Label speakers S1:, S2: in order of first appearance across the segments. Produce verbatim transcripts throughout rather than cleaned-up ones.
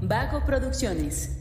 S1: Vago Producciones.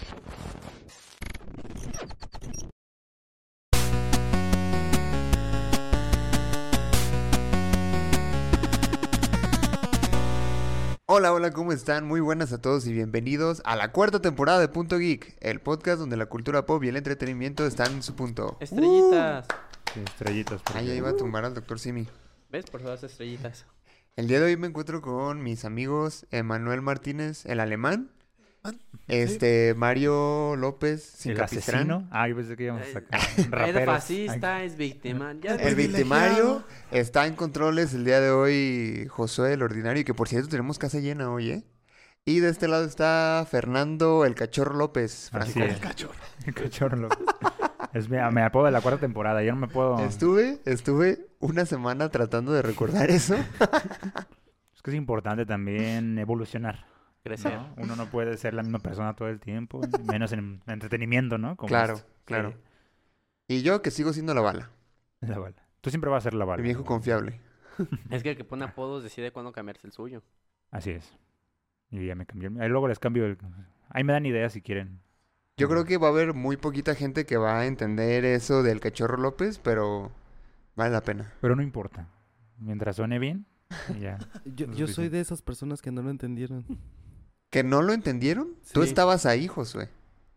S2: Hola, hola, ¿cómo están? Muy buenas a todos y bienvenidos a la cuarta temporada de Punto Geek, el podcast donde la cultura pop y el entretenimiento están en su punto.
S3: Estrellitas.
S2: Uh.
S4: Sí, estrellitas. Porque...
S2: Ahí iba a tumbar al doctor Simi.
S3: ¿Ves? Por todas estrellitas.
S2: El día de hoy me encuentro con mis amigos Emanuel Martínez, el alemán. Este, sí. Mario López, sin
S4: el
S2: capistrán.
S4: asesino. Ah, yo pensé que íbamos a sacar
S3: Es
S4: raperos.
S3: fascista, es víctima. Ya
S2: el victimario está en controles el día de hoy, Josué, el ordinario, que por cierto tenemos casa llena hoy, ¿eh? Y de este lado está Fernando, el cachorro López.
S4: Así es. El cachorro. El cachorro López. Es mi, me apodo de la cuarta temporada, yo no me puedo...
S2: Estuve, estuve una semana tratando de recordar eso.
S4: Es que es importante también evolucionar.
S3: Crecer.
S4: ¿No? Uno no puede ser la misma persona todo el tiempo, menos en entretenimiento, ¿no? Como
S2: claro,
S4: esto.
S2: claro.
S4: Sí.
S2: Y yo que sigo siendo la bala.
S4: La bala. Tú siempre vas a ser la bala.
S2: El viejo confiable.
S3: Es que el que pone apodos decide cuándo cambiarse el suyo.
S4: Así es. Y ya me cambié. Ahí luego les cambio el... Ahí me dan ideas si quieren.
S2: Yo creo que va a haber muy poquita gente que va a entender eso del cachorro López, pero vale la pena.
S4: Pero no importa. Mientras suene bien, ya.
S5: yo yo soy de esas personas que no lo entendieron.
S2: ¿Que no lo entendieron? Sí. Tú estabas ahí, Josué.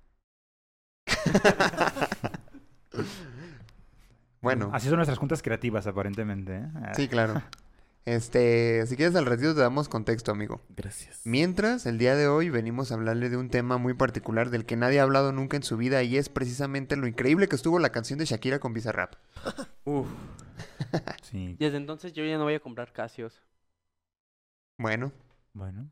S2: Bueno.
S4: Así son nuestras juntas creativas, aparentemente, ¿eh?
S2: Sí, claro. Este, si quieres al ratito te damos contexto, amigo.
S5: Gracias.
S2: Mientras, el día de hoy venimos a hablarle de un tema muy particular del que nadie ha hablado nunca en su vida y es precisamente lo increíble que estuvo la canción de Shakira con Bizarrap.
S3: Uf.
S4: Sí.
S3: Desde entonces yo ya no voy a comprar Casios.
S2: Bueno.
S4: Bueno.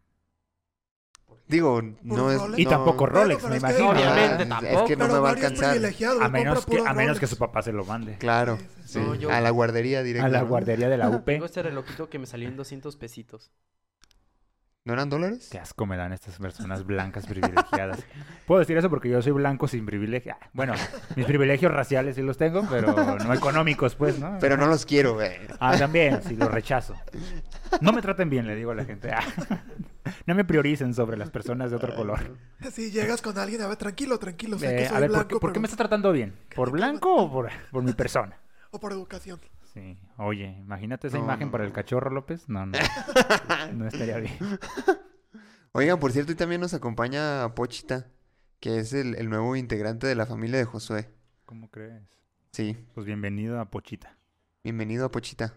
S2: Digo, no es...
S4: Y
S2: no...
S4: tampoco Rolex,
S6: bueno,
S4: me
S6: es que,
S4: imagino.
S3: obviamente,
S2: ah,
S3: tampoco.
S2: Es que no
S6: pero
S2: me va a
S6: Mario
S2: alcanzar.
S4: A menos, que, a menos
S6: Rolex.
S4: que su papá se lo mande.
S2: Claro.
S6: Sí, sí,
S2: Sí.
S3: No, yo-
S2: A la guardería directa.
S4: A la guardería de la U P.
S3: Tengo este relojito que me salió en doscientos pesitos.
S2: ¿No eran dólares?
S4: Qué asco me dan estas personas blancas privilegiadas. Puedo decir eso porque yo soy blanco sin privilegio. Ah, bueno, mis privilegios raciales sí los tengo, pero no económicos, pues, ¿no?
S2: Pero no los quiero, güey.
S4: Ah, también, sí, los rechazo. No me traten bien, le digo a la gente. Ah, no me prioricen sobre las personas de otro color.
S6: Si llegas con alguien, a ver, tranquilo, tranquilo. Sé
S4: Eh,
S6: que soy
S4: a ver, ¿por,
S6: blanco,
S4: qué, ¿por qué
S6: pero-
S4: me estás tratando bien? ¿Por blanco o por, por mi persona?
S6: O por educación.
S4: Sí, oye, imagínate esa
S2: No,
S4: imagen
S2: no,
S4: para
S2: no.
S4: el cachorro López. No, no, no estaría bien.
S2: Oigan, por cierto, y también nos acompaña Pochita, que es el, el nuevo integrante de la familia de Josué.
S4: ¿Cómo crees?
S2: Sí,
S4: Pues bienvenido a Pochita.
S2: bienvenido a Pochita.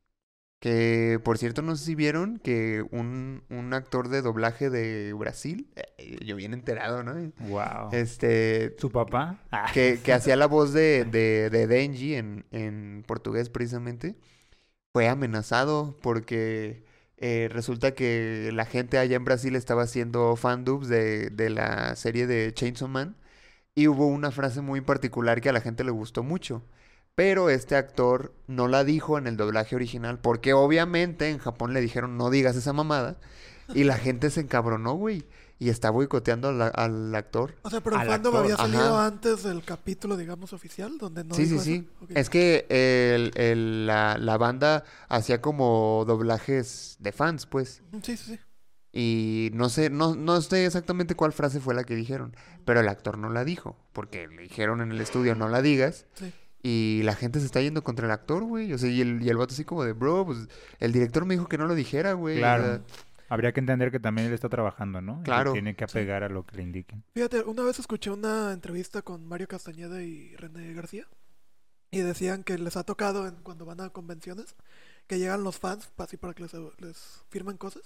S2: Que, por cierto, no sé si vieron que un, un actor de doblaje de Brasil, eh, yo bien enterado, ¿no?
S4: Wow.
S2: Este,
S4: ¿Su papá? Ah.
S2: que, que hacía la voz de, de, de Denji en, en portugués precisamente, fue amenazado porque eh, resulta que la gente allá en Brasil estaba haciendo fandubs de, de la serie de Chainsaw Man y hubo una frase muy particular que a la gente le gustó mucho. Pero este actor no la dijo en el doblaje original porque obviamente en Japón le dijeron no digas esa mamada y la gente se encabronó, güey, y está boicoteando al, al actor.
S6: O sea, pero el
S4: Al
S6: fandom
S4: actor,
S6: había salido
S2: ajá.
S6: antes del capítulo, digamos, oficial, donde no
S2: Sí, sí,
S6: dijo
S2: sí.
S6: eso. Ok.
S2: Es que el, el- la, la banda hacía como doblajes de fans, pues.
S6: Sí, sí, sí.
S2: Y no sé, no, no sé exactamente cuál frase fue la que dijeron, pero el actor no la dijo, porque le dijeron en el estudio no la digas.
S6: Sí.
S2: Y la gente se está yendo contra el actor, güey. O sea, y el, y el vato así como de, bro, pues el director me dijo que no lo dijera, güey.
S4: Claro.
S2: O sea,
S4: Habría que entender que también él está trabajando, ¿no? Y
S2: Claro.
S4: que tiene que apegar a lo que le indiquen.
S6: Fíjate, una vez escuché una entrevista con Mario Castañeda y René García y decían que les ha tocado en, cuando van a convenciones que llegan los fans así para que les, les firmen cosas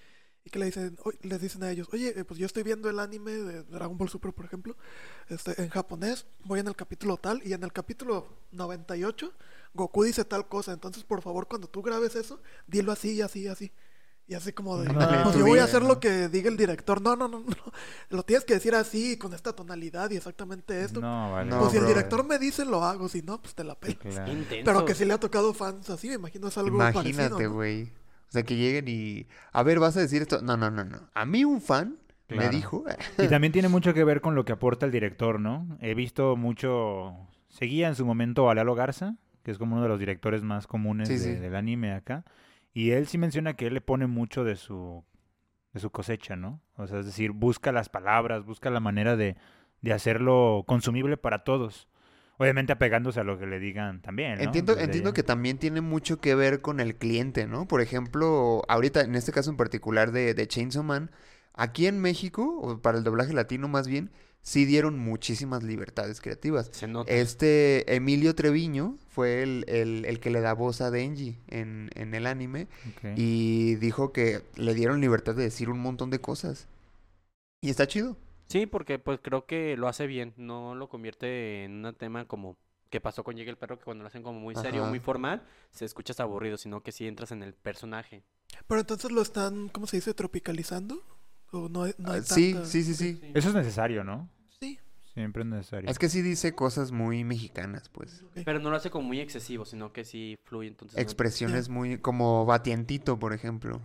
S6: y que le dicen, oy- les dicen a ellos, oye, eh, pues yo estoy viendo el anime de Dragon Ball Super, por ejemplo, este, en japonés, voy en el capítulo tal y en el capítulo noventa y ocho Goku dice tal cosa, entonces por favor cuando tú grabes eso, dilo así y así y así. Y así como de,
S4: Ándale,
S6: pues
S2: tú
S6: yo voy
S2: di-
S6: a hacer lo que diga el director. No, no, no, no. Lo tienes que decir así, con esta tonalidad y exactamente esto.
S4: No, vale.
S2: No,
S6: pues si el
S2: brother.
S6: director me dice, lo hago. Si no, pues te la pelo.
S4: Claro.
S3: Intenso.
S6: Pero que si le ha tocado fans así, me imagino es algo parecido,
S2: imagínate,
S6: ¿no?
S2: güey. O sea, que lleguen y... A ver, ¿vas a decir esto? No, no, no, no. A mí un fan me
S4: Claro.
S2: dijo...
S4: Y también tiene mucho que ver con lo que aporta el director, ¿no? He visto mucho... Seguía en su momento a Lalo Garza, que es como uno de los directores más comunes
S2: Sí,
S4: de-
S2: sí.
S4: del anime acá. Y él sí menciona que él le pone mucho de su de su cosecha, ¿no? O sea, es decir, busca las palabras, busca la manera de, de hacerlo consumible para todos. Obviamente apegándose a lo que le digan también, ¿no?
S2: Entiendo,
S4: Desde
S2: entiendo
S4: allá.
S2: que también tiene mucho que ver con el cliente, ¿no? Por ejemplo, ahorita, en este caso en particular de, de Chainsaw Man, aquí en México, o para el doblaje latino más bien, sí dieron muchísimas libertades creativas.
S3: Se nota.
S2: Este Emilio Treviño fue el, el, el que le da voz a Denji en, en el anime
S4: Ok.
S2: y dijo que le dieron libertad de decir un montón de cosas. Y está chido.
S3: Sí, porque pues creo que lo hace bien, no lo convierte en un tema como que pasó con Llega el Perro, que cuando lo hacen como muy serio,
S2: Ajá.
S3: muy formal, se escuchas aburrido, sino que sí entras en el personaje.
S6: Pero entonces lo están, ¿cómo se dice? ¿Tropicalizando? ¿O no hay, no hay
S2: Ah, sí,
S6: tanta-
S2: sí, sí, sí.
S4: Eso es necesario, ¿no?
S6: Sí,
S4: Siempre es necesario.
S2: Es que sí dice cosas muy mexicanas, pues.
S6: ok.
S3: Pero no lo hace como muy excesivo, sino que sí fluye, entonces... no-
S2: Expresiones muy... como batientito, por ejemplo.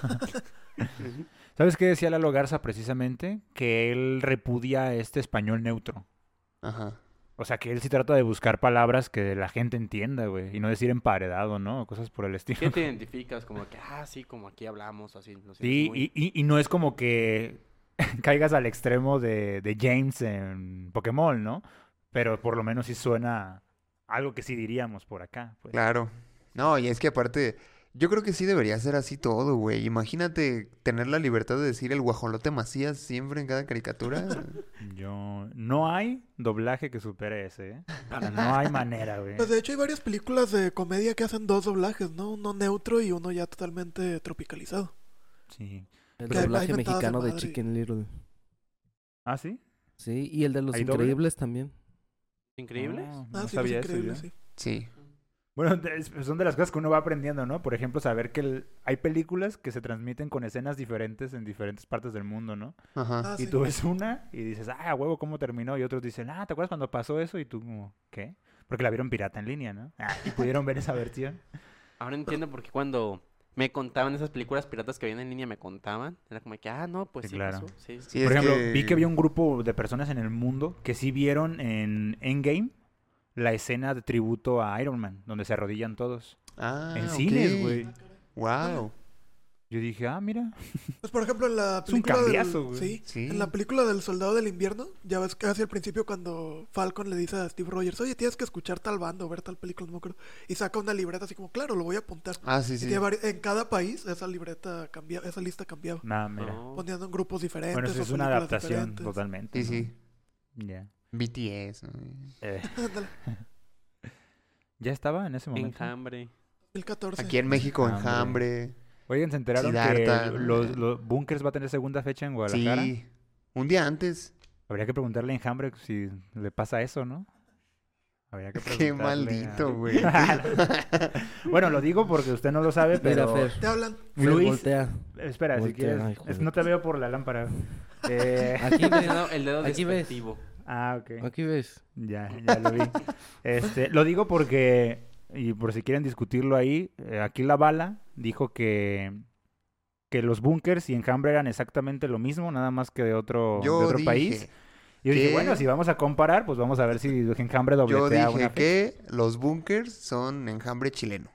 S3: Ujú.
S4: ¿Sabes qué decía Lalo Garza precisamente? Que él repudia este español neutro.
S2: Ajá.
S4: O sea, que él sí trata de buscar palabras que la gente entienda, güey. Y no decir emparedado, ¿no? O cosas por el estilo.
S3: ¿Qué te identificas? Como que, ah, sí, como aquí hablamos, así. No sé,
S4: Sí,
S3: es muy-
S4: y, y- y no es como que caigas al extremo de, de James en Pokémon, ¿no? Pero por lo menos sí suena algo que sí diríamos por acá, pues.
S2: Claro. No, y es que aparte, yo creo que sí debería ser así todo, güey. Imagínate tener la libertad de decir el guajolote Macías siempre en cada caricatura.
S4: Yo... No hay doblaje que supere ese, ¿eh? O sea, no hay manera, güey.
S6: Pues de hecho hay varias películas de comedia que hacen dos doblajes, ¿no? Uno neutro y uno ya totalmente tropicalizado.
S4: Sí.
S5: El
S6: Que hay
S5: doblaje
S6: mentadas de
S5: mexicano de
S6: madre.
S5: Chicken Little.
S4: ¿Ah, sí?
S5: Sí, y el de Los
S4: ¿Hay doble?
S5: Increíbles también.
S3: ¿Increíbles?
S4: No,
S6: Ah,
S4: no
S6: sí,
S4: sabía
S6: los
S4: eso
S6: increíbles,
S4: yo.
S6: sí.
S2: Sí.
S4: Bueno, de- es- son de las cosas que uno va aprendiendo, ¿no? Por ejemplo, saber que el- hay películas que se transmiten con escenas diferentes en diferentes partes del mundo, ¿no?
S2: Ajá.
S6: Ah,
S4: Y
S6: sí.
S4: tú ves una y dices, ah, a huevo, ¿cómo terminó? Y otros dicen, ah, ¿te acuerdas cuando pasó eso? Y tú como, ¿qué? Porque la vieron pirata en línea, ¿no? Ah, y pudieron ver esa versión.
S3: Ahora entiendo por qué cuando me contaban esas películas piratas que habían en línea, me contaban. Era como que, ah, no, pues
S4: Sí,
S3: sí,
S4: claro.
S3: pasó. Sí, sí.
S2: Sí,
S4: Por
S2: es
S4: ejemplo,
S2: que-
S4: vi que había un grupo de personas en el mundo que sí vieron en Endgame la escena de tributo a Iron Man, donde se arrodillan todos.
S2: Ah,
S4: en
S2: ok.
S4: cines, güey.
S2: Wow.
S4: Yo dije, ah, mira.
S6: Pues por ejemplo en la
S4: Es un
S6: película
S4: cambiazo,
S6: del...
S4: güey.
S6: Sí,
S2: Sí.
S6: en la película del Soldado del Invierno, ya ves que hacia el principio cuando Falcon le dice a Steve Rogers, oye, tienes que escuchar tal banda o ver tal película, no me acuerdo. Y saca una libreta así como, claro, lo voy a apuntar.
S2: Ah, sí,
S6: Y
S2: sí.
S6: tiene vari- en cada país esa libreta cambiaba, esa lista cambiaba.
S4: Nah, mira.
S3: No.
S6: Poniendo en grupos diferentes.
S4: Bueno, eso
S6: o
S4: es una
S6: películas
S4: adaptación
S6: diferentes.
S4: totalmente.
S2: Sí,
S4: ¿no?
S2: sí.
S4: Ya.
S2: B T S. ¿no?
S4: Eh,
S6: Ándale,
S4: ¿Ya estaba en ese momento?
S3: Enjambre.
S6: dos mil catorce.
S2: Aquí en México,
S4: Hambre.
S2: Enjambre.
S4: Oigan, ¿se enteraron
S2: Siddhartha,
S4: que
S2: ¿no?
S4: los, los Bunkers va a tener segunda fecha en Guadalajara?
S2: Sí. Un día antes.
S4: Habría que preguntarle a Enjambre si le pasa eso, ¿no? Habría que
S2: Qué
S4: preguntarle a-
S2: maldito, güey.
S4: Bueno, lo digo porque usted no lo sabe,
S5: Mira,
S4: pero...
S5: Fer.
S6: Te hablan.
S5: Fer,
S4: Luis,
S5: voltea.
S4: espera, si
S5: Voltea,
S4: quieres...
S5: hijo
S4: es-
S5: de-
S4: no te veo por la lámpara. Eh,
S5: Aquí
S3: El
S5: ves.
S3: dedo, el dedo
S5: Aquí ves.
S3: despectivo.
S4: Ah, ok.
S5: Aquí ves.
S4: Ya, ya lo vi. Este, lo digo porque, y por si quieren discutirlo ahí, eh, aquí la bala dijo que, que los Bunkers y Enjambre eran exactamente lo mismo, nada más que de otro,
S2: Yo
S4: de otro
S2: dije,
S4: país. Y yo dije,
S2: que-
S4: bueno, si vamos a comparar, pues vamos a ver si Enjambre
S2: yo
S4: dobletea una
S2: dije
S4: fecha.
S2: que los bunkers son enjambre chileno.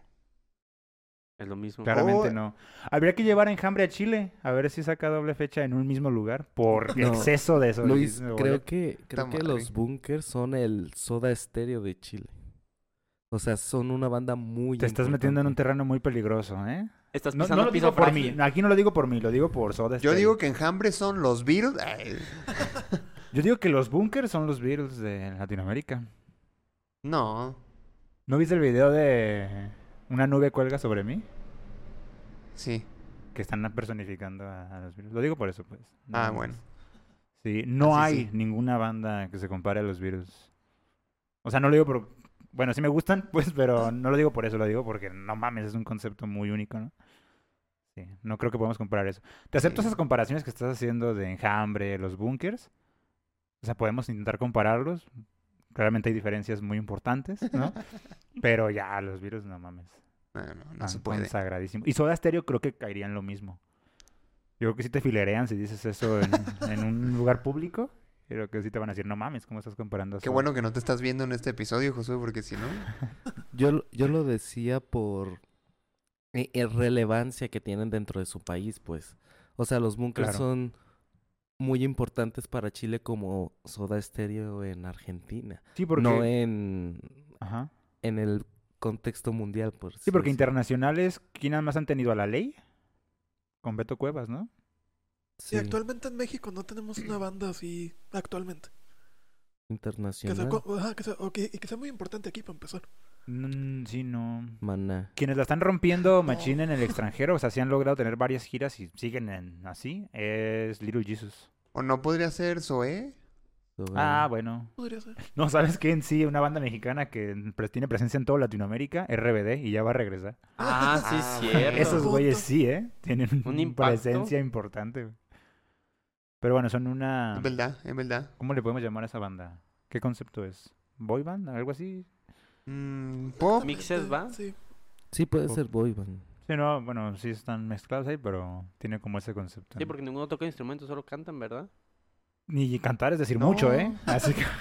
S3: Es lo mismo.
S4: Claramente
S2: Oh.
S4: no. Habría que llevar a Enjambre a Chile, a ver si saca doble fecha en un mismo lugar, por
S5: No.
S4: exceso de eso.
S5: Luis, creo que, creo
S2: Puta
S5: que
S2: madre.
S5: los Bunkers son el Soda Estéreo de Chile. O sea, son una banda muy
S4: Te estás metiendo en un
S5: importante.
S4: terreno muy peligroso, ¿eh?
S3: Estás
S4: No,
S3: pisando
S4: no lo
S3: piso
S4: digo por
S3: frágil.
S4: mí, aquí no lo digo por mí, lo digo por Soda
S2: Yo
S4: Stereo.
S2: digo que enjambre son los Beatles. Ay,
S4: Yo digo que los Bunkers son los Beatles de Latinoamérica.
S2: no.
S4: ¿No viste el video de Una nube cuelga sobre mí?
S2: Sí.
S4: Que están personificando a, a los Beatles. Lo digo por eso, pues.
S2: Ah,
S4: Nada más.
S2: bueno.
S4: Sí, no
S2: Así
S4: hay
S2: sí.
S4: ninguna banda que se compare a los Beatles. O sea, no lo digo por... Bueno, sí me gustan, pues, pero no lo digo por eso, lo digo porque no mames, es un concepto muy único, ¿no? Sí, no creo que podamos comparar eso. Te acepto
S2: Sí.
S4: esas comparaciones que estás haciendo de Enjambre, los Bunkers. O sea, podemos intentar compararlos. Claramente hay diferencias muy importantes, ¿no? Pero ya, los Beatles, no mames.
S2: No, no, no
S4: Tan
S2: se puede.
S4: consagradísimo. Y Soda Stereo creo que caería en lo mismo. Yo creo que sí te filerean si dices eso en, en un lugar público. Creo que sí te van a decir, no mames, ¿cómo estás comparando a
S2: Qué
S4: Soda?"
S2: bueno que no te estás viendo en este episodio, Josué, porque si no...
S5: Yo, lo- yo lo decía por eh, eh, relevancia que tienen dentro de su país, pues. O sea, los bunkers
S4: Claro.
S5: son muy importantes para Chile como Soda Stereo en Argentina.
S4: Sí, porque...
S5: No en,
S4: Ajá.
S5: en el contexto mundial, por
S4: Sí, porque
S5: decirlo.
S4: internacionales, ¿quién nada más han tenido a La Ley? Con Beto Cuevas, ¿no?
S6: Y
S5: Sí,
S6: actualmente en México no tenemos una banda así actualmente. Que sea,
S5: internacional.
S6: co- ajá, que sea- o que- y que sea muy importante aquí para empezar.
S4: Mm, sí, no.
S5: Maná.
S4: Quienes la están rompiendo machín en el extranjero, o sea, sí han logrado tener varias giras y siguen en- así, es Little Jesus.
S2: ¿O no podría ser Zoé?
S4: Ah, bueno.
S6: Podría ser.
S4: No, ¿sabes qué? En sí, una banda mexicana que pre- tiene presencia en toda Latinoamérica, R B D, y ya va a regresar.
S3: Ah, sí,
S2: Ah,
S3: es
S2: bueno.
S3: cierto.
S4: Esos
S6: Punto.
S4: güeyes sí, ¿eh? Tienen
S3: Un
S4: una
S3: impacto.
S4: presencia importante. güey. Pero bueno, son una...
S2: Es verdad, es verdad.
S4: ¿Cómo le podemos llamar a esa banda? ¿Qué concepto es? ¿Boy band? ¿Algo así?
S2: Mm, pop.
S3: Mixes, ¿va?
S6: Sí.
S5: Sí, puede
S4: Pop.
S5: ser boy band.
S4: Sí, no, bueno, sí están mezclados ahí, pero tiene como ese concepto.
S3: Sí,
S4: ¿no?
S3: porque ninguno toca instrumentos, solo cantan, ¿verdad?
S4: Ni cantar es decir
S2: No.
S4: mucho, ¿eh? Así que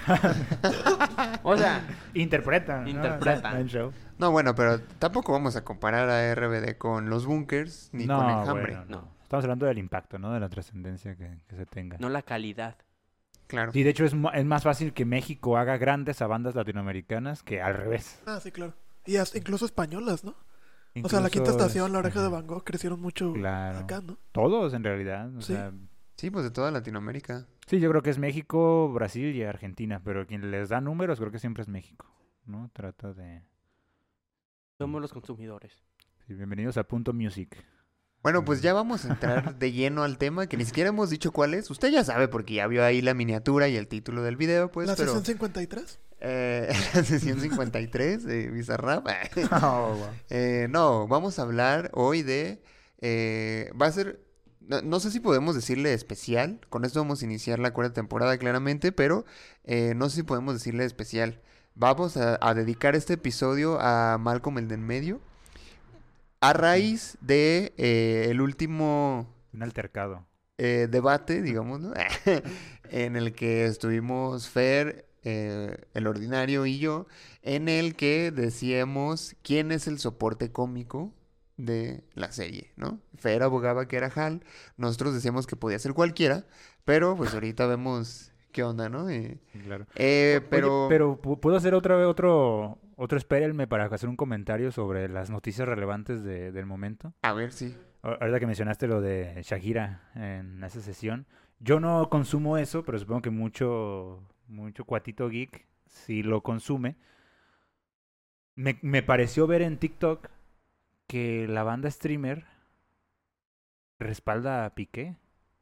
S3: O sea,
S4: interpretan. ¿no?
S3: Interpretan.
S4: En show.
S2: No, bueno, pero tampoco vamos a comparar a R B D con los Bunkers ni
S4: no,
S2: con Enjambre.
S4: bueno,
S3: No.
S4: no. Estamos hablando del impacto, ¿no? De la trascendencia que, que se tenga.
S3: no la calidad.
S2: Claro.
S4: Sí, de hecho es, mo- es más fácil que México haga grandes a bandas latinoamericanas que al revés.
S6: Ah, sí, claro. Y hasta incluso españolas, ¿no? O sea, la Quinta
S4: Incluso
S6: Estación, La
S4: es-
S6: Oreja de
S4: ajá,
S6: Van Gogh crecieron mucho
S4: Claro.
S6: acá, ¿no?
S4: Todos en realidad. O
S6: Sí.
S4: sea,
S2: Sí, pues de toda Latinoamérica.
S4: sí, yo creo que es México, Brasil y Argentina, pero quien les da números creo que siempre es México, ¿no? Trata de...
S3: Somos los consumidores.
S4: Sí, bienvenidos a Punto Music.
S2: Bueno, pues ya vamos a entrar de lleno al tema, que ni siquiera hemos dicho cuál es. Usted ya sabe porque ya vio ahí la miniatura y el título del video, pues,
S6: la
S2: pero...
S6: sesión cincuenta y tres.
S2: Eh, la sesión cincuenta y tres de Bizarrap.
S4: Oh, wow.
S2: Eh, no, vamos a hablar hoy de... eh, va a ser... No, no sé si podemos decirle especial. Con esto vamos a iniciar la cuarta temporada claramente, pero eh, no sé si podemos decirle especial. Vamos a, a dedicar este episodio a Malcolm el de en medio. A raíz de eh, el último
S4: Un altercado.
S2: eh, debate, digamos, ¿no? En el que estuvimos Fer, eh, el ordinario y yo, en el que decíamos quién es el soporte cómico de la serie, ¿no? Fer abogaba que era Hal, nosotros decíamos que podía ser cualquiera, pero pues ahorita vemos qué onda, ¿no? Eh,
S4: Claro.
S2: eh,
S4: Oye,
S2: pero...
S4: pero pu- ¿puedo hacer otra vez otro, otro espérenme para hacer un comentario sobre las noticias relevantes de- del momento?
S2: A ver, sí.
S4: A- Ahorita que mencionaste lo de Shakira en esa sesión. Yo no consumo eso, pero supongo que mucho, mucho cuatito geek sí lo consume. Me, me pareció ver en TikTok que la banda streamer respalda a Piqué.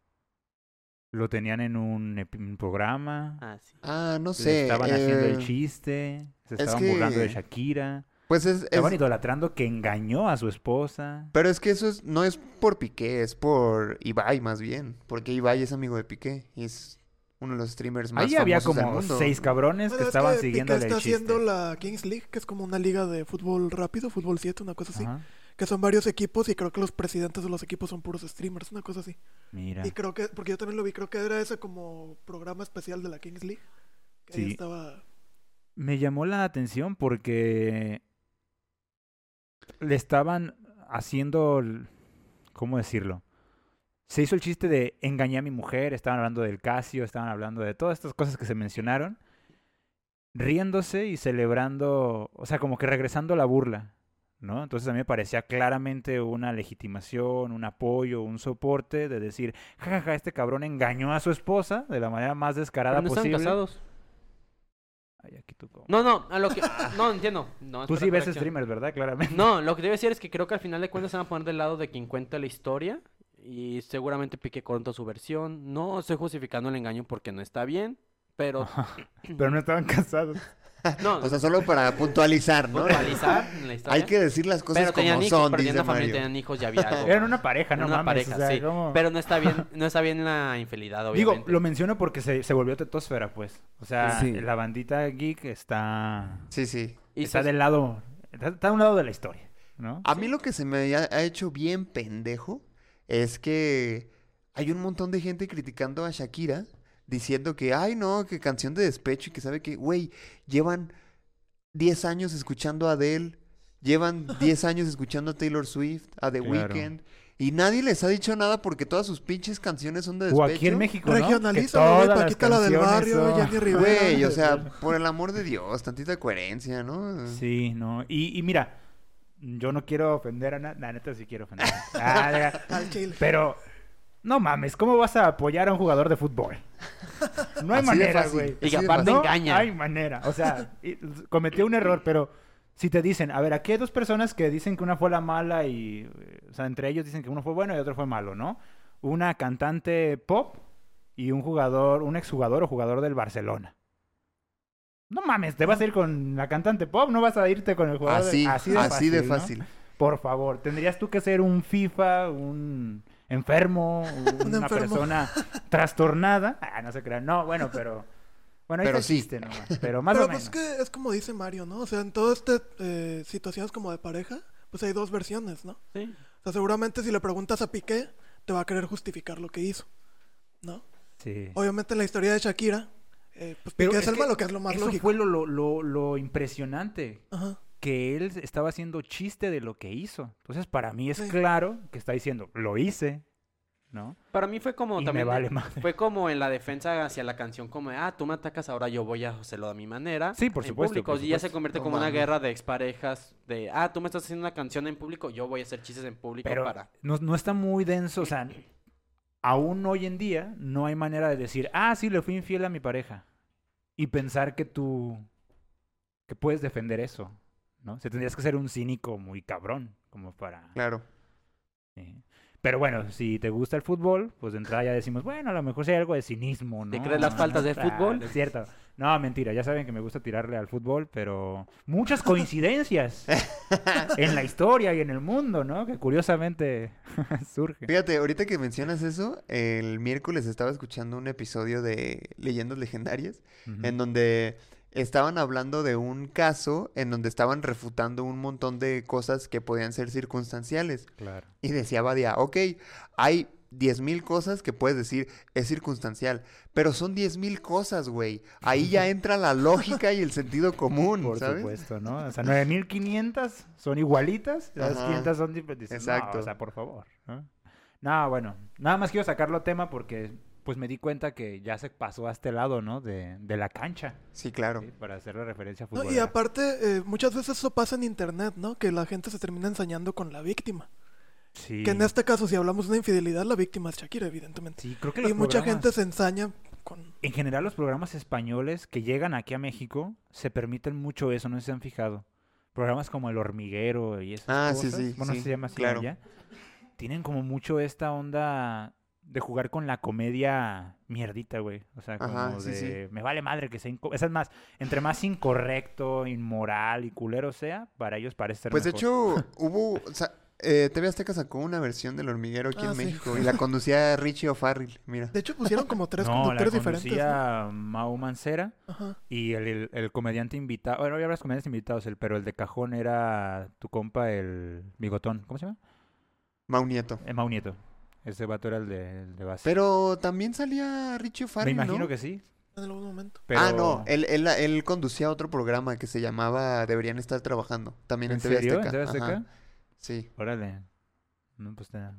S4: Lo tenían en un, epi- un programa.
S3: Ah, sí.
S2: Ah, no
S4: Le
S2: sé.
S4: estaban haciendo el
S2: eh,
S4: chiste. Se
S2: es
S4: estaban burlando de
S2: que-
S4: Shakira.
S2: Pues es... es-
S4: Estaban idolatrando que engañó a su esposa.
S2: Pero es que eso es, no es por Piqué, es por Ibai más bien. Porque Ibai es amigo de Piqué y es uno de los streamers más
S4: Ahí había
S2: famosos del
S4: como
S2: mundo.
S4: seis cabrones
S6: Bueno,
S4: que
S6: es
S4: estaban
S6: que Piqué
S4: siguiéndole
S6: está
S4: el chiste.
S6: haciendo la Kings League, que es como una liga de fútbol rápido, fútbol siete, una cosa así.
S4: Ajá.
S6: Que son varios equipos y creo que los presidentes de los equipos son puros streamers, una cosa así.
S4: Mira.
S6: Y creo que, porque yo también lo vi, creo que era ese como programa especial de la Kings League. Que ahí
S4: Sí.
S6: estaba...
S4: Me llamó la atención porque le estaban haciendo, el- ¿cómo decirlo? Se hizo el chiste de engañé a mi mujer, estaban hablando del Casio, estaban hablando de todas estas cosas que se mencionaron, riéndose y celebrando, o sea, como que regresando a la burla, ¿no? Entonces a mí me parecía claramente una legitimación, un apoyo, un soporte de decir, jajaja, este cabrón engañó a su esposa de la manera más descarada
S3: Pero no están
S4: posible.
S3: casados.
S4: Ay, aquí tú cómo.
S3: No, no, a lo que... No, entiendo. No,
S4: Tú
S3: espera,
S4: sí ves
S3: corrección.
S4: streamers, ¿verdad? Claramente.
S3: No, lo que te iba a decir es que creo que al final de cuentas se van a poner del lado de quien cuenta la historia y seguramente Piqué contó su versión. No estoy justificando el engaño porque no está bien, pero
S4: Pero no estaban casados.
S3: no,
S2: O sea, solo para puntualizar, ¿no?
S3: puntualizar en la historia.
S2: Hay que decir las cosas
S3: pero tenían
S2: como
S3: hijos,
S2: son,
S3: pero
S2: dice
S3: tenían una familia,
S2: Mario.
S3: tenían hijos y había algo.
S4: Eran una pareja, no
S3: Eran una
S4: mames.
S3: pareja,
S4: o sea,
S3: sí.
S4: ¿cómo?
S3: Pero no está bien, no está bien la infidelidad,
S4: Digo,
S3: obviamente.
S4: lo menciono porque se, se volvió tetosfera, pues. O sea,
S5: Sí.
S4: la bandita geek está...
S2: Sí, sí.
S3: Y
S4: está
S3: se-
S4: del lado... Está, está a un lado de la historia, ¿no?
S2: A mí lo que se me ha, ha hecho bien pendejo es que hay un montón de gente criticando a Shakira diciendo que, ay, no, que canción de despecho y que sabe que, güey, llevan diez años escuchando a Adele, llevan diez años escuchando a Taylor Swift, a The
S4: Claro.
S2: Weeknd, Y nadie les ha dicho nada porque todas sus pinches canciones son de
S4: O
S2: despecho.
S4: aquí en México, ¿no? Que
S6: Regionalízalo, güey,
S4: todas las
S6: Paquita la del
S4: canciones
S6: barrio,
S4: son-
S6: Jenny Rivera.
S2: Güey, o sea, por el amor de Dios, tantita coherencia, ¿no?
S4: Sí, no. Y, y mira, yo no quiero ofender a nadie. La neta sí quiero ofender. Ah, ya.
S6: Al chile.
S4: Pero, no mames, ¿cómo vas a apoyar a un jugador de fútbol? No hay
S2: Así de
S4: manera,
S2: fácil.
S4: güey.
S3: Y que
S2: Así de
S3: aparte
S2: fácil.
S4: No
S3: engaña.
S4: hay manera. O sea, y- cometió un error, pero si te dicen, a ver, aquí hay dos personas que dicen que una fue la mala y, eh, o sea, entre ellos dicen que uno fue bueno y otro fue malo, ¿no? Una cantante pop y un jugador, un exjugador o jugador del Barcelona. No mames, te vas a ir con la cantante pop, no vas a irte con el jugador
S2: Así,
S4: de,
S2: así
S4: así
S2: de
S4: ¿no?
S2: fácil.
S4: Por favor, tendrías tú que ser un FIFA, un enfermo, una
S6: enfermo.
S4: persona trastornada. Ah, no se crean. No, bueno, pero... Bueno, ahí
S2: Pero
S4: está
S2: sí.
S4: el chiste nomás. Pero más
S6: Pero
S4: o
S6: pues
S4: menos.
S6: que es como dice Mario, ¿no? O sea, en todas estas eh, situaciones como de pareja, pues hay dos versiones, ¿no?
S3: Sí.
S6: O sea, seguramente si le preguntas a Piqué, te va a querer justificar lo que hizo, ¿no?
S4: Sí.
S6: Obviamente en la historia de Shakira, eh, pues
S4: Pero
S6: Piqué es, el
S4: que
S6: malo, que es lo más
S4: eso
S6: lógico.
S4: fue lo, lo, lo, lo impresionante.
S6: Ajá.
S4: Que él estaba haciendo chiste de lo que hizo. Entonces, para mí es
S6: Sí.
S4: claro que está diciendo, lo hice, ¿no?
S3: Para mí fue como
S4: Y me
S3: también
S4: vale
S3: de-
S4: madre.
S3: fue como en la defensa hacia la canción como de, ah, tú me atacas, ahora yo voy a hacerlo a mi manera.
S4: Sí, por
S3: en
S4: supuesto,
S3: público.
S4: por
S3: Y ya se
S4: supuesto.
S3: convierte
S2: No
S3: como una
S2: mames.
S3: guerra de exparejas de, ah, tú me estás haciendo una canción en público, yo voy a hacer chistes en público
S4: Pero
S3: para...
S4: no, no está muy denso. O sea, aún hoy en día no hay manera de decir, ah, sí, le fui infiel a mi pareja. Y pensar que tú... que puedes defender eso, ¿no? O sea, tendrías que ser un cínico muy cabrón, como para...
S2: Claro.
S4: Sí. Pero bueno, si te gusta el fútbol, pues de entrada ya decimos, bueno, a lo mejor sí hay algo de cinismo, ¿no?
S3: ¿Te crees las faltas del
S4: Claro,
S3: fútbol?
S4: Es cierto. No, mentira, ya saben que me gusta tirarle al fútbol, pero muchas coincidencias en la historia y en el mundo, ¿no? Que curiosamente surge.
S2: Fíjate, ahorita que mencionas eso, el miércoles estaba escuchando un episodio de Leyendas Legendarias,
S4: Ujú.
S2: en donde estaban hablando de un caso en donde estaban refutando un montón de cosas que podían ser circunstanciales.
S4: Claro.
S2: Y decía Badia, ok, hay diez mil cosas que puedes decir es circunstancial, pero son diez mil cosas, güey. Ahí ya entra la lógica y el sentido común,
S4: Por
S2: ¿sabes?
S4: supuesto, ¿no? O sea, nueve mil quinientas son igualitas, las
S2: Ajá.
S4: quinientas son diferentes.
S2: Exacto.
S4: No, o sea, por favor, ¿no? No, bueno, nada más quiero sacarlo a tema porque pues me di cuenta que ya se pasó a este lado, ¿no? De, de la cancha,
S2: Sí, claro.
S4: ¿sí? Para hacer la referencia a
S6: No,
S4: fútbol.
S6: y aparte, eh, muchas veces eso pasa en internet, ¿no? Que la gente se termina ensañando con la víctima.
S4: Sí.
S6: Que en este caso, si hablamos de una infidelidad, la víctima es Shakira, evidentemente.
S4: Sí, creo que
S6: Y
S4: los
S6: mucha
S4: programas-
S6: gente se ensaña con...
S4: En general, los programas españoles que llegan aquí a México se permiten mucho eso, no sé si se han fijado. Programas como El Hormiguero y esas
S2: Ah, sí,
S4: cosas.
S2: sí,
S4: Bueno,
S2: sí,
S4: se llama así
S2: claro.
S4: allá. Tienen como mucho esta onda de jugar con la comedia mierdita, güey. O sea, como
S2: Ajá, sí,
S4: de... Me vale madre que sea... inco- Esa es más, entre más incorrecto, inmoral y culero sea, para ellos parece ser
S2: Pues de
S4: mejor.
S2: hecho, hubo, o sea, eh, T V Azteca sacó una versión del Hormiguero aquí
S6: Ah,
S2: en
S6: sí.
S2: México y la conducía Richie O'Farrill, mira.
S6: De hecho, pusieron como tres
S4: No, la
S6: conductores diferentes. ¿no?
S4: conducía Mau Mancera.
S6: Ajá.
S4: Y el, el, el comediante invitado, bueno, había varios comediantes invitados, el, pero el de cajón era tu compa, el bigotón. ¿Cómo se llama?
S2: Mau Nieto.
S4: Eh, Mau Nieto. Ese vato era el de, el de base.
S2: Pero también salía Richie
S4: Me
S2: O'Farrill,
S4: imagino
S2: ¿no?
S4: que sí.
S6: En algún momento.
S4: Pero...
S2: Ah, no, él, él, él conducía otro programa que se llamaba Deberían Estar Trabajando, también en,
S4: ¿En
S2: T V
S4: serio?
S2: Azteca.
S4: ¿En T V
S2: Ajá.
S4: Azteca?
S2: Sí,
S4: Órale. No, pues nada.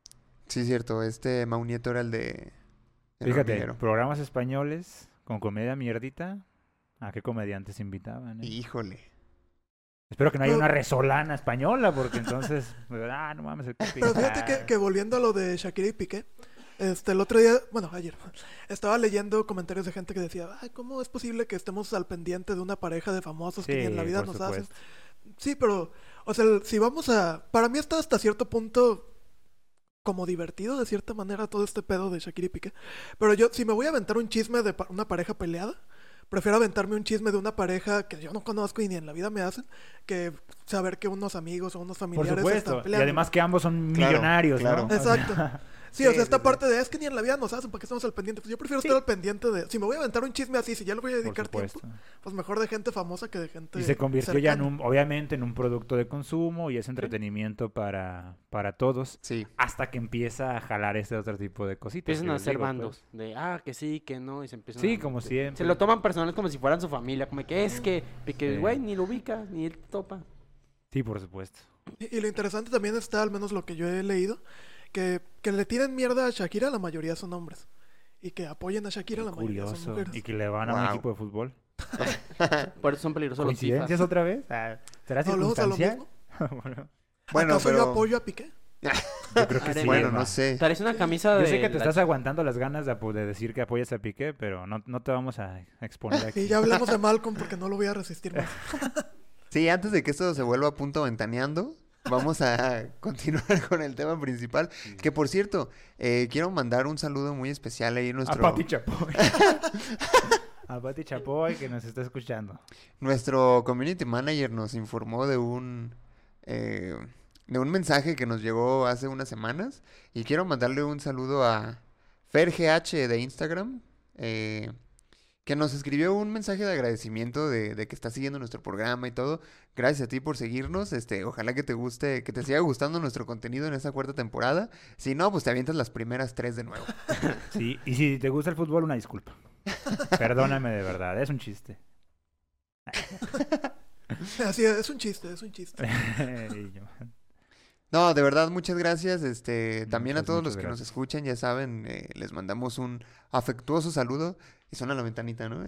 S2: sí, cierto, este Mau Nieto era el de... El
S4: Fíjate,
S2: Hormiguero.
S4: programas españoles con comedia mierdita. ¿A qué comediantes invitaban? eh?
S2: Híjole.
S4: Espero que no haya
S6: No.
S4: una resolana española, porque entonces... ah, no mames, el Capi.
S6: Pero fíjate
S4: Ah.
S6: que, que volviendo a lo de Shakira y Piqué, este, el otro día, bueno, ayer, estaba leyendo comentarios de gente que decía, ay, ¿cómo es posible que estemos al pendiente de una pareja de famosos que ni en la
S4: Sí,
S6: vida
S4: por
S6: nos hacen?
S4: supuesto.
S6: Sí, pero, o sea, el- si vamos a... Para mí está hasta cierto punto como divertido de cierta manera todo este pedo de Shakira y Piqué. Pero yo, si me voy a aventar un chisme de pa- una pareja peleada, prefiero aventarme un chisme de una pareja que yo no conozco y ni en la vida me hacen, que saber que unos amigos o unos
S4: Por
S6: familiares
S4: supuesto.
S6: están
S4: Y
S6: peleando.
S4: además que ambos son
S2: Claro,
S4: millonarios,
S2: claro.
S4: ¿no? O sea,
S6: Exacto. Sí,
S4: Sí,
S6: o sea, esta
S4: sí, sí.
S6: parte de es que ni en la vida nos hacen, ¿para qué estamos al pendiente? Pues yo prefiero
S4: Sí.
S6: estar al pendiente de... Si me voy a aventar un chisme así, si ya le voy a
S4: por
S6: dedicar
S4: supuesto.
S6: tiempo, pues mejor de gente famosa que de gente
S4: Y se convirtió ya en
S6: cercana.
S4: un, obviamente, en un producto de consumo y es entretenimiento para, para todos.
S2: Sí.
S4: Hasta que empieza a jalar este otro tipo de cositas.
S3: Empiezan
S4: que
S3: a
S4: les
S3: hacer
S4: digo,
S3: bandos.
S4: pues.
S3: De, ah, que sí, que no. Y se empiezan
S4: Sí,
S3: a-
S4: como siempre.
S3: Se lo toman personales como si fueran su familia. Como que es que, que
S4: Sí.
S3: güey, ni lo ubica, ni él topa.
S4: Sí, por supuesto.
S6: Y, y lo interesante también está, al menos lo que yo he leído, Que, que le tiren mierda a Shakira, la mayoría son hombres. Y que apoyen a Shakira, la mayoría son
S4: Curioso.
S6: mujeres.
S4: Y que le van a un
S2: Wow.
S4: equipo de fútbol.
S3: Por eso son peligrosos los
S4: ¿Coincidencias
S3: FIFAs.
S4: otra vez? Ah, ¿Será
S6: ¿Volvemos a lo
S4: circunstancial?
S6: mismo?
S4: Bueno,
S2: Bueno,
S6: ¿Acaso yo
S2: pero...
S6: apoyo a Piqué?
S4: yo creo que
S3: Haré
S4: sí.
S2: Bueno,
S4: Emma.
S2: no sé.
S3: Traes una camisa de...
S4: Yo sé que te
S3: la-
S4: estás aguantando las ganas de, apo- de decir que apoyas a Piqué, pero no, no te vamos a exponer aquí.
S6: Y ya hablemos de Malcolm porque no lo voy a resistir más.
S2: Sí, antes de que esto se vuelva a punto ventaneando, vamos a continuar con el tema principal. Que por cierto, eh, quiero mandar un saludo muy especial ahí a
S4: A
S2: nuestro,
S4: Pati Chapoy. A Pati Chapoy que nos está escuchando.
S2: nuestro community manager nos informó de un eh, de un mensaje que nos llegó hace unas semanas y quiero mandarle un saludo a FerGH de Instagram, eh, que nos escribió un mensaje de agradecimiento de, de que está siguiendo nuestro programa y todo. Gracias a ti por seguirnos. Este, ojalá que te guste, que te siga gustando nuestro contenido en esta cuarta temporada. Si no, pues te avientas las primeras tres de nuevo.
S4: Sí, y si te gusta el fútbol, una disculpa. Perdóname de verdad, es un chiste.
S6: Así es, es un chiste, es un chiste.
S4: Y yo,
S2: No, de verdad, muchas gracias. Este, también a
S4: Muchas,
S2: todos
S4: muchas
S2: los que nos
S4: gracias.
S2: escuchan, ya saben, eh, les mandamos un afectuoso saludo. Y suena la ventanita, ¿no?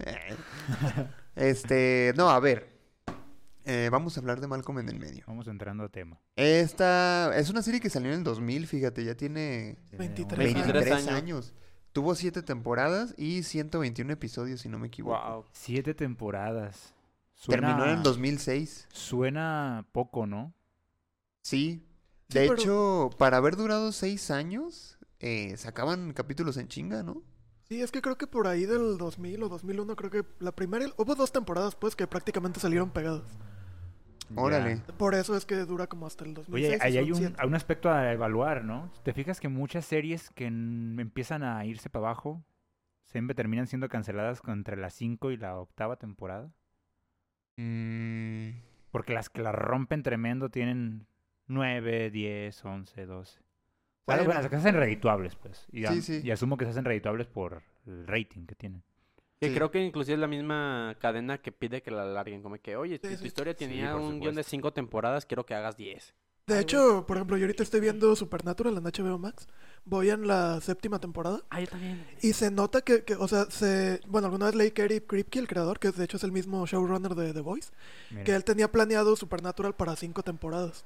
S2: Este, no, a ver. Eh, vamos a hablar de Malcolm en el medio.
S4: Vamos entrando a tema.
S2: Esta es una serie que salió en el dos mil, fíjate, ya tiene
S6: veintitrés
S2: veintitrés
S3: años.
S2: años. Tuvo siete temporadas y ciento veintiún episodios, si no me equivoco.
S3: Wow.
S4: Siete temporadas.
S2: Terminó en el
S4: Suena-
S2: dos mil seis.
S4: Suena poco, ¿no?
S2: Sí.
S6: Sí,
S2: De
S6: pero-
S2: hecho, para haber durado seis años, eh, sacaban capítulos en chinga, ¿no?
S6: Sí, es que creo que por ahí del dos mil o dos mil uno, creo que la primera... Hubo dos temporadas, pues, que prácticamente salieron pegadas.
S2: Órale.
S4: Ya.
S6: Por eso es que dura como hasta el dos mil seis.
S4: Oye, ahí
S6: y
S4: hay
S6: son
S4: un,
S6: siete.
S4: hay un aspecto a evaluar, ¿no? ¿Te fijas que muchas series que mm, empiezan a irse para abajo siempre terminan siendo canceladas con- entre la cinco y la octava temporada?
S2: Mm,
S4: Porque las que la rompen tremendo tienen nueve, diez, once, doce. Bueno,
S2: Bueno.
S4: las que se hacen redituables, pues. Y,
S2: Sí,
S4: am-
S2: sí.
S4: y asumo que se hacen redituables por el rating que tienen.
S3: Que
S2: Sí.
S3: creo que inclusive es la misma cadena que pide que la alarguen. Como que, oye,
S6: Sí,
S3: si
S6: sí.
S3: tu historia tenía
S4: por
S3: un guión
S4: supuesto.
S3: de cinco temporadas, quiero que hagas diez.
S6: De
S3: Ay,
S6: hecho, por ejemplo, yo ahorita estoy viendo Supernatural en H B O Max. Voy en la séptima temporada.
S3: Ah, yo también.
S6: Y se nota que, que, o sea, se... Bueno, alguna vez leí que Eric Kripke, el creador, que de hecho es el mismo showrunner de The Voice,
S4: Mira.
S6: que él tenía planeado Supernatural para cinco temporadas.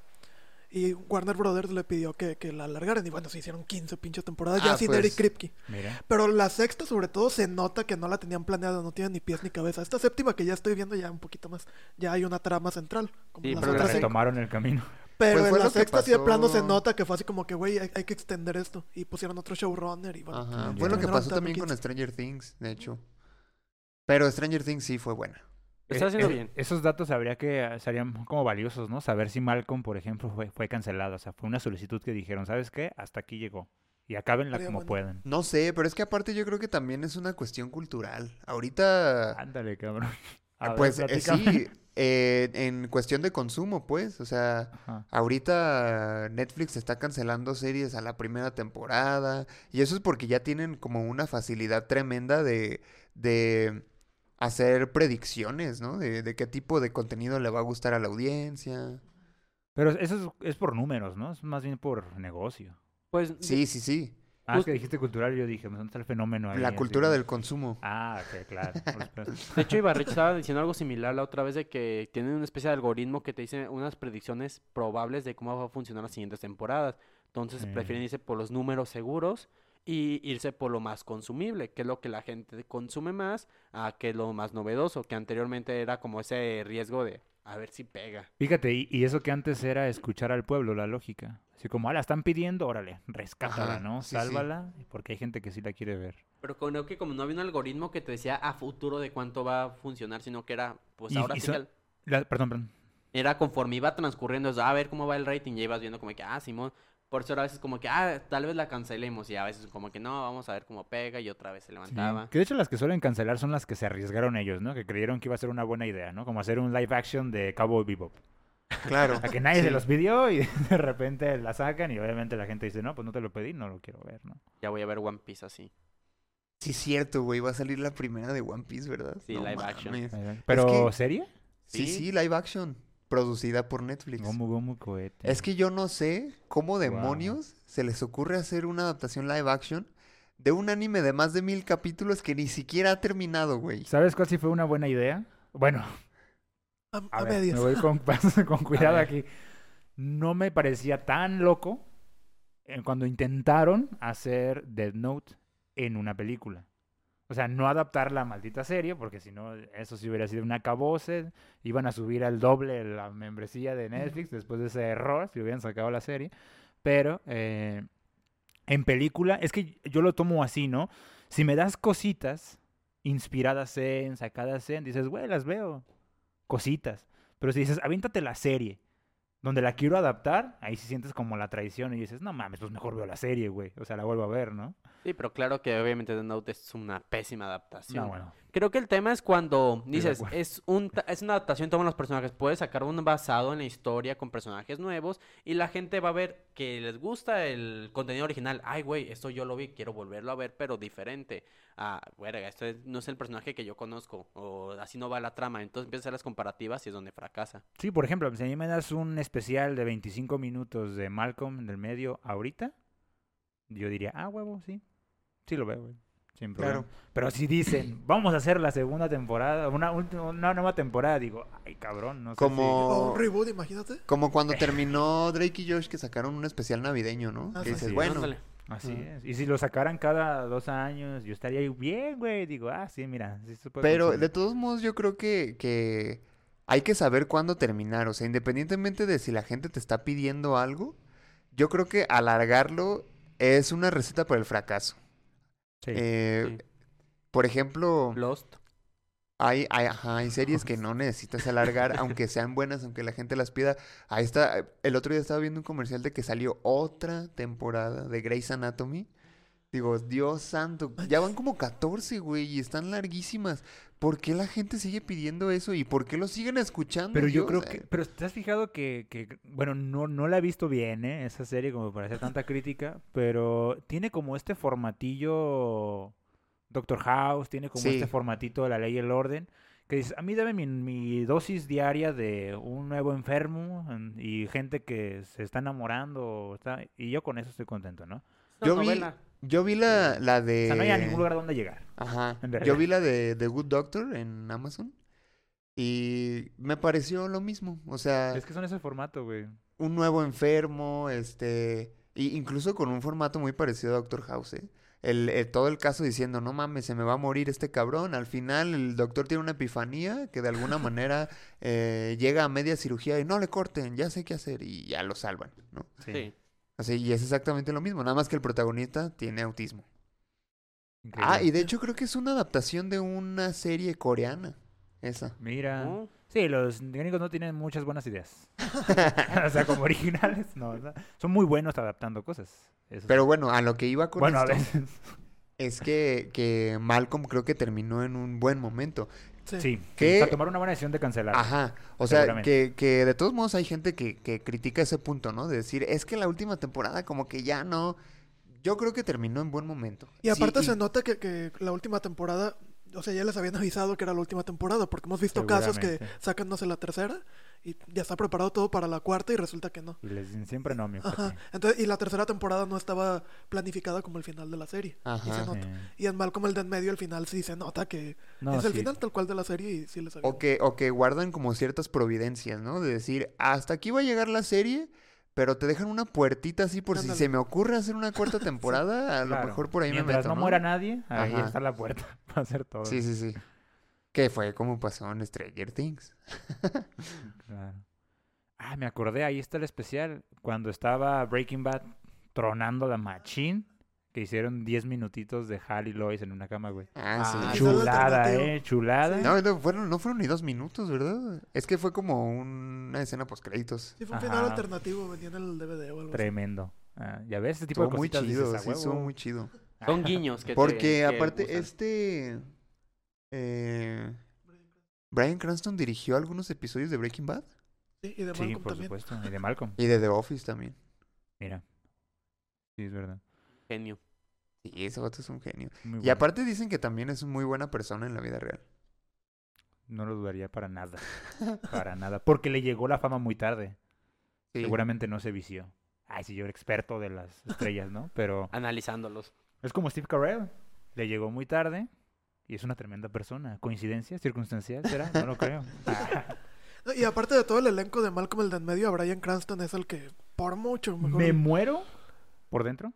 S6: Y Warner Brothers le pidió que, que la alargaran. Y bueno, se hicieron quince pinches temporadas ya
S2: Ah,
S6: sin
S2: pues.
S6: Eric Kripke.
S4: Mira.
S6: Pero la sexta, sobre todo, se nota que no la tenían planeada, no tiene ni pies ni cabeza. Esta séptima que ya estoy viendo ya un poquito más, ya hay una trama central. Como
S3: Sí,
S6: las
S3: pero
S4: Pero
S6: otras cinco.
S4: retomaron el camino.
S6: Pero
S2: Pues fue
S6: en la
S2: lo que
S6: sexta sí de plano se
S2: pasó-
S6: nota que fue así como que, güey, hay, hay que extender esto. Y pusieron otro showrunner y bueno.
S2: Ajá.
S4: Ya.
S2: Fue lo que
S6: terminaron
S2: pasó
S6: dando
S2: también con
S6: quince.
S2: Stranger Things, de hecho. Pero Stranger Things sí fue buena.
S3: Lo está
S4: Eh,
S3: haciendo
S4: eh,
S3: bien.
S4: Esos datos habría que eh, serían como valiosos, ¿no? Saber si Malcolm, por ejemplo, fue, fue cancelado. O sea, fue una solicitud que dijeron, ¿sabes qué? Hasta aquí llegó. Y acábenla
S6: Estaría
S4: como
S6: bueno.
S4: puedan.
S2: No sé, pero es que aparte yo creo que también es una cuestión cultural. Ahorita,
S4: Ándale, cabrón. A ver,
S2: pues eh,
S4: platícame.
S2: sí, eh, en cuestión de consumo, pues, o sea,
S4: Ajá.
S2: ahorita Netflix está cancelando series a la primera temporada y eso es porque ya tienen como una facilidad tremenda de, de hacer predicciones, ¿no? De, de qué tipo de contenido le va a gustar a la audiencia.
S4: Pero eso es, es por números, ¿no? Es más bien por negocio.
S3: Pues,
S2: Sí, sí, sí.
S4: Ah, es
S3: Justo-
S4: que dijiste cultural y yo dije, ¿dónde está el fenómeno ahí?
S2: La
S4: Así
S2: cultura
S4: como-
S2: del consumo.
S4: Ah, ok, claro. por supuesto.
S3: de hecho, Ibarrich estaba diciendo algo similar la otra vez de que tienen una especie de algoritmo que te dice unas predicciones probables de cómo va a funcionar las siguientes temporadas. Entonces,
S4: Mm.
S3: prefieren irse por los números seguros y irse por lo más consumible, que es lo que la gente consume más, a que es lo más novedoso, que anteriormente era como ese riesgo de a ver si pega.
S4: Fíjate, y, y eso que antes era escuchar al pueblo, la lógica. Así como, ah, la están pidiendo, órale, rescátala,
S2: Ajá,
S4: ¿no?
S2: sí, sí.
S4: Sálvala, porque hay gente que sí la quiere ver.
S3: Pero creo que como no había un algoritmo que te decía a futuro de cuánto va a funcionar, sino que era, pues
S4: Y-
S3: ahora
S4: y
S3: sí
S4: son-
S3: que al-
S4: La- perdón, perdón.
S3: era conforme iba transcurriendo, o sea, a ver cómo va el rating, y ibas viendo como que, ah, Simón, por eso era a veces como que, ah, tal vez la cancelemos, y a veces como que no, vamos a ver cómo pega, y otra vez se
S4: Sí.
S3: levantaba.
S4: Que de hecho las que suelen cancelar son las que se arriesgaron ellos, ¿no? Que creyeron que iba a ser una buena idea, ¿no? Como hacer un live action de Cowboy Bebop.
S2: Claro.
S4: A que nadie se
S2: Sí.
S4: los pidió y de repente la sacan y obviamente la gente dice, no, pues no te lo pedí, no lo quiero ver, ¿no?
S3: Ya voy a ver One Piece así.
S2: Sí, es cierto, güey. Va a salir la primera de One Piece, ¿verdad?
S3: Sí, live action.
S2: mames.
S4: Pero,
S2: que-
S4: ¿serie?
S2: Sí,
S3: Sí.
S2: sí, live action. producida por Netflix.
S4: Gomu Gomu Cohete.
S2: Es que yo no sé cómo demonios se les ocurre hacer una adaptación live action de un anime de más de mil capítulos que ni siquiera ha terminado, güey.
S4: ¿Sabes cuál sí fue una buena idea? Bueno,
S6: A,
S4: a
S6: a
S4: ver,
S6: medias.
S4: me voy con, con cuidado
S3: ver.
S4: aquí. No me parecía tan loco eh, cuando intentaron hacer Death Note en una película. O sea, no adaptar la maldita serie, porque si no, eso sí hubiera sido un acabose. Iban a subir al doble la membresía de Netflix después de ese error, si hubieran sacado la serie. Pero eh, en película, es que yo lo tomo así, ¿no? Si me das cositas inspiradas en, sacadas en, dices, güey, las veo. Cositas. Pero si dices, aviéntate la serie, donde la quiero adaptar, ahí sí sientes como la traición y dices, no mames, pues mejor veo la serie, güey. O sea, la vuelvo a ver, ¿no?
S3: Sí, pero claro que obviamente The Note es una pésima adaptación.
S4: No, bueno.
S3: Creo que el tema es cuando
S4: de
S3: dices,
S4: acuerdo.
S3: es un ta- es una adaptación, toman los personajes, puedes sacar uno basado en la historia con personajes nuevos y la gente va a ver que les gusta el contenido original. Ay, güey, esto yo lo vi, quiero volverlo a ver, pero diferente. Ah, verga, esto es- no es el personaje que yo conozco o así no va la trama. Entonces empiezas a hacer las comparativas y es donde fracasa.
S4: Sí, por ejemplo, si a mí me das un especial de veinticinco minutos de Malcolm en el medio ahorita, yo diría, ah, huevo, sí. Sí lo veo, güey. Sin problema.
S2: Claro.
S4: Pero si dicen, vamos a hacer la segunda temporada, una, última- una nueva temporada, digo, ay, cabrón, no sé
S2: Como-
S6: O un reboot, imagínate.
S2: Como cuando terminó Drake y Josh que sacaron un especial navideño, ¿no?
S6: Ah,
S2: Que
S6: sí,
S2: dices,
S4: sí.
S2: bueno,
S3: Ándale.
S4: si... Así
S2: Ujú.
S4: es. Y si lo sacaran cada dos años, yo estaría ahí bien, güey. Digo, ah, sí, mira, sí se puede
S2: pero
S4: consumir.
S2: de todos modos yo creo que, que hay que saber cuándo terminar. O sea, independientemente de si la gente te está pidiendo algo, yo creo que alargarlo es una receta para el fracaso.
S4: Sí.
S2: Eh,
S3: Sí.
S2: Por ejemplo,
S3: Lost.
S2: hay, hay, ajá, hay series que no necesitas alargar, aunque sean buenas, aunque la gente las pida. Ahí está, el otro día estaba viendo un comercial de que salió otra temporada de Grey's Anatomy. Digo, Dios santo, ya van como catorce, güey, y están larguísimas. ¿Por qué la gente sigue pidiendo eso y por qué lo siguen escuchando?
S4: Pero yo
S2: Dios?
S4: creo que... Pero ¿te has fijado que, que bueno, no, no la he visto bien, ¿eh? Esa serie como para hacer tanta crítica, pero tiene como este formatillo Doctor House, tiene como
S2: Sí.
S4: este formatito de La Ley y el Orden, que dices, a mí dame mi, mi dosis diaria de un nuevo enfermo en- y gente que se está enamorando, o está, y yo con eso estoy contento, ¿no?
S3: Es una
S2: Yo vi,
S3: novela.
S2: yo vi la, la de...
S4: O sea, no hay a ningún lugar donde llegar.
S2: Ajá.
S4: en
S2: Yo
S4: realidad.
S2: vi la de The Good Doctor en Amazon y me pareció lo mismo. O sea,
S4: Es que son ese formato, güey.
S2: un nuevo enfermo, este, y incluso con un formato muy parecido a Doctor House, ¿eh? El, el- todo el caso diciendo, no mames, se me va a morir este cabrón. Al final el doctor tiene una epifanía que de alguna manera eh, llega a media cirugía y no le corten, ya sé qué hacer y ya lo salvan, ¿no?
S3: Sí.
S2: Así, y es exactamente lo mismo, nada más que el protagonista tiene autismo.
S4: Increíble.
S2: Ah, y de hecho creo que es una adaptación de una serie coreana, esa.
S4: Mira.
S3: ¿No?
S4: Sí, los gringos no tienen muchas buenas ideas. O sea, como originales, no. O sea, son muy buenos adaptando cosas. Eso sí.
S2: Pero bueno, a lo que iba con
S4: bueno, a
S2: esto
S4: veces.
S2: es que, que Malcolm creo que terminó en un buen momento.
S6: Sí.
S4: Sí.
S2: ¿Qué?
S4: O sea, tomar una buena decisión de cancelar.
S2: Ajá, o sea,
S4: Seguramente.
S2: que, que de todos modos hay gente que, que critica ese punto, ¿no? De decir, es que la última temporada como que ya no... Yo creo que terminó en buen momento.
S6: Y aparte
S2: Sí,
S6: se nota que, que la última temporada, o sea, ya les habían avisado que era la última temporada, porque hemos visto casos que
S4: Seguramente.
S6: sacan, no sé, la tercera y ya está preparado todo para la cuarta y resulta que no.
S4: Y les dicen siempre no, mi
S6: Ajá.
S4: cuate.
S6: Entonces, y la tercera temporada no estaba planificada como el final de la serie. Y
S2: Ajá.
S6: se nota.
S4: Sí.
S6: Y en Malcolm el de en medio, al final sí se nota que
S4: No,
S6: es el
S4: sí.
S6: final tal cual de la serie y sí les habían.
S2: O que, o que guardan como ciertas providencias, ¿no? De decir, hasta aquí va a llegar la serie, pero te dejan una puertita así por si
S6: Ándale.
S2: se me ocurre hacer una cuarta temporada, a lo
S4: Claro.
S2: mejor por ahí
S4: Mientras
S2: me meto,
S4: no
S2: ¿no?
S4: muera nadie, ahí
S2: Ajá.
S4: está la puerta para hacer todo.
S2: Sí, sí, sí. Que fue como pasó en Stranger Things.
S4: Claro. Ah, me acordé, ahí está el especial. Cuando estaba Breaking Bad tronando la machine, que hicieron diez minutitos de Hal y Lois en una cama, güey.
S2: Ah, sí.
S3: Ah,
S6: Chula.
S4: Chulada,
S6: alternativo.
S4: eh, chulada.
S2: No, no fueron, no fueron ni dos minutos, ¿verdad? Es que fue como una escena post créditos.
S6: Sí, fue un
S4: Ajá.
S6: final alternativo, vendían el D V D o algo así.
S4: Tremendo. Ah, ya ves, ese tipo
S2: Estuvo
S4: de
S2: muy
S4: cositas
S2: chido,
S4: dices, "A
S2: sí,
S4: huevo".
S2: estuvo muy chido.
S3: Son guiños que te-
S2: Porque
S3: que
S2: aparte
S3: gustan.
S2: este... eh, Bryan Cranston dirigió algunos episodios de Breaking Bad
S6: Sí, y de
S4: Sí,
S6: Malcolm
S4: por
S6: también.
S4: supuesto. Y de Malcolm.
S2: y de The Office también.
S4: Mira. Sí, es verdad.
S3: Genio.
S2: Sí, ese vato es un genio.
S4: Muy
S2: Y
S4: bueno.
S2: aparte dicen que también es una muy buena persona en la vida real.
S4: No lo dudaría para nada. Para nada. Porque le llegó la fama muy tarde.
S2: Sí.
S4: Seguramente no se vició. Ay, sí, yo era experto de las estrellas, ¿no? Pero
S3: Analizándolos.
S4: es como Steve Carell. Le llegó muy tarde y es una tremenda persona. ¿Coincidencia? ¿Circunstancial? ¿Será? No lo creo.
S6: No, y aparte de todo el elenco de Malcolm el de en medio, a Bryan Cranston es el que por mucho mejor.
S4: Me muero por dentro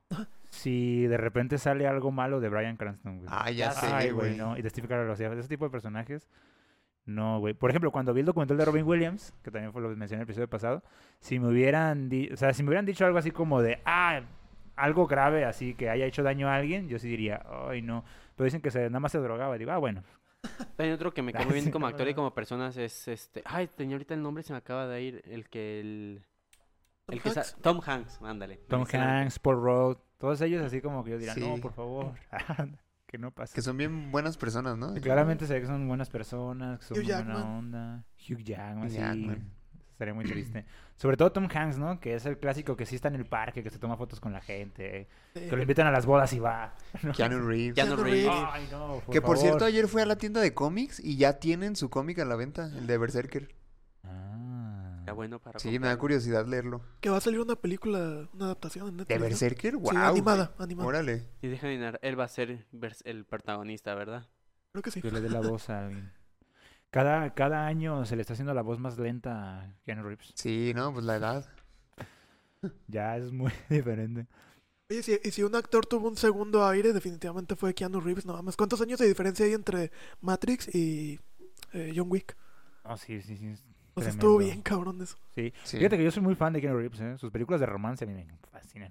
S4: si de repente sale algo malo de Bryan Cranston, güey.
S2: Ah, ya sé,
S4: Ay,
S2: güey.
S4: no. Y de Steve Carell, o sea, de ese tipo de personajes. No, güey. Por ejemplo, cuando vi el documental de Robin Williams, que también fue lo que mencioné en el episodio pasado, si me hubieran, di- o sea, si me hubieran dicho algo así como de, ah, algo grave, así que haya hecho daño a alguien, yo sí diría, ay, no. Pero dicen que se, nada más se drogaba. Y digo, ah, bueno.
S3: Hay otro que me cae
S4: Ah,
S3: muy bien
S4: sí,
S3: como
S4: no,
S3: actor y
S4: no.
S3: como personas es este. Ay, tenía ahorita el nombre se me acaba de ir. El que el. El que sa-
S6: Hanks.
S3: Tom Hanks, ándale.
S4: Tom
S3: Excelente.
S4: Hanks, Paul Rudd, todos ellos así como que yo diría, no,
S2: Sí.
S4: por favor, que no pase.
S2: Que son bien buenas personas, ¿no?
S4: Que claramente se ve que son buenas personas, que son
S6: Hugh
S4: muy buena
S6: Jackman.
S4: onda. Hugh Jackman,
S2: Hugh
S4: sí.
S2: Jackman.
S4: Estaría muy triste. Sobre todo Tom Hanks, ¿no? Que es el clásico que sí está en el parque, que se toma fotos con la gente,
S6: Sí.
S4: que lo invitan a las bodas y va.
S2: Keanu Reeves.
S3: Keanu
S6: Keanu
S3: Reeves.
S6: Reeves.
S4: Ay, no, por
S2: Que por cierto,
S4: favor.
S2: ayer fue a la tienda de cómics y ya tienen su cómic a la venta, el de Berserker.
S4: Ah.
S3: Está bueno para
S2: Sí, me da
S3: comprarlo.
S2: curiosidad leerlo.
S6: Que va a salir una película, una adaptación en
S2: ¿De
S6: Netflix. ¿no?
S2: Berserker? ¡Wow!
S6: Sí, animada, animada.
S2: Órale.
S3: Y deja de adivinar, él va a ser vers- el protagonista, ¿verdad?
S6: Creo que sí.
S4: Que le dé la voz a alguien. Cada, cada año se le está haciendo la voz más lenta a Keanu Reeves.
S2: Sí, no, pues la edad.
S4: Ya es muy diferente.
S6: Oye, si, y si un actor tuvo un segundo aire, definitivamente fue Keanu Reeves. No mames, ¿cuántos años de diferencia hay entre Matrix y eh, John Wick?
S4: Oh, sí, sí, sí. es
S6: O sea,
S4: tremendo.
S6: estuvo bien cabrón eso.
S4: Sí.
S2: Sí.
S4: Fíjate que yo soy muy fan de Keanu Reeves, ¿eh? Sus películas de romance a mí me fascinan.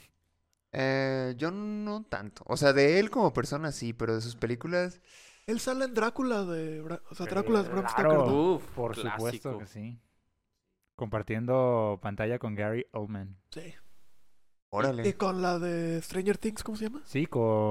S2: Eh, yo no tanto. O sea, de él como persona sí, pero de sus películas.
S6: Él sale en Drácula de... Bra- O sea, Drácula es Bram
S4: Claro.
S6: Stoker, ¿no?
S3: Uf,
S4: Por
S3: clásico.
S4: supuesto que sí. Compartiendo pantalla con Gary Oldman.
S6: Sí. Y
S2: Órale.
S6: con la de Stranger Things, ¿cómo se llama?
S4: Sí,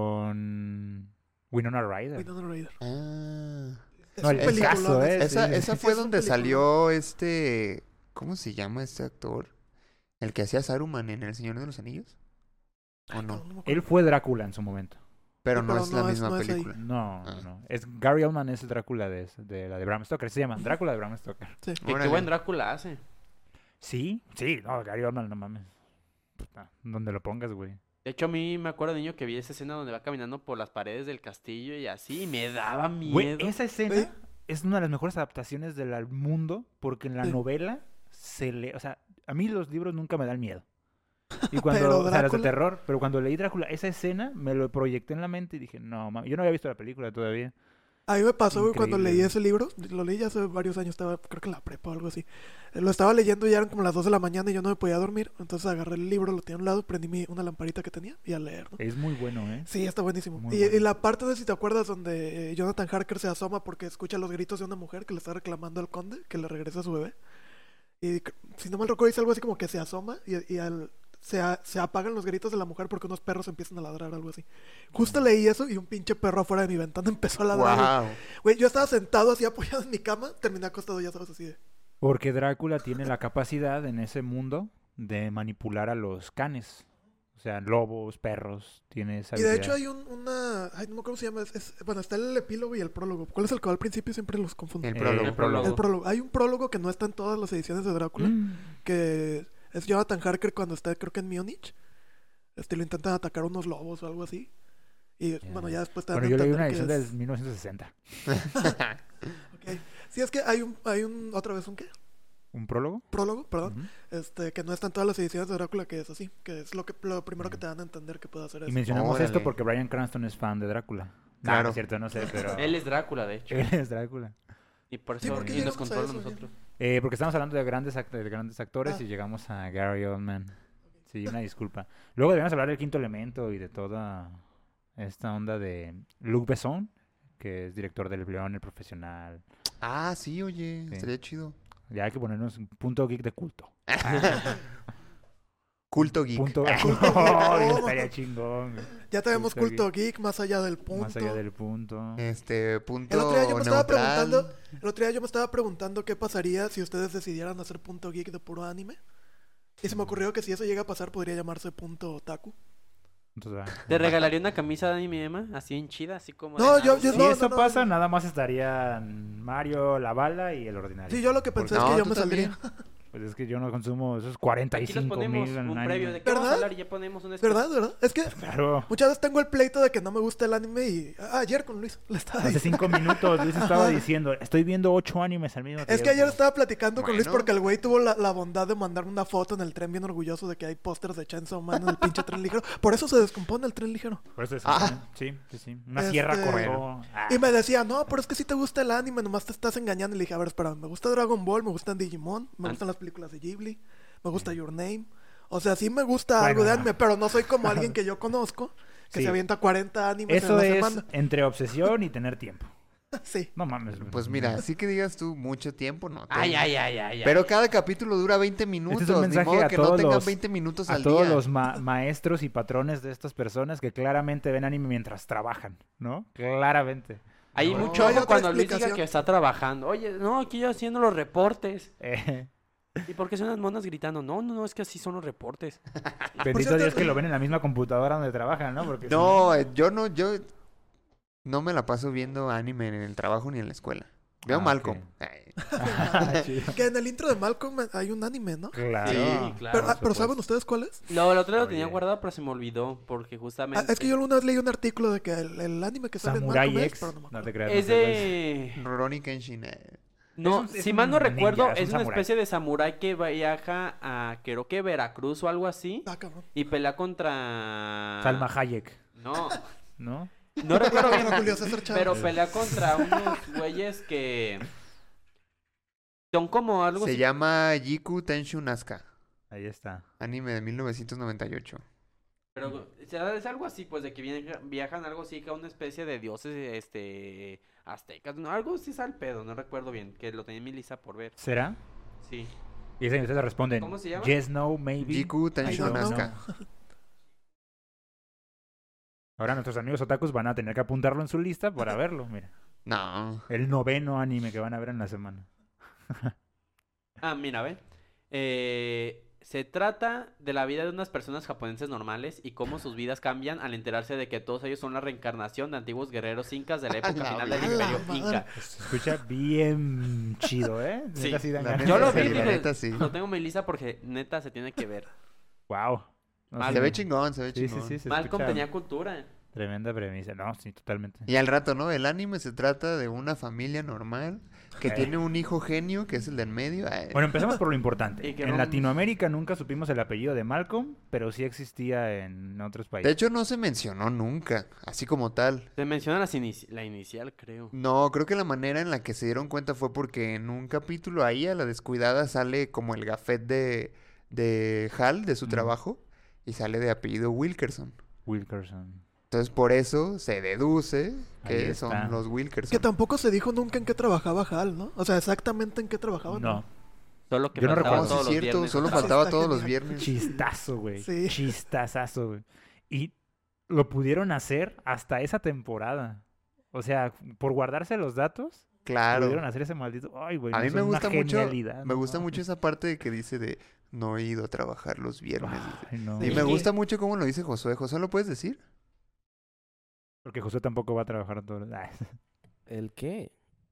S4: con Winona Ryder.
S6: Winona Ryder.
S2: Ah.
S6: Es
S4: No,
S6: un
S4: el
S6: peliculón
S4: caso,
S6: ese.
S4: ¿eh?
S2: Esa,
S4: sí.
S2: esa
S6: Sí,
S2: fue
S6: es un
S2: donde
S6: peliculón.
S2: salió este. ¿Cómo se llama este actor? El que hacía Saruman en El Señor de los Anillos. ¿O no?
S6: No, no me acuerdo.
S4: Él fue Drácula en su momento.
S2: Pero
S6: Sí,
S2: no
S6: pero
S2: es la
S6: no es-
S2: misma
S6: no es ahí.
S2: película.
S4: No,
S2: Ah.
S4: no, no. Es, Gary Oldman es el Drácula de, de la de Bram Stoker. Se llama Drácula de Bram Stoker.
S6: Sí.
S3: Que qué
S2: Órale.
S3: buen Drácula hace.
S4: Sí, sí. No, Gary Oldman, no mames. Puta, donde lo pongas, güey.
S3: De hecho, a mí me acuerdo de niño que vi esa escena donde va caminando por las paredes del castillo y así, y me daba
S4: Güey,
S3: miedo.
S4: esa escena
S6: ¿Eh?
S4: es una de las mejores adaptaciones del mundo porque en la
S6: Sí.
S4: novela se le... O sea, a mí los libros nunca me dan miedo. Y cuando...
S6: Pero
S4: o sea, los de
S6: Drácula-
S4: terror. Pero cuando leí Drácula, esa escena me lo proyecté en la mente y dije, no, mami. Yo no había visto la película todavía.
S6: A mí me pasó, güey, cuando
S4: Increíble.
S6: leí ese libro. Lo leí ya hace varios años, estaba, creo que en la prepa o algo así. Eh, Lo estaba leyendo y ya eran como las dos de la mañana y yo no me podía dormir. Entonces agarré el libro, lo tenía a un lado, prendí mi, una lamparita que tenía y a leer, ¿no?
S4: Es muy bueno, ¿eh?
S6: Sí, está buenísimo.
S4: Muy
S6: Y,
S4: bueno.
S6: y la parte de, si te acuerdas, donde eh, Jonathan Harker se asoma porque escucha los gritos de una mujer que le está reclamando al conde que le regrese a su bebé. Y c- si no mal recuerdo, dice algo así como que se asoma y, y al, se, a- se apagan los gritos de la mujer porque unos perros empiezan a ladrar, algo así. Justo leí eso y un pinche perro afuera de mi ventana empezó a ladrar.
S2: ¡Wow!
S6: Güey, yo estaba sentado así apoyado en mi cama, terminé acostado, ya sabes, así de...
S4: Porque Drácula tiene la capacidad en ese mundo de manipular a los canes. O sea, lobos, perros, tiene esa
S6: Y de
S4: habilidad.
S6: hecho hay un, una... Ay, no me acuerdo cómo se llama. es- es- bueno, está el epílogo y el prólogo. ¿Cuál es el que va al principio? Siempre los confundo.
S2: El
S4: Eh,
S2: prólogo.
S3: el prólogo.
S6: El prólogo. Hay un prólogo que no está en todas las ediciones de Drácula,
S4: Mm.
S6: que es Jonathan Harker cuando está, creo que en Múnich. Este, lo intentan atacar unos lobos o algo así. Y
S4: Ya.
S6: bueno, ya después te dan
S4: Bueno,
S6: a
S4: yo leí una
S6: entender
S4: edición
S6: que es-
S4: del mil novecientos sesenta.
S6: ok. Sí, es que hay un, hay un, otra vez un qué?
S4: ¿Un prólogo?
S6: Prólogo, perdón.
S4: Ujú.
S6: Este, que no está en todas las ediciones de Drácula, que es así. Que es lo que lo primero que te dan a entender que puede hacer
S4: Y
S6: eso.
S4: mencionamos
S2: Órale.
S4: esto porque Bryan Cranston es fan de Drácula. Claro.
S2: Claro.
S4: es cierto, no sé, pero...
S3: Él es Drácula, de hecho.
S4: Él es Drácula.
S3: Y por
S6: Sí,
S3: eso
S6: ¿por qué
S3: y nos
S6: llegamos a
S3: controla a
S6: eso, ya?
S3: nosotros.
S4: Eh, porque estamos hablando de grandes, act- de grandes actores
S6: Ah.
S4: y llegamos a Gary Oldman. Sí, una disculpa. Luego debemos hablar del Quinto Elemento y de toda esta onda de Luc Besson, que es director del León, El Profesional.
S2: Ah, sí, oye.
S4: Sí.
S2: Estaría chido.
S4: Ya hay que ponernos un punto geek de culto.
S2: Culto Geek.
S4: Punto...
S6: Culto
S4: Oh,
S6: geek.
S4: estaría chingón. güey.
S6: Ya tenemos
S4: Culto
S6: culto geek, más allá del punto.
S4: Más allá del punto.
S2: Este, punto
S6: El otro día yo me estaba
S2: neutral.
S6: preguntando, el otro día yo me estaba preguntando qué pasaría si ustedes decidieran hacer punto geek de puro anime. Y se me ocurrió que si eso llega a pasar podría llamarse punto otaku.
S4: O sea,
S3: ¿Te regalaría una camisa de anime, Emma? Así en chida, así como... de
S6: No, yo-
S3: Naruto.
S6: yo
S4: si
S6: no,
S4: eso
S6: no,
S4: pasa,
S6: no.
S4: nada más estarían Mario, la bala y el ordinario.
S6: Sí, yo lo que pensé
S2: No,
S6: es que yo
S2: tú
S6: me
S2: también.
S6: saldría.
S4: Pues es que yo no consumo esos cuarenta y
S3: Aquí los
S4: cinco
S3: ponemos
S4: mil en
S3: un
S4: anime.
S3: previo de qué vamos a
S6: ¿Verdad?
S3: hablar y ya ponemos un...
S6: ¿Verdad? ¿Verdad? Es que
S4: Claro.
S6: muchas veces tengo el pleito de que no me gusta el anime y... Ah, ayer con Luis le estaba
S4: Hace
S6: diciendo.
S4: cinco minutos Luis estaba
S6: Ajá.
S4: diciendo, estoy viendo ocho animes al mismo tiempo.
S6: Es que ayer estaba platicando con Luis
S2: Bueno.
S6: porque el güey tuvo la, la bondad de mandarme una foto en el tren bien orgulloso de que hay pósters de Chainsaw Man en el pinche tren ligero. Por eso se descompone el tren ligero.
S4: Por eso es
S2: Ah.
S4: sí, sí, sí. Una
S6: Este,
S4: sierra cortó.
S2: bueno.
S4: Ah,
S6: Y me decía, no, pero es que si te gusta el anime, nomás te estás engañando. Y le dije, a ver, espera, me gusta Dragon Ball, me gustan Digimon, me
S3: Ah.
S6: gustan las películas de Ghibli, me gusta Your Name. O sea, sí me gusta
S4: Bueno,
S6: algo de
S4: no.
S6: anime, pero no soy como alguien que yo conozco que
S4: Sí.
S6: se avienta cuarenta animes
S4: Eso
S6: en la
S4: es
S6: semana.
S4: entre obsesión y tener tiempo.
S6: Sí.
S4: No mames.
S2: Pues mira, así que digas tú mucho tiempo, no.
S3: Ay,
S2: tengo.
S3: ay, ay, ay, ay.
S2: Pero cada capítulo dura veinte minutos.
S4: Este es un
S2: Ni
S4: mensaje
S2: modo
S4: a
S2: que no
S4: todos
S2: tengan
S4: los-
S2: veinte minutos
S4: A
S2: al
S4: todos
S2: día.
S4: los ma- maestros y patrones de estas personas que claramente ven anime mientras trabajan, ¿no? Claramente.
S3: Hay
S2: No,
S3: mucho
S6: hay
S3: ojo
S6: otra
S3: cuando Luis diga
S6: explicación.
S3: que está trabajando. Oye, no, aquí yo haciendo los reportes.
S4: Eh,
S3: ¿Y por qué son las monas gritando? No, no, no, es que así son los reportes.
S4: bendito
S6: cierto-
S4: Dios que lo ven en la misma computadora donde trabajan, ¿no? Porque si
S2: No, eh, yo no, yo no me la paso viendo anime en el trabajo ni en la escuela. Veo
S4: Ah,
S2: Malcolm.
S4: ok.
S2: Ay,
S4: Ah, chido.
S6: Que en el intro de Malcolm hay un anime, ¿no?
S4: Claro.
S3: Sí,
S6: Pero,
S3: claro.
S6: ah, pero
S4: supuesto.
S6: ¿saben ustedes cuál es?
S3: No, el otro día lo tenía
S4: Oye.
S3: guardado, pero se me olvidó. Porque
S6: Ah,
S3: justamente.
S6: es que yo alguna vez leí un artículo de que el, el anime que sale en
S4: Samurai
S6: Malcolm es,
S4: X.
S6: pero no me
S4: No
S6: acuerdo.
S4: te creas.
S3: Es
S4: no sé,
S3: de.
S2: Rurouni Kenshin. eh.
S3: No,
S4: Es un- es
S3: si
S4: un
S3: mal no
S4: ninja,
S3: recuerdo,
S4: es un
S3: es una
S4: samurái.
S3: especie de samurái que viaja a, creo que Veracruz o algo así.
S6: Ah, cabrón.
S3: Y pelea contra.
S4: Salma Hayek,
S3: No,
S4: ¿no?
S3: no recuerdo bien.
S6: Contra Julio César Chávez.
S3: Pero pelea contra unos güeyes que. Son como algo
S2: Se
S3: así.
S2: llama Jiku Tenshu Nazca.
S4: Ahí está.
S2: Anime de mil novecientos noventa y ocho.
S3: Pero será- es algo así, pues, de que viaja- viajan algo así que a una especie de dioses, este, aztecas, no, algo así es al pedo, no recuerdo bien, que lo tenía en mi lista por ver.
S4: ¿Será?
S3: Sí.
S4: Y ese- ustedes responden.
S3: ¿Cómo se llama?
S4: Yes, no, maybe.
S2: Jiku
S4: I
S2: Tenshu
S4: don't know.
S2: Nazca.
S4: Ahora nuestros amigos otakus van a tener que apuntarlo en su lista para verlo, mira.
S2: No.
S4: El noveno anime que van a ver en la semana.
S3: Ah, mira, ve. Eh, se trata de la vida de unas personas japonesas normales y cómo sus vidas cambian al enterarse de que todos ellos son la reencarnación de antiguos guerreros incas de la época
S2: la
S3: final del
S6: madre.
S3: Imperio
S6: A la
S3: Inca.
S4: Se escucha bien chido, ¿eh?
S3: Sí,
S4: Neta, dan
S2: la
S4: ganas
S2: neta
S3: Yo lo
S4: de
S3: vi y
S2: sí,
S4: verlo.
S2: la
S3: dije,
S2: neta sí.
S3: lo tengo en mi lista porque neta se tiene que ver.
S4: Wow. No,
S3: Mal-
S2: Se ve
S4: sí,
S2: chingón, se ve
S4: Sí, sí,
S2: chingón.
S4: sí. Se
S3: Malcolm
S4: escucha
S3: tenía cultura.
S4: Tremenda premisa. No, sí, totalmente.
S2: Y al rato, ¿no? El anime se trata de una familia normal que
S4: Eh.
S2: tiene un hijo genio, que es el de en medio. Ay,
S4: Bueno, empezamos por lo importante.
S3: Y que
S4: En
S3: no-
S4: Latinoamérica nunca supimos el apellido de Malcolm, pero sí existía en otros
S2: de
S4: países.
S2: hecho, no se mencionó nunca, así como tal.
S3: Se menciona las inici- la inicial, creo.
S2: No, creo que la manera en la que se dieron cuenta fue porque en un capítulo ahí a la descuidada sale como el gafet de, de Hal, de su
S4: Ujú.
S2: trabajo, y sale de apellido Wilkerson.
S4: Wilkerson.
S2: Entonces por eso se deduce
S4: Ahí
S2: que
S4: está.
S2: son los Wilkerson.
S6: Que tampoco se dijo nunca en qué trabajaba Hal, ¿no? O sea, exactamente en qué trabajaba.
S4: No.
S3: Solo que
S4: Yo no
S3: faltaba
S2: No,
S4: recuerdo.
S2: sí
S3: todos
S2: es
S3: los
S2: cierto,
S3: viernes.
S2: solo
S6: Sí,
S2: faltaba
S6: está
S2: todos los
S6: genial.
S2: viernes.
S4: Chistazo, güey.
S6: Sí.
S4: Chistazazo, güey. Y lo pudieron hacer hasta esa temporada. O sea, por guardarse los datos,
S2: Claro.
S4: pudieron hacer ese maldito. Ay, güey.
S2: A
S4: no,
S2: mí
S4: eso
S2: me
S4: es una
S2: gusta mucho,
S4: genialidad,
S2: me
S4: no
S2: gusta
S4: mames.
S2: mucho esa parte de que dice de no he ido a trabajar los viernes. dice.
S4: Ay, no.
S2: Y
S3: Sí.
S2: me gusta mucho cómo lo dice Josué. Josué, ¿lo puedes decir?
S4: Porque José tampoco va a trabajar todos los... Ay,
S5: ¿El qué?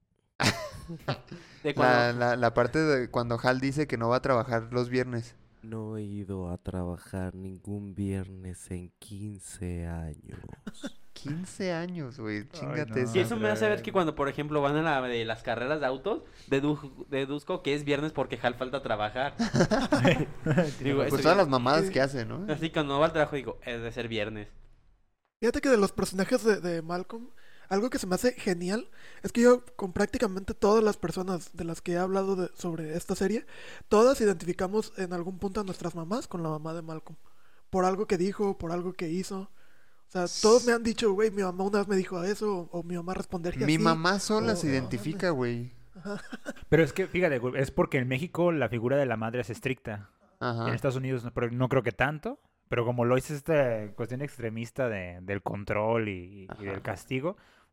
S3: De
S2: La,
S3: cuando-
S2: la, la parte de cuando Hal dice que no va a trabajar los viernes.
S5: No he ido a trabajar ningún viernes en quince años.
S2: quince años, güey. Chingate
S4: no.
S2: eso.
S3: Sí, eso me hace ver que
S4: André.
S3: cuando, por ejemplo, van a la de las carreras de autos, dedu- deduzco que es viernes porque Hal falta trabajar. Digo,
S2: Pues
S3: eso-
S2: todas las mamadas
S6: sí.
S2: que hace, ¿no?
S3: Así que cuando va al trabajo digo, es de ser viernes.
S6: Fíjate que de los personajes de, de Malcolm, algo que se me hace genial es que yo con prácticamente todas las personas de las que he hablado de- sobre esta serie, todas identificamos en algún punto a nuestras mamás con la mamá de Malcolm. Por algo que dijo, por algo que hizo. O sea, todos me han dicho, güey, mi mamá una vez me dijo eso, o, o mi mamá respondería
S2: Mi
S6: así.
S2: mamá sola
S6: o-
S2: se identifica, güey.
S4: Pero es que, fíjate, güey, es porque en México la figura de la madre es estricta. En
S2: Ajá.
S4: Estados Unidos no, pero no creo que tanto. Pero como lo hice esta cuestión extremista de, del control y, y del
S2: Ajá.
S4: castigo,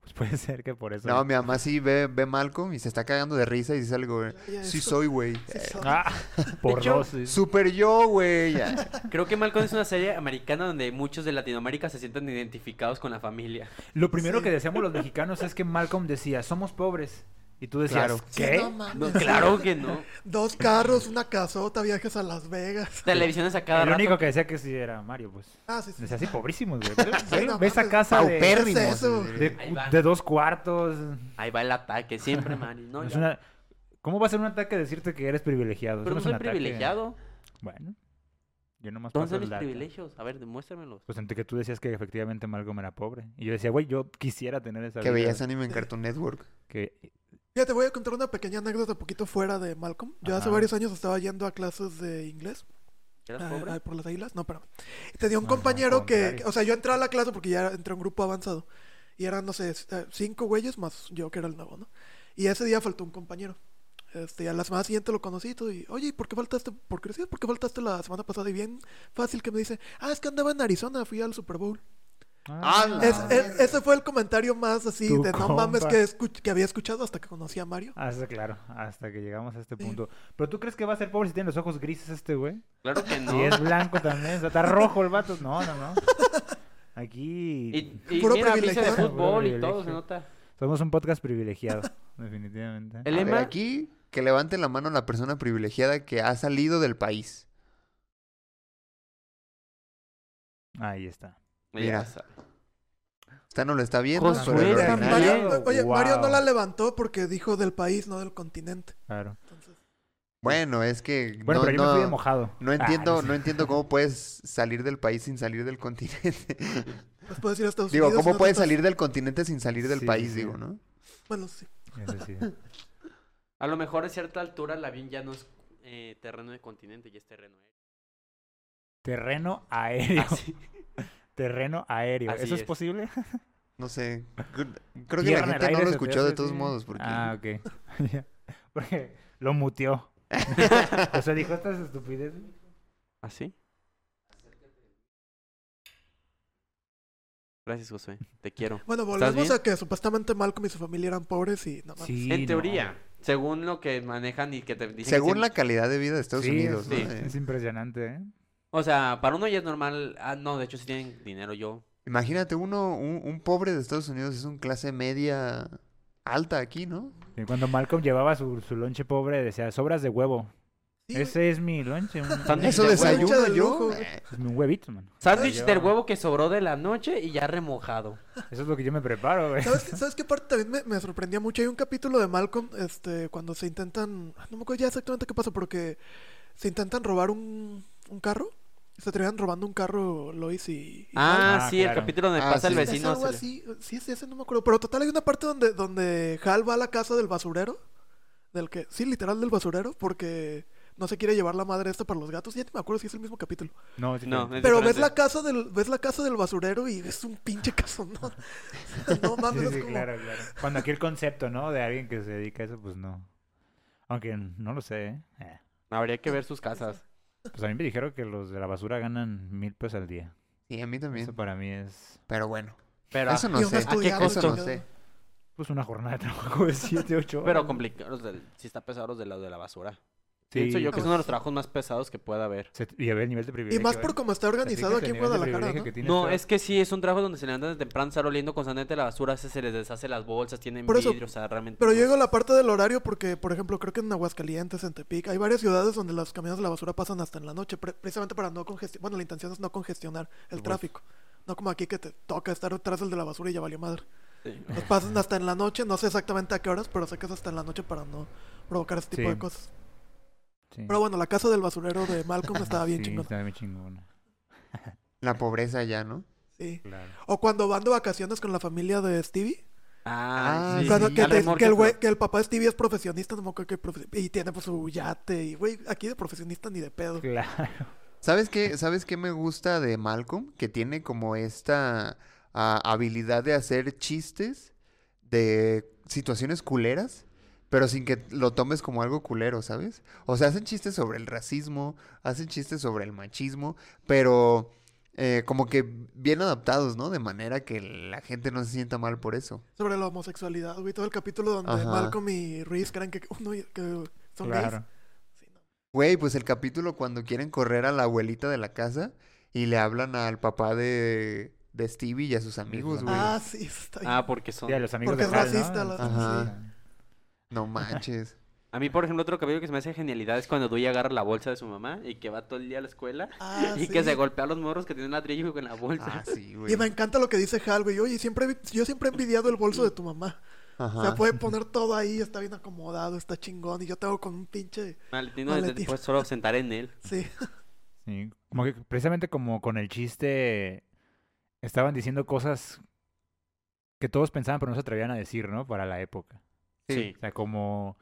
S4: Pues puede ser que por eso.
S2: No, mi mamá sí ve, ve Malcolm y se está cagando de risa y dice algo, güey.
S6: Ya,
S2: Sí
S6: esto-
S2: soy, güey.
S6: sí soy.
S4: Ah, por
S3: hecho,
S4: dos. sí.
S2: Super yo, güey. Ya.
S3: Creo que Malcolm es una serie americana donde muchos de Latinoamérica se sienten identificados con la familia.
S4: Lo primero
S6: Sí.
S4: que decíamos los mexicanos es que Malcolm decía, somos pobres. Y tú decías,
S2: Claro.
S6: Sí,
S4: ¿qué?
S6: no mames.
S3: No, claro que no.
S6: Dos carros, una casota, viajes a Las Vegas.
S3: Televisiones a cada
S4: El
S3: rato.
S4: único que decía que sí era Mario, pues.
S6: Ah, sí, sí.
S4: Decía así, pobrísimos, güey. Velo,
S6: Sí,
S4: velo,
S6: no
S4: ve esa
S6: mames.
S4: casa de,
S2: Paupérrimos.
S6: ¿Qué es eso?
S4: de,
S3: Ahí va.
S4: de dos cuartos.
S3: Ahí va el ataque, siempre, Mari. No,
S4: Es
S3: ya.
S4: una- ¿Cómo va a ser un ataque decirte que eres privilegiado?
S3: Pero
S4: Eso
S3: no
S4: es
S3: soy
S4: un ataque.
S3: privilegiado.
S4: Bueno, yo nomás
S3: ¿Dónde
S4: paso
S3: están mis
S4: el dato.
S3: privilegios? A ver, demuéstramelos.
S4: Pues entre que tú decías que efectivamente Malcolm era pobre. Y yo decía, güey, yo quisiera tener esa
S2: Que
S4: vida.
S2: veías anime en Cartoon Network.
S4: Que...
S6: Ya te voy a contar una pequeña anécdota poquito fuera de Malcolm. Yo hace
S4: Ajá.
S6: varios años estaba yendo a clases de inglés.
S3: ¿Eras
S6: ah,
S3: pobre?
S6: ah, por las águilas. No, pero tenía un
S4: No, no,
S6: compañero
S4: al
S6: que,
S4: contrario.
S6: que- o sea, yo entré a la clase porque ya entré a un grupo avanzado. Y eran, no sé, s- eh, cinco güeyes más yo que era el nuevo, ¿no? Y ese día faltó un compañero. Este, a la semana siguiente lo conocí y todo, y, oye, ¿y ¿por qué faltaste? ¿Por qué ¿por qué faltaste la semana pasada? Y bien fácil que me dice, ah, es que andaba en Arizona, fui al Super Bowl.
S2: Ah,
S6: Es-
S2: Ah,
S6: es- ese fue el comentario más así
S4: Tu
S6: de no
S4: compa.
S6: mames que, escuch- que había escuchado hasta que conocí a Mario.
S4: Hasta, claro, hasta que llegamos a este
S6: Sí.
S4: punto. ¿Pero tú crees que va a ser pobre si tiene los ojos grises este güey?
S3: Claro que no.
S4: Si es blanco también, o sea, está rojo el vato. No, no, no. Aquí
S3: Y, y
S6: Puro
S3: mira, viste de
S6: privilegiado.
S3: fútbol y
S4: Puro
S3: todo, se
S4: privilegio.
S3: nota.
S4: somos un podcast privilegiado, definitivamente.
S3: El
S2: A ver,
S3: lema,
S2: aquí, que levante la mano la persona privilegiada que ha salido del país.
S4: Ahí está.
S2: Mira.
S3: Ya sabe.
S2: Usted no lo está viendo,
S3: Josué
S2: pero el
S3: también.
S2: ordinario...
S6: Mario, oye, Mario no
S4: Wow.
S6: la levantó porque dijo del país, no del continente.
S4: Claro.
S6: Entonces,
S2: Bueno, es que
S4: Bueno,
S2: no,
S4: pero yo me fui de
S2: no,
S4: mojado.
S2: no
S4: Ah,
S2: entiendo,
S4: sé.
S2: no entiendo cómo puedes salir del país sin salir del continente.
S6: pues puedes ir a Estados
S2: Digo,
S6: Unidos.
S2: ¿cómo
S6: no
S2: puedes
S6: estás-
S2: salir del continente sin salir del
S4: Sí,
S2: país?
S4: sí,
S2: Digo,
S4: sí.
S2: ¿no?
S6: Bueno, sí.
S4: Eso sí.
S3: a lo mejor a cierta altura el avión ya no es eh, terreno de continente, ya es terreno aéreo.
S4: Terreno aéreo.
S3: Así.
S4: Terreno aéreo.
S3: Así
S4: ¿Eso es,
S3: es.
S4: posible?
S2: No sé. Cre- Creo que
S4: Tierra
S2: la
S4: en el
S2: gente no
S4: aire
S2: lo
S4: se te
S2: escuchó
S4: hace
S2: de todos
S4: así.
S2: modos. Porque...
S4: Ah, ok. Ya. Porque lo muteó. O sea, dijo estas estupideces.
S3: ¿Así? Gracias, Josué. Te quiero.
S6: Bueno,
S3: ¿Estás
S6: volvemos
S3: bien?
S6: a que supuestamente Malcolm y su familia eran pobres y nada más.
S4: Sí,
S3: En
S4: no.
S3: teoría, según lo que manejan y que te dicen que
S2: Según
S3: siempre-
S2: la calidad de vida de Estados
S4: Sí,
S2: Unidos,
S4: es,
S2: ¿no?
S3: sí.
S2: Eh,
S4: es impresionante, ¿eh?
S3: O sea, para uno ya es normal. Ah, no, de hecho sí tienen dinero yo.
S2: Imagínate, uno, un, un pobre de Estados Unidos es un clase media alta aquí, ¿no?
S4: Y cuando Malcolm llevaba su, su lonche pobre, decía, sobras de huevo.
S6: Sí, güey.
S4: Ese es mi lonche. Un,
S3: Sándwich
S2: Eso
S3: de huevo.
S2: desayuno
S6: de
S2: yo.
S6: lujo.
S2: eh,
S4: es un huevito, man.
S3: Sándwich
S4: Yo-
S3: del huevo que sobró de la noche y ya remojado.
S4: Eso es lo que yo me preparo, güey.
S6: ¿Sabes, qué- ¿Sabes qué parte también me, me sorprendía mucho? Hay un capítulo de Malcolm, este, cuando se intentan, no me acuerdo ya exactamente qué pasa, pero que se intentan robar un, un carro. Se terminan robando un carro Lois y... y
S3: Ah,
S4: Ah,
S3: sí, el
S4: claro.
S3: capítulo donde
S2: Ah,
S3: pasa el
S2: sí.
S6: Hal. Es
S3: vecino.
S6: algo
S3: se le-
S6: así, sí es ese, no me acuerdo. Pero total hay una parte donde, donde Hal va a la casa del basurero, del que, sí, literal del basurero, porque no se quiere llevar la madre esta para los gatos. Ya ni me acuerdo si es el mismo capítulo.
S4: No, sí,
S3: No,
S4: sí.
S3: es
S6: Pero ves
S3: diferente.
S6: la casa del, ves la casa del basurero y es un pinche caso, ¿no? No mames,
S4: Sí,
S6: es
S4: sí,
S6: como...
S4: claro, claro. Cuando aquí el concepto, ¿no? De alguien que se dedica a eso, pues no. Aunque no lo sé, ¿eh? Eh,
S3: Habría que ver sus casas.
S4: Pues a mí me dijeron que los de la basura ganan mil pesos al día.
S2: Sí, a mí también.
S4: Eso para mí es,
S2: Pero bueno,
S3: Pero,
S2: eso
S6: Y
S2: no
S6: uno
S2: sé.
S6: estudiando,
S2: Eso no
S6: chingado.
S2: sé.
S4: pues, una jornada de trabajo de siete, ocho horas.
S3: pero complicado. Si está pesado los de la de la basura.
S4: Sí.
S3: Pienso yo que es
S6: Ah,
S3: uno de los
S6: sí.
S3: trabajos más pesados que pueda haber.
S4: Se- y a ver el nivel de
S6: Y
S4: privilegio.
S6: más por
S4: ¿eh?
S6: cómo está organizado
S4: Fíjate
S6: aquí
S4: el
S6: en
S4: nivel de
S6: Guadalajara,
S4: privilegio
S6: ¿no?
S4: que tiene
S3: No,
S4: este-
S3: es que sí, es un trabajo donde se levantan de temprano, estar oliendo constantemente la basura, se, se les deshace las bolsas, tienen
S6: Por eso-
S3: vidrio, o sea, realmente...
S6: Pero
S3: no-
S6: yo digo la parte del horario porque, por ejemplo, creo que en Aguascalientes, en Tepic, hay varias ciudades donde los camiones de la basura pasan hasta en la noche, pre- precisamente para no congestionar. Bueno, la intención es no congestionar el
S4: Pues-
S6: tráfico. No como aquí que te toca estar detrás del de la basura y ya valió madre.
S3: Sí.
S6: Los pasan hasta en la noche, no sé exactamente a qué horas, pero sé que es hasta en la noche para no provocar ese tipo
S4: Sí.
S6: de cosas.
S4: Sí.
S6: Pero bueno, la casa del basurero de Malcolm estaba bien
S4: Sí,
S6: chingón.
S4: estaba bien chingona.
S2: La pobreza ya, ¿no?
S6: Sí.
S4: Claro.
S6: O cuando van de vacaciones con la familia de Stevie.
S3: Ah,
S2: Ah,
S3: sí.
S6: Cuando-
S2: sí.
S6: que,
S3: Al
S6: te-
S3: remolque,
S6: que el güey-
S3: pero-
S6: que el papá de Stevie es profesionista, no me acuerdo qué profe- y tiene pues su yate y güey, aquí de profesionista ni de pedo.
S4: Claro.
S2: ¿Sabes qué? ¿Sabes qué me gusta de Malcolm? Que tiene como esta ah, habilidad de hacer chistes de situaciones culeras, pero sin que lo tomes como algo culero, ¿sabes? O sea, hacen chistes sobre el racismo, hacen chistes sobre el machismo, pero eh, como que bien adaptados, ¿no? De manera que la gente no se sienta mal por eso.
S6: Sobre la homosexualidad, güey. Todo el capítulo donde
S2: Ajá.
S6: Malcolm y Reese creen que, uno, que son gays.
S4: Claro.
S6: Sí, no.
S2: Güey, pues el capítulo cuando quieren correr a la abuelita de la casa y le hablan al papá de, de Stevie y a sus amigos, güey.
S6: Ah, sí, eso está bien.
S3: Ah, porque son...
S4: Sí, a los amigos
S6: Porque
S4: de
S6: es
S4: Hal, ¿no?
S6: racista, la-
S2: Ajá. No manches.
S3: A mí, por ejemplo, otro capítulo que se me hace genialidad es cuando Dewey agarra la bolsa de su mamá y que va todo el día a la escuela
S6: Ah,
S3: y
S6: sí.
S3: que se golpea a los morros que tienen ladrillo con la bolsa.
S2: Ah, sí, güey.
S6: Y me encanta lo que dice Hal, güey. Oye, siempre, yo siempre he envidiado el bolso de tu mamá.
S2: Ajá.
S6: O sea, puede poner todo ahí, está bien acomodado, está chingón. Y yo tengo con un pinche...
S3: Maletín, no
S6: Maletín.
S3: te puedes solo sentar en él.
S6: Sí.
S4: Sí, como que precisamente como con el chiste estaban diciendo cosas que todos pensaban pero no se atrevían a decir, ¿no? Para la época.
S3: Sí.
S4: O sea, como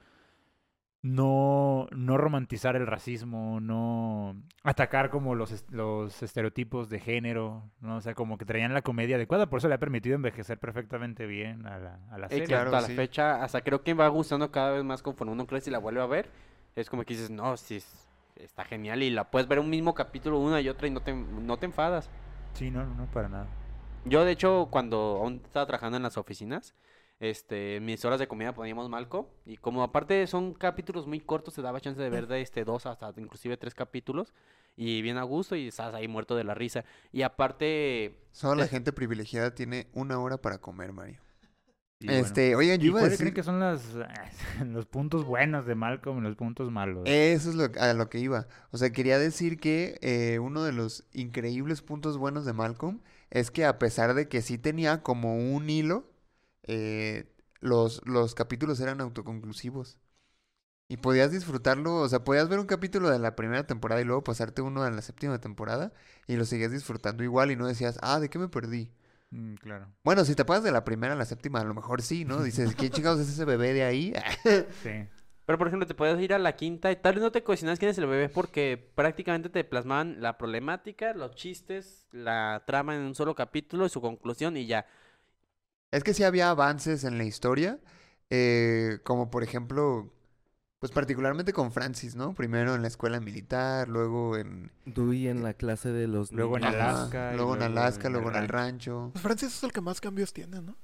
S4: no, no romantizar el racismo, no atacar como los, est- los estereotipos de género, ¿no? O sea, como que traían la comedia adecuada, por eso le ha permitido envejecer perfectamente bien a la, a la
S3: Eh,
S4: serie.
S3: que
S2: claro,
S3: hasta la
S2: sí.
S3: fecha, hasta creo que va gustando cada vez más conforme uno crece y la vuelve a ver. Es como que dices, no, sí, es- está genial y la puedes ver un mismo capítulo una y otra y no te, no te enfadas.
S4: Sí, no, no, no, para nada.
S3: Yo, de hecho, cuando aún estaba trabajando en las oficinas, este, en mis horas de comida poníamos Malco y como aparte son capítulos muy cortos, te daba chance de ver de este dos hasta inclusive tres capítulos y bien a gusto y estás ahí muerto de la risa. Y aparte,
S2: Solo la
S3: eh,
S2: gente privilegiada tiene una hora para comer, Mario.
S4: Y bueno.
S2: Este, oigan, yo
S4: ¿Y
S2: iba a
S4: cuáles
S2: decir...
S4: creen que son las, los puntos buenos de Malcolm y los puntos malos?
S2: Eso es lo, a lo que iba. O sea, quería decir que eh, uno de los increíbles puntos buenos de Malcolm es que a pesar de que sí tenía como un hilo, eh, los, los capítulos eran autoconclusivos. Y podías disfrutarlo, o sea, podías ver un capítulo de la primera temporada y luego pasarte uno de la séptima temporada y lo seguías disfrutando igual y no decías, ah, ¿de qué me perdí?
S4: Mm, claro.
S2: Bueno, si te pasas de la primera a la séptima, a lo mejor sí, ¿no? Dices, ¿quién chingados es ese bebé de ahí?
S4: Sí.
S3: pero por ejemplo te puedes ir a la quinta y tal vez no te cuestionas quién es el bebé porque prácticamente te plasmaban la problemática, los chistes, la trama en un solo capítulo y su conclusión y ya.
S2: Es que sí había avances en la historia, eh, como por ejemplo, pues particularmente con Francis, ¿no? Primero en la escuela militar, luego en...
S5: Dewey en la clase de los
S4: Luego en
S5: niños.
S2: Ajá,
S4: Alaska y
S2: luego en
S4: luego
S2: Alaska,
S4: en el
S2: luego en el rancho.
S6: Pues Francis es el que más cambios tiene, ¿no?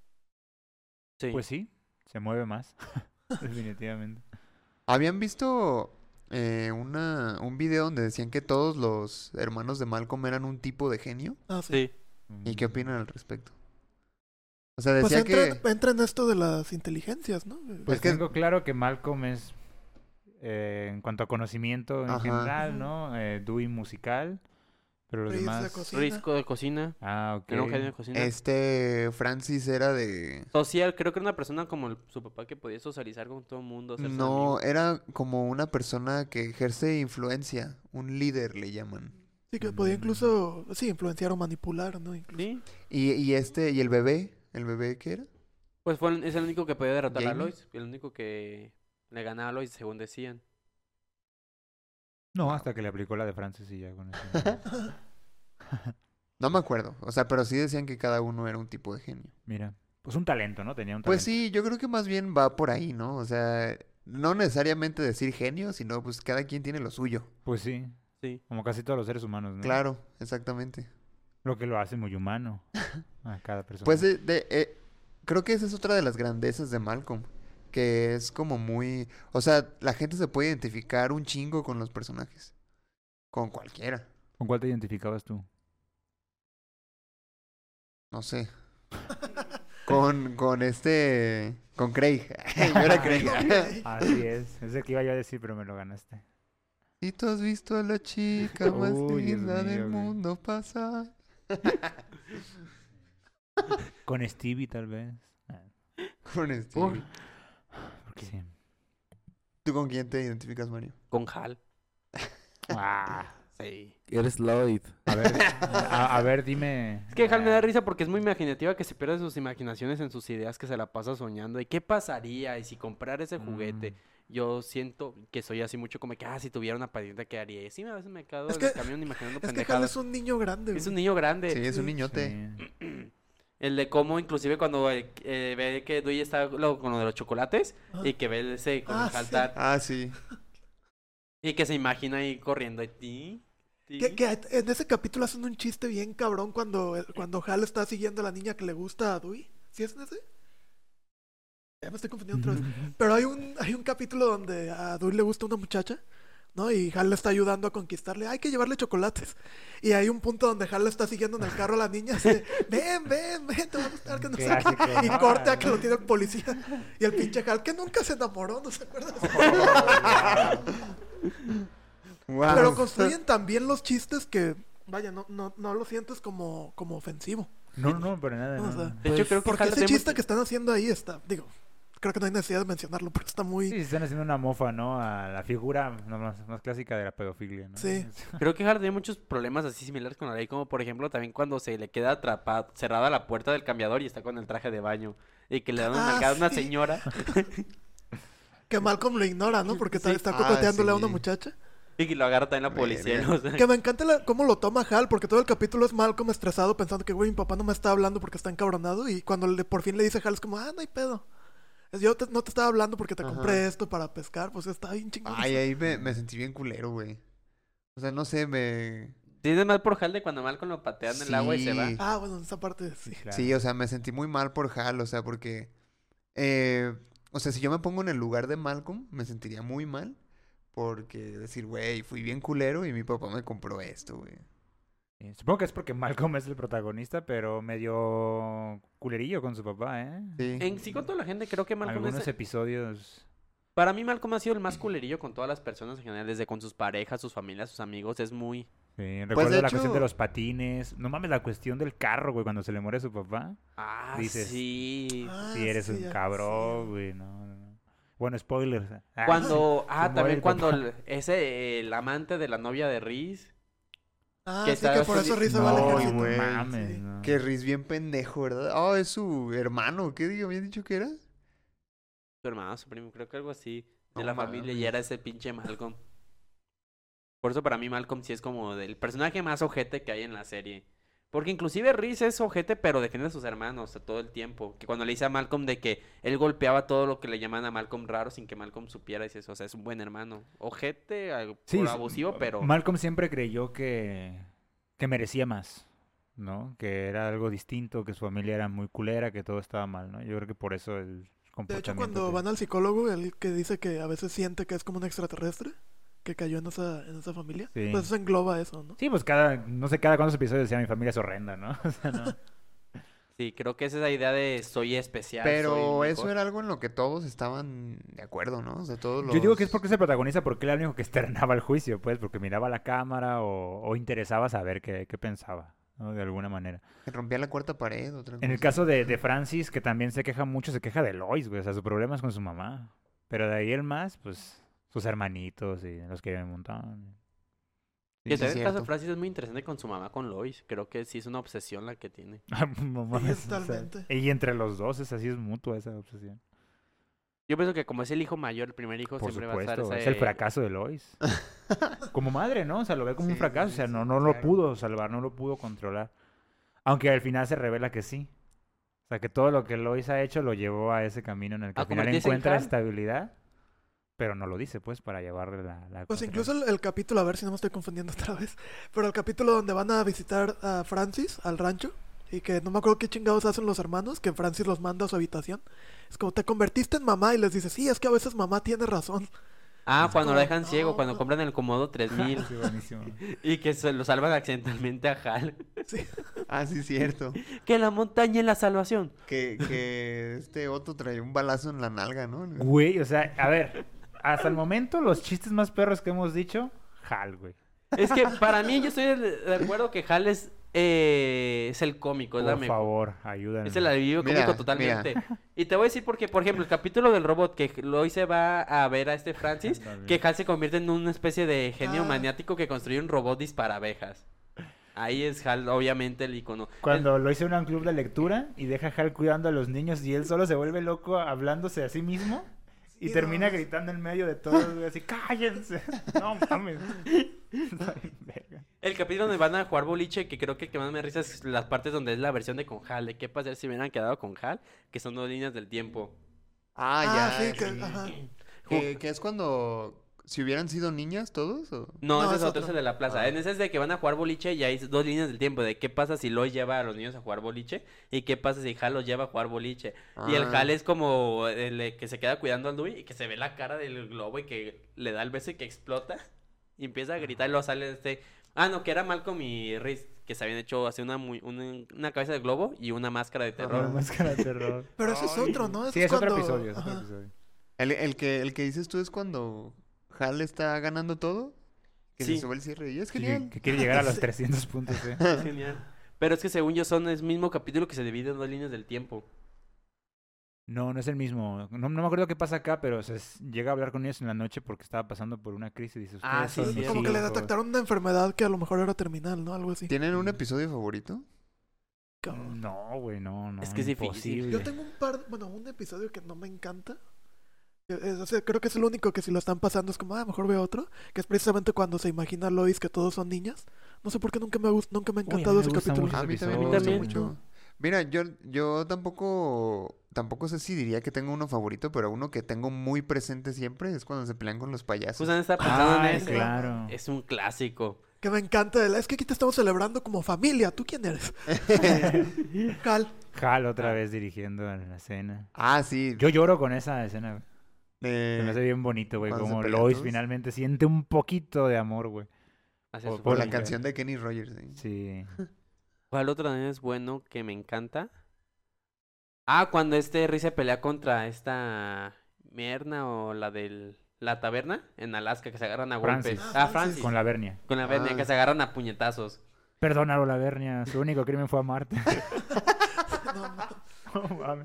S3: Sí.
S4: Pues sí, se mueve más, definitivamente.
S2: ¿Habían visto eh, una, un video donde decían que todos los hermanos de Malcolm eran un tipo de genio?
S6: Ah, sí.
S3: Sí.
S2: ¿Y qué opinan al respecto? O sea,
S6: Pues
S2: decía
S6: entra,
S2: que...
S6: entra en esto de las inteligencias, ¿no?
S4: Pues
S2: Es que-
S4: tengo claro que Malcolm es, eh, en cuanto a conocimiento en
S2: Ajá.
S4: general, ¿no? Eh, Dewey musical, pero los
S6: Reese de
S4: demás...
S6: cocina.
S3: Risco de cocina.
S4: Ah, ok.
S3: Era un genio de cocina.
S2: Este Francis era de...
S3: Social, creo que era una persona como el- su papá que podía socializar con todo el mundo. hacerse
S2: No,
S3: amigo.
S2: era como una persona que ejerce influencia, un líder le llaman.
S6: Sí, que podía incluso, sí, influenciar o manipular, ¿no? Incluso.
S3: Sí,
S2: Y, y este, y el bebé, ¿el bebé qué era?
S3: pues fue el- es el único que podía derrotar a
S2: Jamie.
S3: Lois. El único que le ganaba a Lois, según decían.
S4: No, hasta que le aplicó la de Francis y ya con eso.
S2: No me acuerdo, o sea, pero sí decían que cada uno era un tipo de genio.
S4: Mira, pues un talento, ¿no? Tenía un
S2: Pues
S4: talento.
S2: sí, yo creo que más bien va por ahí, ¿no? O sea, no necesariamente decir genio, sino pues cada quien tiene lo suyo.
S4: Pues sí,
S3: Sí.
S4: como casi todos los seres humanos, ¿no?
S2: Claro, exactamente.
S4: Lo que lo hace muy humano a cada persona.
S2: Pues de, de- eh, creo que esa es otra de las grandezas de Malcolm, que es como muy, o sea, la gente se puede identificar un chingo con los personajes, con cualquiera,
S4: ¿Con cuál te identificabas tú?
S2: no sé, con, con este, con Craig, yo era Craig.
S4: Así es, es el que iba yo a decir, pero me lo ganaste.
S2: ¿Y tú has visto a la chica más
S4: Uy, Dios
S2: linda del
S4: mío, güey.
S2: mundo pasar?
S4: Con Stevie, tal vez. Ah,
S2: Con este.
S3: Por-
S4: porque sí.
S2: ¿Tú con quién te identificas, Mario?
S3: Con Hal.
S4: Ah,
S3: Sí.
S5: Eres Lloyd.
S4: a ver, a, a ver, dime.
S3: Es que Hal me da risa porque es muy imaginativa, que se pierde sus imaginaciones en sus ideas, que se la pasa soñando. ¿Y qué pasaría? ¿Y si comprara ese juguete?
S4: Mm.
S3: Yo siento que soy así mucho como que, ah, si tuviera una patita, ¿qué haría? Y sí, a veces me quedo
S6: Es
S3: en el
S6: que-
S3: camión imaginando
S6: Es que Hal
S3: pendejadas.
S6: es un niño grande,
S3: Es
S6: güey.
S3: un niño grande.
S2: Sí, es un
S6: sí.
S2: niñote.
S4: Sí.
S3: El de cómo, inclusive, cuando eh, eh, ve que Dewey está lo- con lo de los chocolates
S6: Ah.
S3: y que ve ese con
S6: Ah,
S3: el
S6: sí.
S3: saltar
S2: Ah, sí.
S3: y que se imagina ahí corriendo y ti. Sí.
S6: Que, que en ese capítulo hacen un chiste bien cabrón cuando, cuando Hal está siguiendo a la niña que le gusta a Dewey. ¿Sí es en ese? Ya me estoy confundiendo otra vez. Pero hay un, hay un capítulo donde a Dewey le gusta una muchacha, ¿no? Y Hal le está ayudando a conquistarle. Hay que llevarle chocolates. Y hay un punto donde Hal le está siguiendo en el carro a la niña. Así de, ven, ven, ven, te va a gustar que no sé
S4: Clásico,
S6: qué. Y
S4: ¿no?
S6: corte a que lo tiene el policía. Y el pinche Hal, que nunca se enamoró, ¿no se acuerdan?
S2: Wow.
S6: Pero construyen también los chistes que, vaya, no, no, no lo sientes como, como ofensivo.
S4: No, no, para nada.
S6: O
S4: no.
S6: sea,
S3: De hecho, creo que
S6: Porque
S3: Hal
S6: ese
S3: tiene
S6: chiste
S3: mucho-
S6: que están haciendo ahí está, digo, creo que no hay necesidad de mencionarlo, pero está muy...
S4: Sí, están haciendo una mofa, ¿no? A la figura no, más, más clásica de la pedofilia, ¿no?
S6: Sí.
S3: Creo que Hal tiene muchos problemas así similares con la ley, como por ejemplo también cuando se le queda atrapada, cerrada la puerta del cambiador y está con el traje de baño y que le dan una
S6: Ah,
S3: nalgada a una
S6: sí.
S3: señora
S6: Que Malcolm lo ignora, ¿no? Porque
S3: Sí.
S6: está
S2: Ah,
S6: coqueteándole a
S2: sí.
S6: una muchacha.
S3: y que lo agarra también la policía.
S2: Verga.
S3: ¿no? O sea,
S6: Que me encanta la- cómo lo toma Hal, porque todo el capítulo es Malcolm estresado pensando que, güey, mi papá no me está hablando porque está encabronado. Y cuando le, por fin le dice Hal, es como, ah, no hay pedo. Es, yo te- no te estaba hablando porque te
S2: Ajá.
S6: compré esto para pescar. Pues está bien chingón.
S2: Ay, ahí me, me sentí bien culero, güey. O sea, no sé, me...
S3: Tienes más por Hal de cuando Malcolm lo patean en el agua y se va.
S2: Sí.
S6: Ah, bueno, en esa parte sí.
S4: Claro.
S2: Sí, o sea, me sentí muy mal por Hal, o sea, porque... eh, o sea, si yo me pongo en el lugar de Malcolm, me sentiría muy mal. Porque decir, güey, fui bien culero y mi papá me compró esto, güey.
S4: Sí, supongo que es porque Malcolm es el protagonista, pero medio culerillo con su papá, ¿eh?
S2: Sí.
S3: En sí con toda la gente creo que Malcolm
S4: Algunos
S3: es...
S4: episodios...
S3: Para mí Malcolm ha sido el más culerillo con todas las personas en general, desde con sus parejas, sus familias, sus amigos, es muy...
S4: Sí, recuerdo
S2: de
S4: la cuestión de
S2: hecho-
S4: los patines. No mames, la cuestión del carro, güey, cuando se le muere a su papá.
S3: Ah,
S4: Dices,
S3: sí.
S6: Ah,
S4: Sí, eres
S6: sí,
S4: un
S6: ya,
S4: cabrón,
S6: sí.
S4: güey, no, no, no. Bueno, spoilers. Ah,
S3: Cuando...
S4: se
S3: Ah,
S4: muere
S3: también
S4: el
S3: cuando
S4: papá.
S3: el- ese, el amante de la novia de Reese...
S6: Ah,
S3: Que
S6: sí,
S3: está
S6: que por eso
S3: así-
S6: Riz se va al
S2: No,
S6: ejército.
S2: güey.
S4: No mames,
S6: Sí.
S4: no.
S2: Que Riz bien pendejo, ¿verdad? Oh, es su hermano. ¿Qué digo? ¿Habían dicho que era?
S3: Su hermano, su primo, creo que algo así. De
S2: No
S3: la familia y
S2: mames.
S3: era ese pinche Malcolm. Por eso para mí Malcolm sí es como el personaje más ojete que hay en la serie. Porque inclusive Reese es ojete, pero defiende a sus hermanos a todo el tiempo. Que cuando le dice a Malcolm de que él golpeaba todo lo que le llaman a Malcolm raro sin que Malcolm supiera, dices, o sea, es un buen hermano. Ojete, algo
S4: Sí,
S3: por
S4: s-
S3: abusivo, pero...
S4: Malcolm siempre creyó que, que merecía más, ¿no? Que era algo distinto, que su familia era muy culera, que todo estaba mal, ¿no? Yo creo que por eso el
S6: De
S4: comportamiento...
S6: hecho, cuando
S4: que-
S6: van al psicólogo, él que dice que a veces siente que es como un extraterrestre que cayó en esa, en esa familia,
S4: Sí.
S6: pues eso engloba eso, ¿no?
S4: Sí, pues cada, no sé, cada cuántos episodios decía mi familia es horrenda, ¿no? O sea, no.
S3: Sí, creo que es esa idea de soy especial,
S2: Pero
S3: soy
S2: eso
S3: mejor.
S2: era algo en lo que todos estaban de acuerdo, ¿no? O sea, todos los...
S4: Yo digo que es porque es el protagonista, porque él era el único que externaba el juicio, pues, porque miraba la cámara o, o interesaba saber qué, qué pensaba, ¿no? De alguna manera.
S2: Que rompía la cuarta pared, otra
S4: En el
S2: cosa.
S4: caso de, de Francis, que también se queja mucho, se queja de Lois, güey. O sea, su problema es con su mamá. Pero de ahí el más, pues, sus hermanitos y los que viven un montón.
S2: Sí,
S3: Que
S2: sí,
S3: también el caso de
S2: cierto.
S3: Francis es muy interesante con su mamá, con Lois. Creo que sí es una obsesión la que tiene.
S4: No mames, o sea,
S6: totalmente.
S4: y entre los dos es así, es mutua esa obsesión.
S3: Yo pienso que como es el hijo mayor, el primer hijo
S4: Por
S3: siempre va a
S4: supuesto,
S3: estar
S4: es
S3: ese...
S4: el fracaso de Lois. Como madre, ¿no? O sea, lo ve como
S2: Sí,
S4: un fracaso.
S2: sí,
S4: O sea,
S2: sí,
S4: no, no lo
S2: claro.
S4: pudo salvar, no lo pudo controlar. Aunque al final se revela que sí. O sea, que todo lo que Lois ha hecho lo llevó a ese camino en el que
S3: A
S4: al final
S3: convertirse en
S4: encuentra
S3: Hal.
S4: estabilidad. Pero no lo dice, pues, para llevarle la... la
S6: Pues
S4: contraria.
S6: incluso el, el capítulo, a ver si no me estoy confundiendo otra vez, pero el capítulo donde van a visitar a Francis al rancho y que no me acuerdo qué chingados hacen los hermanos, que Francis los manda a su habitación. Es como, te convertiste en mamá y les dice, sí, es que a veces mamá tiene razón.
S3: Ah,
S6: Es
S3: cuando lo
S6: como,
S3: dejan ciego,
S6: no.
S3: cuando compran el Comodo tres mil
S4: Sí, buenísimo.
S3: y que se lo salvan accidentalmente a Hal.
S2: Ah, sí, cierto.
S3: Que la montaña es la salvación.
S2: Que, que este Otto traía un balazo en la nalga, ¿no?
S4: Güey, o sea, a ver, hasta el momento los chistes más perros que hemos dicho, Hal, güey.
S3: Es que para mí yo estoy de de acuerdo que Hal es, eh, es el cómico, es la
S4: Por
S3: mejor.
S4: favor, ayúdanos.
S3: Es el alivio
S2: Mira,
S3: cómico totalmente. Y te voy a decir porque, por ejemplo, el capítulo del robot que Lois se va a ver a este Francis,
S4: También.
S3: que Hal se convierte en una especie de genio
S6: Ah.
S3: maniático que construye un robot disparabejas. Ahí es Hal, obviamente, el icono.
S4: Cuando lo hizo en un club de lectura y deja a Hal cuidando a los niños y él solo se vuelve loco hablándose a sí mismo y
S6: Sí,
S4: termina
S6: no.
S4: gritando en medio de todos, güey, así, ¡cállense! No mames. Está bien verga.
S3: El capítulo donde van a jugar boliche, que creo que el que más me risa es las partes donde es la versión de con Hal. ¿De qué pasaría si hubieran quedado con Hal? Que son dos líneas del tiempo.
S2: Ah,
S6: Ah,
S2: ya.
S6: sí, que,
S2: sí.
S6: ajá.
S2: Que, que es cuando si hubieran sido niñas todos o...
S3: No,
S6: No,
S3: ese
S6: es
S3: es otro,
S6: otro.
S3: ese de la plaza.
S2: Ah.
S3: En ese es de que van a jugar boliche y hay dos líneas del tiempo. De qué pasa si Lois lleva a los niños a jugar boliche y qué pasa si Hal los lleva a jugar boliche. Y el
S2: Ah.
S3: Hal es como el eh, que se queda cuidando al Dewey y que se ve la cara del globo y que le da el beso y que explota. Y empieza a gritar y luego sale este... Ah, no, que era Malcolm y Reese, que se habían hecho así una, muy, una, una cabeza de globo y una máscara de terror.
S4: Una máscara de terror.
S6: Pero ese es
S4: Ay.
S6: otro, ¿no? Ese
S4: Sí,
S6: es
S4: es otro
S6: cuando-
S4: episodio, es otro
S6: Ajá.
S4: episodio.
S2: El, el que, el que dices tú es cuando Hal está ganando todo. Que
S3: Sí.
S2: se sube el cierre y es
S4: Sí,
S2: genial.
S4: que quiere llegar a los
S6: Sí.
S4: trescientos puntos, eh.
S3: Es genial. Pero es que según yo son el mismo capítulo que se divide en dos líneas del tiempo.
S4: No, no es el mismo. No, no me acuerdo qué pasa acá, pero se s- llega a hablar con ellos en la noche porque estaba pasando por una crisis. Y dice, ustedes
S3: Ah, sí,
S4: son
S3: sí,
S4: mis
S6: Como que le
S4: hijos".
S6: detectaron una enfermedad que a lo mejor era terminal, ¿no? Algo así.
S2: ¿Tienen un episodio favorito?
S6: Cabrón.
S4: No, güey, no, no.
S3: Es que es difícil.
S4: imposible.
S6: Yo tengo un par, bueno, un episodio que no me encanta. que es- o sea, creo que es el único que si lo están pasando es como, ah, mejor veo otro. Que es precisamente cuando se imagina Lois que todos son niñas. No sé por qué nunca me, ha gust- nunca me ha
S4: Uy, a mí
S6: encantado
S4: me
S6: ese
S4: gusta
S6: capítulo.
S4: mucho
S2: A
S4: ese
S2: mí también me
S3: episodio.
S2: gusta
S3: También.
S2: mucho. Mira, yo, yo tampoco, tampoco sé si diría que tengo uno favorito, pero uno que tengo muy presente siempre es cuando se pelean con los payasos.
S3: Justamente estaba pensando
S4: Ah,
S3: en ese.
S4: claro.
S3: Es un clásico.
S6: Que me encanta. el, Es que aquí te estamos celebrando como familia. ¿Tú quién eres? Cal.
S4: Hal otra vez dirigiendo la escena.
S2: Ah, sí.
S4: Yo lloro con esa escena, güey.
S2: eh,
S4: Se me hace bien bonito, güey.
S2: cuando se
S4: Como
S2: pelean
S4: Lois
S2: todos.
S4: finalmente siente un poquito de amor, güey.
S3: Hacia
S4: Por-
S3: su
S2: por la
S4: Porque-
S3: familia.
S2: canción de Kenny Rogers. sí.
S4: Sí.
S3: ¿Cuál otro también es bueno que me encanta? Ah, cuando este Riz se pelea contra esta Mierna o la del la taberna en Alaska que se agarran a golpes.
S4: Francis.
S3: Ah,
S6: Ah,
S3: Francis.
S4: Con la Vernia.
S3: Con la Vernia
S2: Ah.
S3: que se agarran a puñetazos.
S4: Perdónalo, la Vernia. Su único crimen fue amarte.
S6: No, no.
S4: No mames.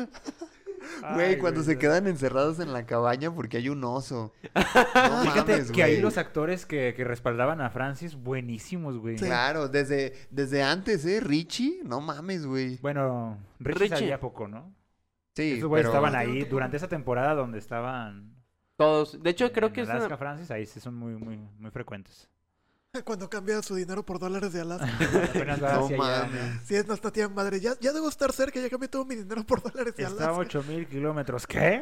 S2: Güey,
S4: Ay,
S2: cuando
S4: güey,
S2: se quedan encerrados en la cabaña porque hay un oso. No
S4: Fíjate
S2: mames,
S4: que ahí
S2: güey.
S4: los actores que, que respaldaban a Francis, buenísimos, güey.
S6: Sí.
S2: Claro, desde, desde antes, ¿eh? Richie, no mames, güey.
S4: Bueno, Richie,
S3: Richie.
S4: salía poco, ¿no?
S2: Sí,
S4: Esos güeyes
S2: pero...
S4: estaban
S6: Creo
S4: ahí
S6: que-
S4: durante esa temporada donde estaban.
S3: Todos. De hecho, creo
S4: en
S3: que es
S4: Alaska,
S3: una...
S4: Francis, ahí sí son muy, muy, muy frecuentes.
S6: Cuando cambia su dinero por dólares de Alaska.
S4: Apenas va
S2: No
S4: hacia allá.
S2: mames.
S6: Sí, es nuestra tía madre. Ya, ya debo estar cerca, ya cambié todo mi dinero por dólares de
S4: Está a
S6: Alaska.
S4: ocho mil kilómetros. ¿Qué?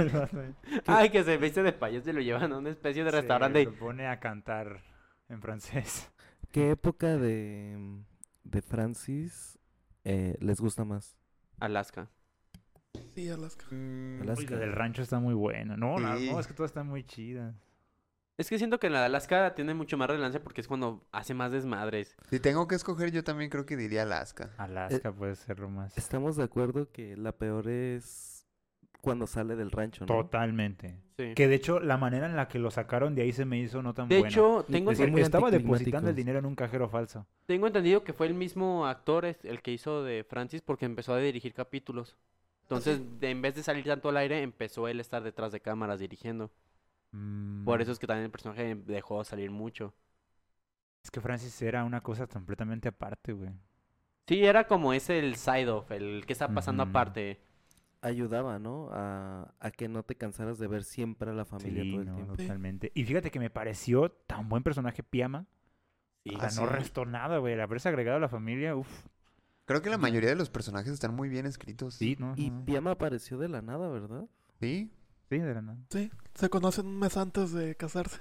S3: Ay, que se viste de payaso y lo llevan a una especie de
S4: Se
S3: restaurante.
S4: lo pone a cantar en francés.
S5: ¿Qué época de, de Francis eh, les gusta más?
S3: Alaska.
S6: Sí, Alaska.
S2: Mm,
S5: Alaska.
S4: Uy, la del rancho está muy buena. No, la-
S2: Sí.
S4: no, es que todas están muy chidas.
S3: Es que siento que la de Alaska tiene mucho más relevancia porque es cuando hace más desmadres.
S2: Si tengo que escoger, yo también creo que diría Alaska.
S4: Alaska puede ser lo más.
S5: Estamos de acuerdo que la peor es cuando sale del rancho, ¿no?
S4: Totalmente.
S3: Sí.
S4: Que de hecho, la manera en la que lo sacaron de ahí se me hizo no tan
S3: De
S4: buena.
S3: hecho, tengo,
S5: Es
S4: Decir,
S5: son muy
S4: estaba
S5: anticlimáticos.
S4: depositando el dinero en un cajero falso.
S3: tengo entendido que fue el mismo actor es- el que hizo de Francis porque empezó a dirigir capítulos. Entonces, de- en vez de salir tanto al aire, empezó él a estar detrás de cámaras dirigiendo.
S4: Mm,
S3: Por eso es que también el personaje dejó salir mucho.
S4: Es que Francis era una cosa completamente aparte, güey.
S3: Sí, era como ese el side off, el que está pasando
S4: Ujú.
S3: aparte.
S5: Ayudaba, ¿no? A, a que no te cansaras de ver siempre a la familia
S4: Sí,
S5: todo el
S4: no,
S5: tiempo.
S4: totalmente. Y fíjate que me pareció tan buen personaje Piama.
S3: Sí.
S4: O sea,
S2: Ah,
S4: no
S2: sí.
S4: restó nada, güey. El haberse agregado a la familia, uff.
S2: Creo que la mayoría de los personajes están muy bien escritos.
S4: Sí, ¿no?
S5: Y
S4: no.
S5: Piama apareció de la nada, ¿verdad?
S2: ¿Sí?
S4: Sí, de la nada.
S6: Sí, se conocen un mes antes de casarse.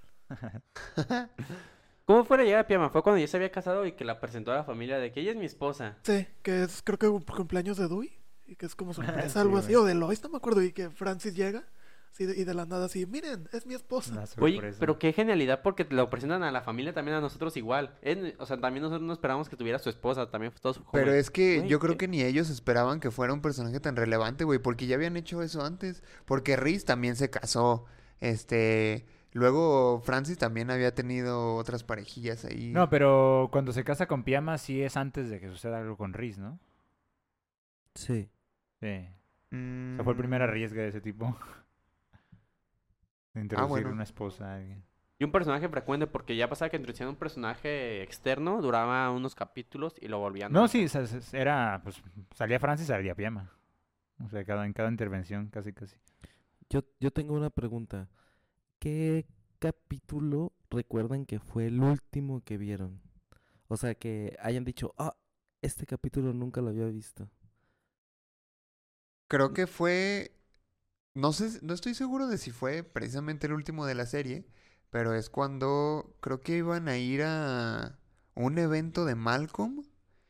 S3: ¿Cómo fue la llegada de Piama? Fue cuando ya se había casado y que la presentó a la familia de que ella es mi esposa.
S6: Sí, que es creo que un cumpleaños de Dewey. Y que es como sorpresa,
S4: Sí,
S6: algo así.
S4: güey.
S6: O de Lois, no me acuerdo. Y que Francis llega. Sí, y de la nada así, miren, es mi esposa.
S4: La
S3: Oye,
S4: sorpresa.
S3: pero qué genialidad porque lo presentan a la familia también a nosotros igual. Es- o sea, también nosotros no esperábamos que tuviera su esposa, también todos como-
S2: Pero es que
S3: güey,
S2: yo creo
S3: ¿qué?
S2: que ni ellos esperaban que fuera un personaje tan relevante, güey, porque ya habían hecho eso antes. Porque Reese también se casó. Este. Luego Francis también había tenido otras parejillas ahí.
S4: No, pero cuando se casa con Piama sí es antes de que suceda algo con Riz, ¿no?
S5: Sí.
S4: Sí.
S2: Mm,
S4: O sea, fue el primer arriesgue de ese tipo. De introducir
S2: bueno.
S4: una esposa a alguien.
S3: Y un personaje frecuente porque ya pasaba que introducían un personaje externo, duraba unos capítulos y lo volvían
S4: No,
S3: a-
S4: sí, o sea, s- era, pues, salía Francis, salía Piama. O sea, cada, en cada intervención, casi, casi.
S5: Yo, yo tengo una pregunta. ¿Qué capítulo recuerdan que fue el último que vieron? O sea, que hayan dicho, ah, este capítulo nunca lo había visto.
S2: Creo que fue No sé, no estoy seguro de si fue precisamente el último de la serie, pero es cuando creo que iban a ir a un evento de Malcolm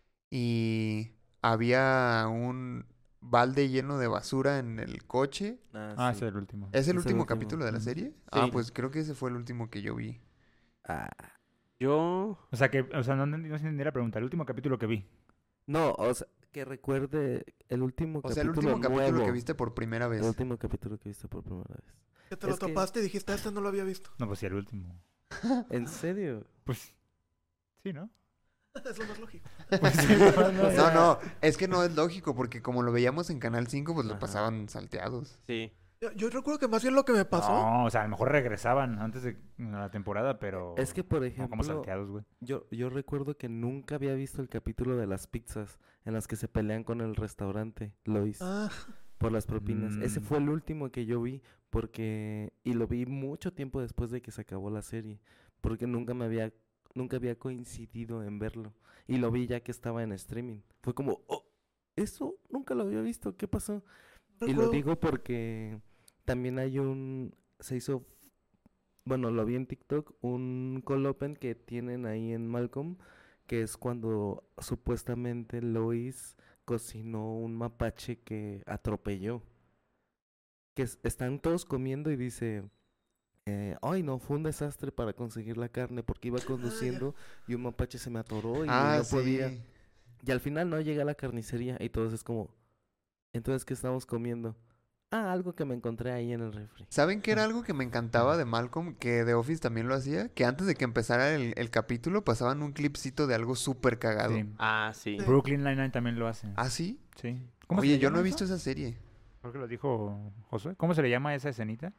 S2: y había un balde lleno de basura en el coche.
S5: Ah,
S4: Ah,
S5: sí.
S4: ese es el último.
S2: ¿Es el
S5: Es el
S2: último
S5: último.
S2: capítulo de la
S4: Ujú.
S2: serie? Ah,
S3: Sí.
S2: pues creo que ese fue el último que yo vi.
S5: Ah,
S3: Yo...
S4: O sea, que, o sea, no, no, no entendí la pregunta. El último capítulo que vi.
S5: no, o sea, que recuerde el último
S2: O sea, el
S5: capítulo
S2: último capítulo
S5: nuevo.
S2: que viste por primera
S5: El
S2: vez.
S5: último capítulo que viste por primera vez.
S6: Que te lo
S5: Es que-
S6: topaste y dijiste, este no lo había visto.
S4: No, pues sí, el último.
S5: ¿En serio?
S4: Pues sí, ¿no?
S6: Es lo más lógico.
S4: Pues sí, no, no, o
S2: No,
S4: sea,
S2: no, es que no es lógico porque como lo veíamos en Canal cinco, pues lo
S5: Ajá.
S2: pasaban salteados.
S3: Sí.
S6: Yo, yo recuerdo que más bien lo que me pasó...
S4: No, o sea, a lo mejor regresaban antes de la temporada, pero...
S5: Es que, por
S4: no como
S5: ejemplo,
S4: salteados, güey.
S5: yo, yo recuerdo que nunca había visto el capítulo de las pizzas en las que se pelean con el restaurante, Lois,
S6: Ah,
S5: por las propinas. Ese
S4: Mm.
S5: fue el último que yo vi porque... Y lo vi mucho tiempo después de que se acabó la serie, porque nunca me había... Nunca había coincidido en verlo. Y lo vi ya que estaba en streaming. Fue como, oh, eso nunca lo había visto, ¿qué pasó? Y lo
S6: recuerdo-
S5: digo porque también hay un, se hizo, bueno, lo vi en TikTok, un call open que tienen ahí en Malcolm, que es cuando supuestamente Lois cocinó un mapache que atropelló. Que es- están todos comiendo y dice, eh, ay no, fue un desastre para conseguir la carne porque iba conduciendo y un mapache se me atoró y
S2: Ah,
S5: no podía.
S2: sí.
S5: Y al final no llega a la carnicería y todos es como, entonces, ¿qué estamos comiendo? Ah, algo que me encontré ahí en el refri.
S2: ¿Saben qué era algo que me encantaba de Malcolm? Que The Office también lo hacía. Que antes de que empezara el, el capítulo pasaban un clipcito de algo súper cagado.
S4: Sí.
S3: Ah, sí.
S6: Sí.
S4: Brooklyn Nine-Nine también lo hace.
S2: ¿Ah, sí?
S4: Sí. ¿Cómo se
S2: Oye,
S4: le
S2: yo
S4: llama
S2: no he
S4: eso?
S2: visto esa serie.
S4: Creo que lo dijo Josué. ¿Cómo se le llama esa escenita?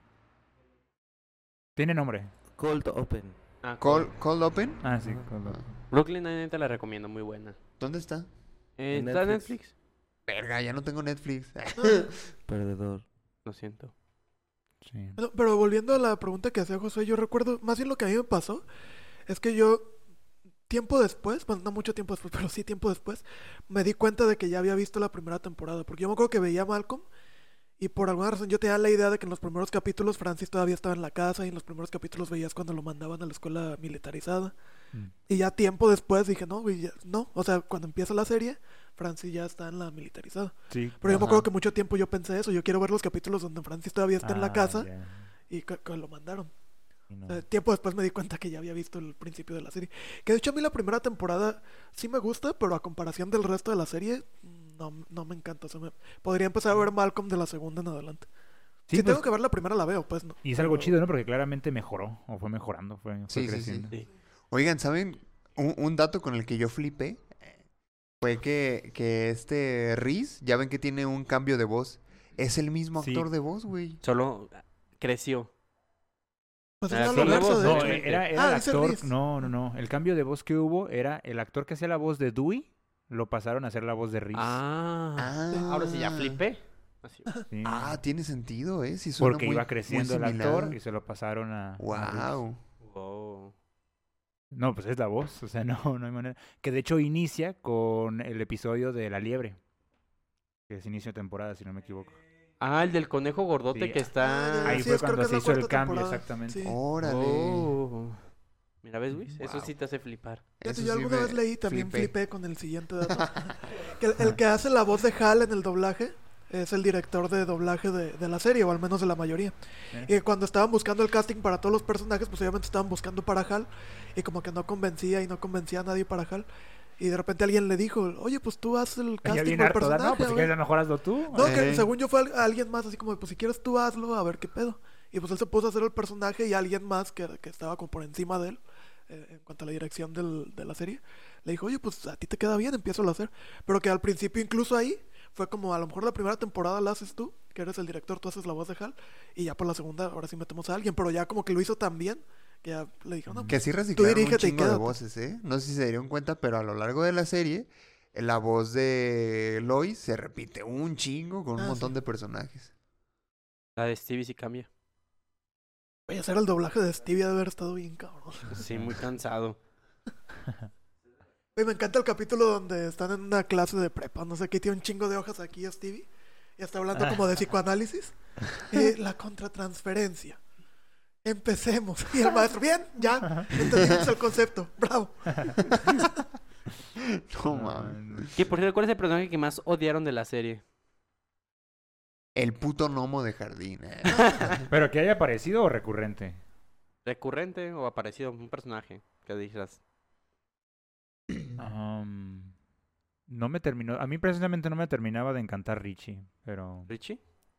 S4: Tiene nombre.
S5: Cold Open.
S3: Ah,
S2: Call,
S3: cool.
S2: Cold Open.
S4: Ah, sí.
S2: Ah,
S4: con lo-
S2: ah.
S3: Brooklyn Nine-Nine te la recomiendo, muy buena.
S2: ¿Dónde está?
S3: Eh,
S5: En
S3: ¿Está en
S5: Netflix.
S3: Netflix?
S2: Verga, ya no tengo Netflix.
S5: Perdedor.
S3: Lo siento.
S4: Sí.
S6: Bueno, pero volviendo a la pregunta que hacía José, yo recuerdo, más bien lo que a mí me pasó, es que yo, tiempo después, bueno, no mucho tiempo después, pero sí tiempo después, me di cuenta de que ya había visto la primera temporada, porque yo me acuerdo que veía Malcolm y por alguna razón yo tenía la idea de que en los primeros capítulos Francis todavía estaba en la casa y en los primeros capítulos veías cuando lo mandaban a la escuela militarizada.
S4: Mm.
S6: Y ya tiempo después dije, no, güey, ya- no, o sea, cuando empieza la serie, Francis ya está en la militarizada.
S4: Sí.
S6: Pero yo me
S2: Ajá.
S6: acuerdo que mucho tiempo yo pensé eso, yo quiero ver los capítulos donde Francis todavía está en la
S4: Ah,
S6: casa
S4: ya.
S6: y que, que lo mandaron.
S4: Y no.
S6: O sea, tiempo después me di cuenta que ya había visto el principio de la serie. Que de hecho a mí la primera temporada sí me gusta, pero a comparación del resto de la serie, no, no me encanta. O sea, me- podría empezar a ver Malcolm de la segunda en adelante.
S4: Sí,
S6: si
S4: pues,
S6: tengo que ver la primera, la veo, pues no.
S4: y es algo
S6: Pero-
S4: chido, ¿no? Porque claramente mejoró, o fue mejorando, fue, fue
S2: Sí, sí, sí.
S4: creciendo.
S3: Sí.
S2: Oigan, ¿saben? Un, un dato con el que yo flipé fue que, que este Reese, ya ven que tiene un cambio de voz. Es el mismo
S4: Sí.
S2: actor de voz, güey.
S3: Solo creció.
S6: Pues
S3: Ah,
S6: es
S3: sí,
S6: al reverso,
S3: luego-
S6: de
S4: No,
S6: hecho.
S3: Realmente.
S4: era, era
S6: Ah,
S4: el
S6: dice
S4: actor.
S6: Reese.
S4: No, no, no. El cambio de voz que hubo era el actor que hacía la voz de Dewey, lo pasaron a hacer la voz de Reese.
S3: Ah.
S2: Ah.
S3: Ahora sí ya flipé. Así.
S4: Sí.
S2: Ah, tiene sentido, ¿eh? Sí suena
S4: Porque
S2: muy-
S4: iba
S2: muy
S4: creciendo el
S2: similar.
S4: actor y se lo pasaron a. a Reese.
S2: Wow.
S3: Wow.
S4: No, pues es la voz, o sea, no, no hay manera. Que de hecho inicia con el episodio de La Liebre, que es inicio de temporada, si no me equivoco.
S3: Ah, el del conejo gordote
S4: Sí.
S3: que está.
S6: Ah,
S4: Ahí
S6: sí,
S4: fue
S6: es- creo
S4: cuando
S6: que es
S4: se
S6: la
S4: hizo el
S6: cuarta
S4: cambio,
S6: temporada.
S4: exactamente.
S6: Sí.
S2: Órale.
S3: Oh. Mira, ¿ves, Luis? Eso
S6: Wow.
S3: sí te hace flipar.
S6: Fíjate,
S2: Eso
S6: yo
S2: sí
S6: alguna
S2: me
S6: vez leí, también
S2: flipé.
S6: flipé con el siguiente dato. que el, el que hace la voz de Hal en el doblaje es el director de doblaje de, de la serie, o al menos de la mayoría.
S4: ¿Eh?
S6: Y cuando estaban buscando el casting para todos los personajes, pues obviamente estaban buscando para Hal, y como que no convencía y no convencía a nadie para Hal. Y de repente alguien le dijo, oye, pues tú haz el
S4: Ya
S6: casting
S4: bien
S6: para el
S4: harto, ¿da?
S6: personaje.
S4: No, pues
S6: a
S4: si
S6: ver".
S4: quieres a lo mejor hazlo tú.
S6: No, que
S2: Eh.
S6: según yo fue al- a alguien más, así como, pues si quieres tú hazlo, a ver qué pedo. Y pues él se puso a hacer el personaje y alguien más que, que estaba como por encima de él, eh, en cuanto a la dirección del- de la serie, le dijo, oye, pues a ti te queda bien, empieza a hacer. Pero que al principio incluso ahí fue como, a lo mejor la primera temporada la haces tú, que eres el director, tú haces la voz de Hal, y ya por la segunda, ahora sí metemos a alguien, pero ya como que lo hizo tan bien, que ya le dijo, no,
S2: Que sí reciclaron un
S6: dirígete y
S2: chingo de
S6: quédate.
S2: voces, ¿eh? No sé si se dieron cuenta, pero a lo largo de la serie, la voz de Lois se repite un chingo con un
S6: Ah,
S2: montón
S6: sí.
S2: de personajes.
S3: La de Stevie sí cambia.
S6: voy a hacer el doblaje de Stevie, de haber estado bien cabrón.
S3: Sí, muy cansado.
S6: Güey, me encanta el capítulo donde están en una clase de prepa, no sé qué, tiene un chingo de hojas aquí a Stevie. Y está hablando como de psicoanálisis. Y la contratransferencia. Empecemos. Y el maestro, bien, ya, entendimos el concepto. Bravo.
S2: No mames.
S3: Que por cierto, ¿cuál es el personaje que más odiaron de la serie?
S2: El puto gnomo de jardín. eh.
S4: ¿Pero que haya aparecido o recurrente?
S3: ¿Recurrente o aparecido un personaje que dijeras?
S4: Um, no me terminó... A mí precisamente no me terminaba de encantar Richie, pero...
S3: ¿Richie?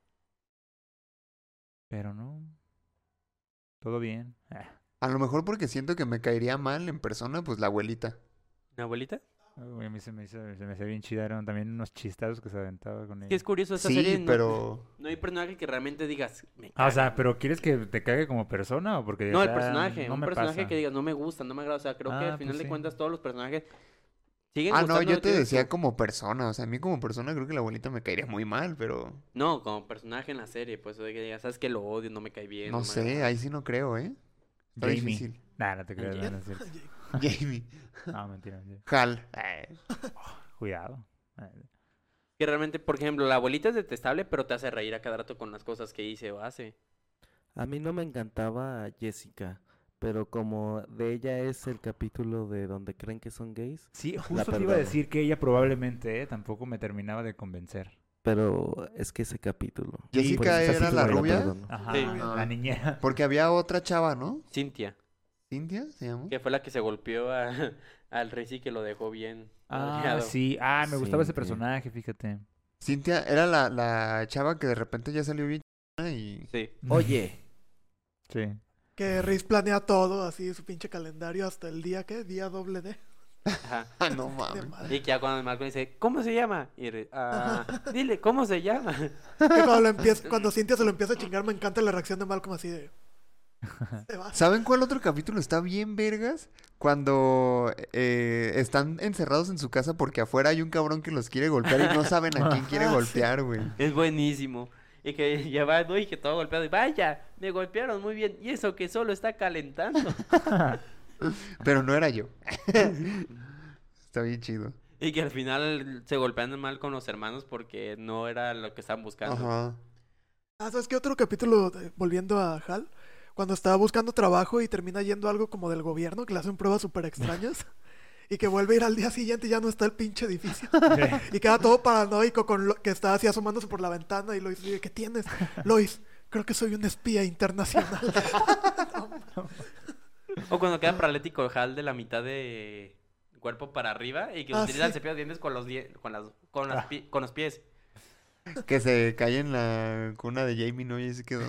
S4: Pero no... Todo bien. Ah,
S2: A lo mejor porque siento que me caería mal en persona, pues la abuelita.
S3: ¿Mi abuelita?
S4: uy, a mí se me, hizo, se me hacía bien chida. Eran también unos chistazos que se aventaba con
S3: Es
S4: ella.
S3: que es curioso esta
S2: Sí,
S3: serie. no-
S2: pero...
S3: No hay personaje que realmente digas. Me
S4: Ah, o sea,
S3: caga".
S4: ¿pero quieres que te cague como persona o porque...
S3: No,
S4: o
S3: el
S4: sea,
S3: personaje.
S4: no
S3: un
S4: me
S3: personaje
S4: pasa?
S3: que digas, no me gusta, no me agrada. O sea, creo que
S4: Ah,
S3: al final
S4: pues
S3: de
S4: sí.
S3: cuentas todos los personajes siguen
S2: Ah, no,
S3: gustando.
S2: yo te
S3: tienen
S2: decía
S3: su-
S2: como persona. O sea, a mí como persona creo que la abuelita me caería muy mal, pero...
S3: No, como personaje en la serie. Pues de que digas, sabes que lo odio, no me cae bien.
S2: No
S3: me
S2: sé,
S3: agrada".
S2: ahí sí no creo, ¿eh? Está
S4: Jamie.
S2: difícil.
S4: Nah, no te creas, no,
S3: ¿Quién?
S4: no es cierto.
S2: Jamie.
S4: No, mentira, mentira.
S2: Hal. Eh,
S4: Cuidado. Eh,
S3: Que realmente, por ejemplo, la abuelita es detestable, pero te hace reír a cada rato con las cosas que dice o hace.
S5: A mí no me encantaba Jessica, pero como de ella es el capítulo de donde creen que son gays,
S4: Sí,
S5: La
S4: justo te iba a
S5: perdono.
S4: decir que ella probablemente eh, tampoco me terminaba de convencer.
S5: pero es que ese capítulo.
S2: Jessica
S4: pues, esa sí
S2: era
S4: te
S2: la
S4: la
S2: rubia.
S5: perdono.
S4: Ajá,
S3: Sí.
S4: la niñera.
S2: Porque había otra chava, ¿no?
S3: Cintia,
S2: ¿Cintia se llama?
S3: que fue la que se golpeó a, al Rizzi que lo dejó bien.
S4: Ah,
S3: nalgueado.
S4: sí. Ah, me gustaba ese
S5: Cintia.
S4: personaje, fíjate.
S2: Cintia era la, la chava que de repente ya salió bien chingona y...
S3: Sí.
S5: Oye,
S4: Sí.
S6: Que Riz planea todo, así su pinche calendario hasta el día, ¿qué? Día doble D.
S3: Ajá.
S2: Ah, no
S6: De
S2: mames.
S6: madre.
S3: Y que ya cuando Malcolm dice, ¿cómo se llama? Y Riz, "Ah, dile, ¿cómo se llama?
S6: Que cuando, lo empieza, cuando Cintia se lo empieza a chingar, me encanta la reacción de Malcolm así de... Se va.
S2: ¿Saben cuál otro capítulo está bien vergas? Cuando eh, están encerrados en su casa porque afuera hay un cabrón que los quiere golpear y no saben a quién quiere
S6: Ah, sí.
S2: golpear, güey.
S3: Es buenísimo. Y que ya va, ¿no? Y que todo golpeado. Y vaya, me golpearon muy bien. Y eso que solo está calentando.
S2: Pero no era yo. Está bien chido.
S3: Y que al final se golpean mal con los hermanos porque no era lo que estaban buscando.
S2: Ajá.
S6: Ah, ¿sabes qué otro capítulo? de- volviendo a Hal, cuando estaba buscando trabajo y termina yendo algo como del gobierno, que le hacen pruebas súper extrañas, y que vuelve a ir al día siguiente y ya no está el pinche edificio. Y queda todo paranoico con lo que está así asomándose por la ventana y Lois dice, ¿qué tienes? Lois, creo que soy un espía internacional.
S3: O cuando queda paralítico Hal de la mitad de cuerpo para arriba y que
S6: Ah,
S3: utiliza el
S6: sí.
S3: cepillo de dientes con los, die- con las, con, las pi- con los pies.
S2: Que se cae en la cuna de Jamie, ¿no? Y se quedó...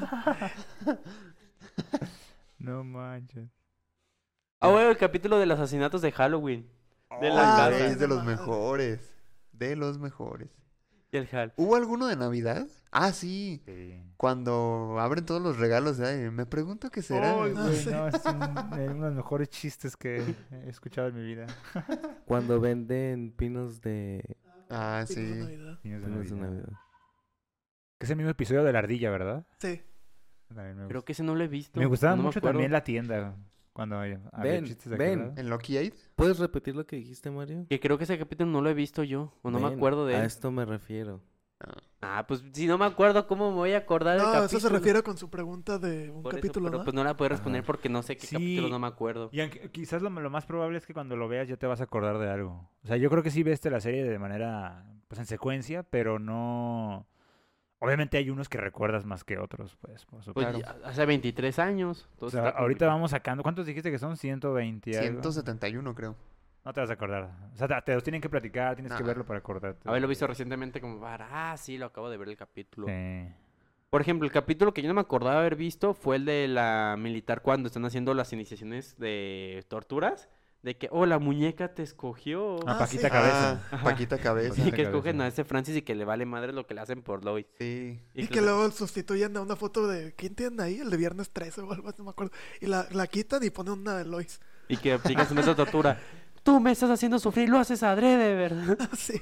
S4: No manches.
S3: Ah, bueno, el capítulo de los asesinatos de Halloween. De la
S6: Ah,
S3: casa.
S2: güey, es de los
S6: madre.
S2: mejores. De los mejores.
S3: Y el Hal.
S2: ¿Hubo alguno de Navidad? Ah, sí.
S4: Sí.
S2: Cuando abren todos los regalos, ¿eh? Me pregunto qué será.
S4: Ay,
S6: Ah,
S4: güey,
S6: sí.
S4: no, es un- eh, uno de los mejores chistes que he escuchado en mi vida.
S5: cuando venden pinos de,
S2: Ah,
S6: Pinos de
S2: sí.
S6: Navidad.
S4: Niños de
S5: pinos de
S4: Navidad.
S5: Navidad.
S4: Que es el mismo episodio de la ardilla, ¿verdad?
S6: Sí.
S4: También me
S3: Creo
S4: gusta.
S3: que ese no lo he visto.
S4: Me gustaba
S3: no
S4: mucho
S3: acuerdo.
S4: también la tienda. Cuando había había
S5: Ven,
S4: chistes de
S5: ven.
S4: aquel lado.
S2: ¿En Lucky Aid?
S5: ¿Puedes repetir lo que dijiste, Mario?
S3: Que creo que ese capítulo no lo he visto yo. O no me
S5: Ven,
S3: acuerdo de
S5: A
S3: él.
S5: esto me refiero.
S3: Ah, pues si no me acuerdo, ¿cómo me voy a acordar del
S6: No,
S3: capítulo?
S6: eso se refiere con su pregunta de un
S3: Por eso,
S6: capítulo,
S3: pero
S6: ¿no?
S3: pues no la puedo responder
S5: Ajá.
S3: porque no sé qué
S4: Sí.
S3: capítulo no me acuerdo.
S4: Y aunque- quizás lo, lo más probable es que cuando lo veas ya te vas a acordar de algo. O sea, yo creo que sí ves la serie de manera, pues en secuencia, pero no... Obviamente hay unos que recuerdas más que otros, pues, por
S3: Pues
S4: supuesto.
S3: ya hace veintitrés años.
S4: O
S3: entonces
S4: sea,
S3: está
S4: ahorita
S3: complicado.
S4: vamos sacando... ¿Cuántos dijiste que son? ciento veinte y algo.
S2: ciento setenta y uno, creo.
S4: No te vas a acordar. O sea, te, te los tienen que platicar, tienes que
S2: Nah.
S4: verlo para acordarte.
S3: Haberlo visto recientemente como para, ah, sí, lo acabo de ver el capítulo.
S4: Sí.
S3: Por ejemplo, el capítulo que yo no me acordaba haber visto fue el de la militar cuando están haciendo las iniciaciones de torturas. De que, oh, la muñeca te escogió.
S4: Ah,
S6: Ah,
S4: Paquita
S6: sí.
S4: Cabeza.
S2: Ah, Paquita Cabeza.
S3: Sí,
S4: Paquita
S3: que
S4: Cabeza.
S3: escogen a ese Francis y que le vale madre lo que le hacen por Lois.
S2: Sí.
S6: Y que luego sustituyen a una foto de... ¿Quién tienen ahí? El de Viernes trece o algo así, no me acuerdo. Y la, la quitan y ponen una de Lois.
S3: Y que aplican su método de tortura. Tú me estás haciendo sufrir, lo haces adrede, ¿verdad?
S6: Sí.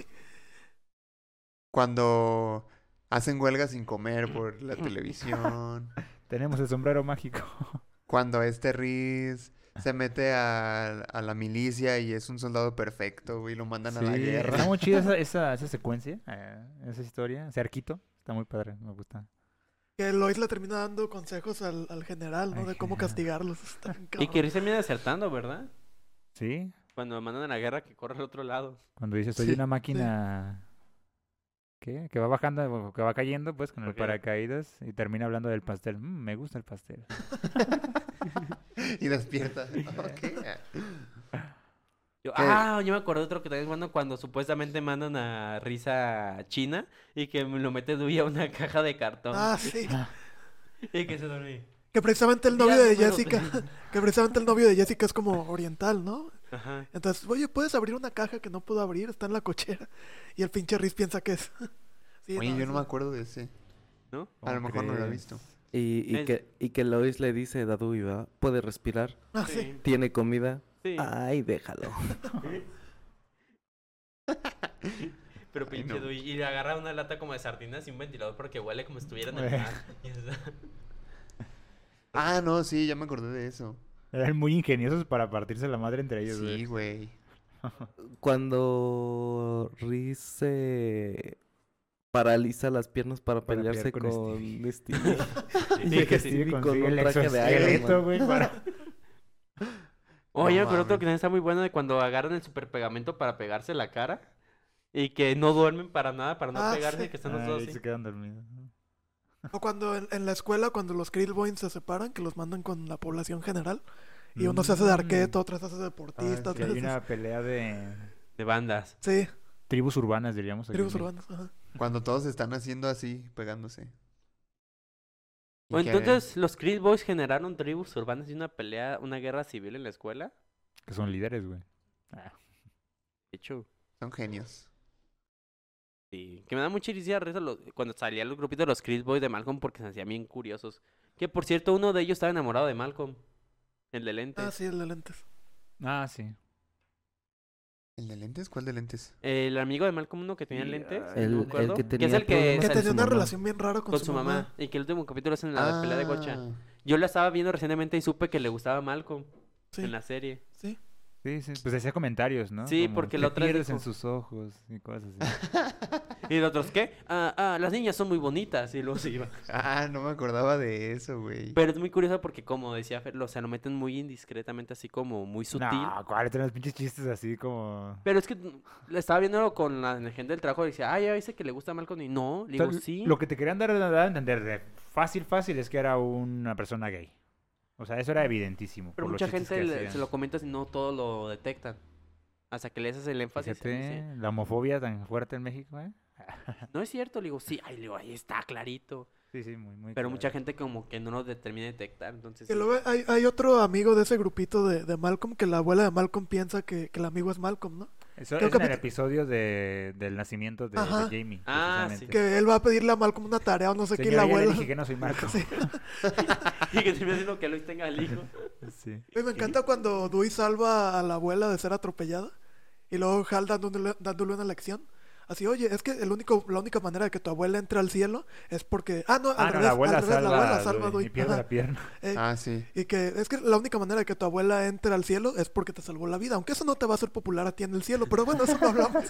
S2: Cuando hacen huelga sin comer por la televisión.
S4: Tenemos el sombrero mágico.
S2: Cuando este Riz se mete a, a la milicia y es un soldado perfecto, güey, y lo mandan a la
S4: Sí,
S2: guerra.
S4: está muy chida esa, esa, esa secuencia, eh, esa historia, ese arquito. Está muy padre, me gusta.
S6: Que Lois le termina dando consejos al, al general, ¿no?
S4: Al
S6: De cómo
S4: general.
S6: castigarlos. Está bien
S3: Y
S6: cabrón.
S3: que Riz termina desertando, ¿verdad?
S4: Sí,
S3: Cuando lo mandan a la guerra que corre al otro lado.
S4: cuando dice soy
S2: Sí,
S4: una máquina... ¿Qué? Que va bajando, que va cayendo, pues, con el
S3: Porque-
S4: paracaídas y termina hablando del pastel. Mm, me gusta el pastel.
S2: Y despierta. Ok.
S3: Yo,
S2: ¿Qué?
S3: ah, yo me acuerdo de otro que también cuando, cuando supuestamente mandan a Riz a China y que lo mete Dewey a una caja de cartón.
S6: Ah, sí.
S3: Y que se duerme.
S6: Que precisamente el
S3: Día
S6: novio de
S3: número
S6: Jessica,
S3: tres.
S6: que precisamente el novio de Jessica es como oriental, ¿no?
S3: Ajá.
S6: Entonces, oye, ¿puedes abrir una caja que no puedo abrir? Está en la cochera. Y el pinche Riz piensa que es. Sí,
S2: Oye, yo no
S6: eso-
S2: me acuerdo de ese.
S3: ¿No?
S2: A lo
S4: ¿Cómo
S2: mejor no lo he
S4: crees?
S2: visto.
S5: Y, y,
S3: Es-
S5: que, y que Lois le dice a Dewey, ¿verdad? Puede respirar,
S6: Ah, sí.
S5: tiene comida.
S3: Sí.
S5: Ay, déjalo.
S3: Pero
S2: Ay,
S3: pinche
S2: no.
S3: Dewey. Y le agarra una lata como de sardinas y un ventilador porque huele como si estuviera en el
S4: Güey.
S3: mar. Y está-
S2: Ah, no, sí, ya me acordé de eso.
S4: Eran muy ingeniosos para partirse la madre entre ellos,
S2: Sí,
S4: güey.
S2: güey.
S5: Cuando Riz se paraliza las piernas para
S4: Para
S5: pelearse
S4: pelear
S5: con,
S4: con
S5: Stevie.
S4: Y
S5: Llega
S4: que
S5: Stevie
S4: Stevie
S5: con
S4: consigue
S5: un
S4: el
S5: traje de Iron
S4: exoesqueleto,
S5: Man.
S4: güey, para...
S3: Oye,
S2: No
S3: pero otro
S2: mames.
S3: que también está muy bueno de cuando agarran el super pegamento para pegarse la cara y que no duermen para nada, para no
S6: Ah,
S3: pegarse,
S6: sí.
S3: que están los
S4: Ah,
S3: dos
S4: y
S3: así.
S4: se quedan dormidos.
S6: O cuando en, en la escuela, cuando los Krillboins se separan, que los mandan con la población general. Y uno se hace de arqueto, otro se hace de deportista.
S4: Ah, sí,
S6: otro
S4: hay
S6: se-
S4: una pelea de
S3: De bandas.
S6: Sí,
S4: tribus urbanas, diríamos. aquí
S6: tribus
S4: en
S6: urbanas. Ajá.
S2: Cuando todos están haciendo así, pegándose. Y
S3: O
S2: que-
S3: entonces los Creed Boys generaron tribus urbanas y una pelea, una guerra civil en la escuela.
S4: México. Que son líderes, güey. Ah,
S3: De hecho,
S2: Son genios.
S3: sí. Que me da mucha risa risa lo- cuando salían los grupitos de los Creed Boys de Malcolm porque se hacían bien curiosos. Que por cierto, uno de ellos estaba enamorado de Malcolm. El de lentes.
S6: Ah, sí, el de lentes.
S4: Ah, sí.
S2: ¿El de lentes? ¿Cuál de lentes?
S3: El amigo de Malcolm, uno que tenía
S4: Y,
S3: lentes.
S4: ah,
S3: no
S5: El-
S3: me
S5: el
S3: acuerdo,
S5: que
S3: es
S5: tenía
S3: el que
S5: problemas
S6: Que
S5: con
S3: sale
S6: tenía
S5: su
S6: una
S5: mamá.
S6: relación bien rara con,
S3: con su mamá.
S6: mamá.
S3: Y que el último capítulo es en la pelea de Gocha.
S2: Ah,
S3: Yo la estaba viendo recientemente y supe que le gustaba Malcolm
S6: Sí,
S3: en la serie.
S6: sí.
S4: Sí, sí. Pues hacía comentarios, ¿no?
S3: Sí,
S4: Como,
S3: porque
S4: "Te
S3: la otra
S4: pierdes en
S3: dijo-
S4: sus ojos y cosas así.
S3: Y los otros, ¿qué? Ah, ah, las niñas son muy bonitas. Y luego se iba.
S2: Ah, no me acordaba de eso, güey.
S3: Pero es muy curioso porque, como decía Fer, o sea, lo meten muy indiscretamente, así como muy sutil.
S4: No, ¿cuáles eran los pinches chistes así como...
S3: Pero es que mm, le estaba viendo con la, la gente del trabajo y decía, ah, ya dice que le gusta Malcolm. Y no, le
S4: O sea,
S3: digo, sí.
S4: Lo que te querían dar, dar a entender de fácil, fácil es que era una persona gay. O sea, eso era evidentísimo.
S3: Pero
S4: por los
S3: mucha
S4: chistes
S3: gente
S4: que
S3: le-
S4: hacían.
S3: se lo comenta y no todo lo detectan. Hasta que le haces el énfasis.
S4: Fíjate,
S3: dice,
S4: la homofobia tan fuerte en México, ¿eh?
S3: no es cierto, le digo, sí, ay, le digo, ahí está clarito.
S4: Sí, sí, muy, muy
S3: Pero mucha
S4: claro.
S3: gente como que no lo termina de detectar, entonces...
S6: Y
S3: sí.
S6: luego hay, hay otro amigo de ese grupito de, de Malcolm que la abuela de Malcolm piensa que, que el amigo es Malcolm, ¿no?
S4: Eso
S6: creo
S4: es en el
S6: que-
S4: episodio de, del nacimiento de, de
S6: Ajá.
S4: Jamie.
S3: Ah,
S4: precisamente.
S6: Que él va a pedirle a Malcolm una tarea o no sé qué, y
S4: Señora,
S6: la
S4: ya le
S6: abuela...
S4: dije que no soy Marco.
S6: Sí.
S3: Y que termina diciendo que Luis tenga al hijo.
S4: Sí.
S6: Oye, me encanta cuando Dewey salva a la abuela de ser atropellada y luego Hal dándole, dándole una lección. Así, oye, es que el único, la única manera de que tu abuela entre al cielo es porque... Ah, no, al
S4: Ah, no,
S6: revés,
S4: la abuela
S6: al revés,
S4: salva,
S6: la abuela
S4: a
S6: salva a
S4: Dewey
S6: Dewey.
S4: y pierde
S6: Ajá.
S4: la pierna.
S6: Eh,
S2: Ah, sí.
S6: Y que es que la única manera de que tu abuela entre al cielo es porque te salvó la vida. Aunque eso no te va a hacer popular a ti en el cielo. Pero bueno, eso no hablamos.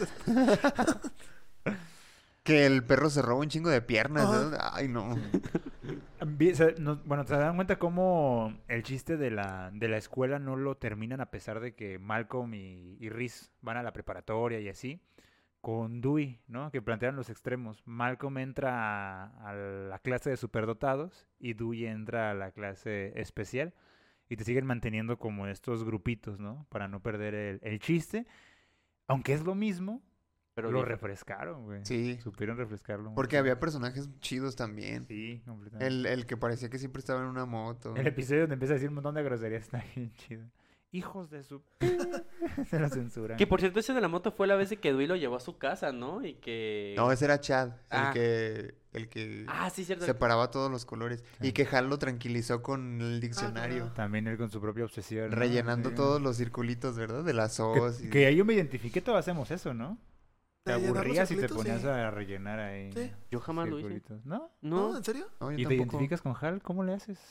S2: Que el perro se roba un chingo de piernas.
S6: Ajá.
S2: ¿no? Ay, no.
S4: Vi- se- nos- bueno, se dan cuenta cómo el chiste de la, de la escuela no lo terminan a pesar de que Malcolm y, y Reese van a la preparatoria y así. Con Dewey, ¿no? Que plantean los extremos. Malcolm entra a, a la clase de superdotados y Dewey entra a la clase especial. Y te siguen manteniendo como estos grupitos, ¿no? Para no perder el, el chiste. Aunque es lo mismo,
S3: Pero
S4: lo
S3: dije,
S4: refrescaron, güey.
S2: Sí.
S4: Supieron refrescarlo.
S2: Porque
S4: mucho.
S2: había personajes chidos también.
S4: Sí, completamente.
S2: El, el que parecía que siempre estaba en una moto.
S4: El episodio donde empieza a decir un montón de groserías está bien chido. Hijos de su... Se lo censuran.
S3: que por cierto, ese de la moto fue la vez de que Dewey lo llevó a su casa, ¿no? Y que...
S2: No, ese era Chad.
S3: Ah.
S2: El que, el que
S3: Ah, sí, cierto.
S2: separaba todos los colores.
S4: Sí.
S2: Y que Hal lo tranquilizó con el diccionario.
S6: Ah,
S4: También él con su propia obsesión. ¿no?
S2: Rellenando
S4: Sí.
S2: todos los circulitos, ¿verdad? De las
S4: Que,
S2: O's. y-
S4: que ahí yo me identifiqué, todos hacemos eso, ¿no? Te
S6: ¿De llenar los
S4: aburrías y te
S6: circulitos?
S4: ponías
S6: Sí.
S4: a rellenar ahí.
S6: Sí.
S3: Yo jamás lo hice.
S4: circulitos. ¿No?
S6: ¿No?
S3: No,
S6: ¿En serio?
S2: No, yo
S4: ¿Y te
S2: tampoco.
S4: identificas con Hal? ¿Cómo le haces?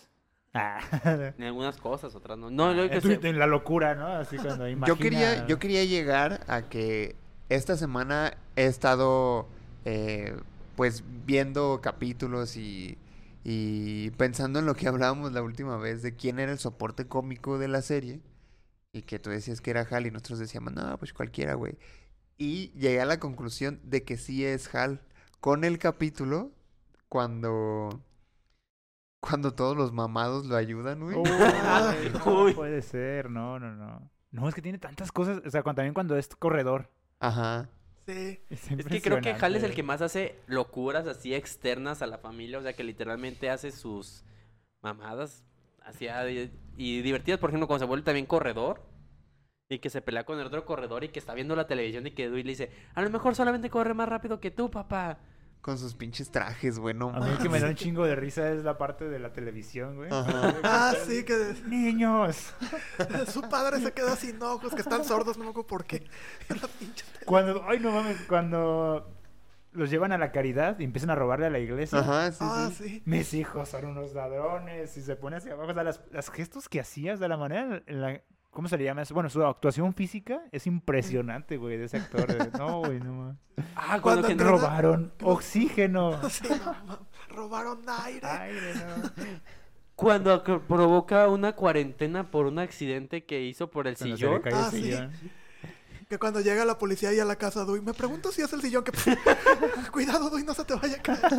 S4: Ah.
S3: En algunas cosas, otras no. No, yo que
S4: En,
S3: sé.
S4: tu- en la locura, ¿no? Así cuando imagina...
S2: Yo quería, yo quería llegar a que esta semana he estado eh, pues viendo capítulos y, y pensando en lo que hablábamos la última vez de quién era el soporte cómico de la serie y que tú decías que era Hal y nosotros decíamos, no, pues cualquiera, güey. Y llegué a la conclusión de que sí es Hal con el capítulo cuando, cuando todos los mamados lo ayudan, güey.
S4: Uy,
S6: Ay,
S4: no
S3: Uy.
S4: puede ser, no, no, no. No, es que tiene tantas cosas, o sea, cuando, también cuando es corredor.
S2: Ajá.
S6: Sí.
S4: Es,
S3: Es que creo que Hal es el
S4: impresionante.
S3: que más hace locuras así externas a la familia, o sea, que literalmente hace sus mamadas así ah, y, y divertidas, por ejemplo, cuando se vuelve también corredor y que se pelea con el otro corredor y que está viendo la televisión y que Dewey le dice, a lo mejor solamente corre más rápido que tú, papá.
S2: Con sus pinches trajes, güey, no
S4: A mí el que me da un
S2: mames.
S4: chingo de risa es la parte de la televisión, güey.
S2: Ajá.
S6: Ah, sí, que
S4: Niños.
S6: su padre se queda sin ojos, que están sordos, no me acuerdo por qué. La pinche tele.
S4: Cuando, ay, no mames, cuando los llevan a la caridad y empiezan a robarle a la iglesia.
S2: Ajá, sí,
S6: Ah,
S2: sí.
S6: sí.
S4: Mis hijos son unos ladrones y se pone hacia abajo. O sea, las, las gestos que hacías, de la manera en la... ¿Cómo se le llama eso? Bueno, su actuación física es impresionante, güey, de ese actor. de- No, güey, no mames.
S3: Ah,
S6: Cuando
S3: cuando que
S6: entra-
S4: Robaron oxígeno.
S6: Sí, no, ma- robaron aire.
S4: Aire, no.
S3: cuando que provoca una cuarentena por un accidente que hizo por el
S4: Cuando se le
S3: sillón.
S4: cae el
S6: Ah, sí.
S4: sillón.
S6: Que cuando llega la policía y a la casa de Dewey, me pregunto si es el sillón que... Cuidado, Dewey, no se te vaya a caer.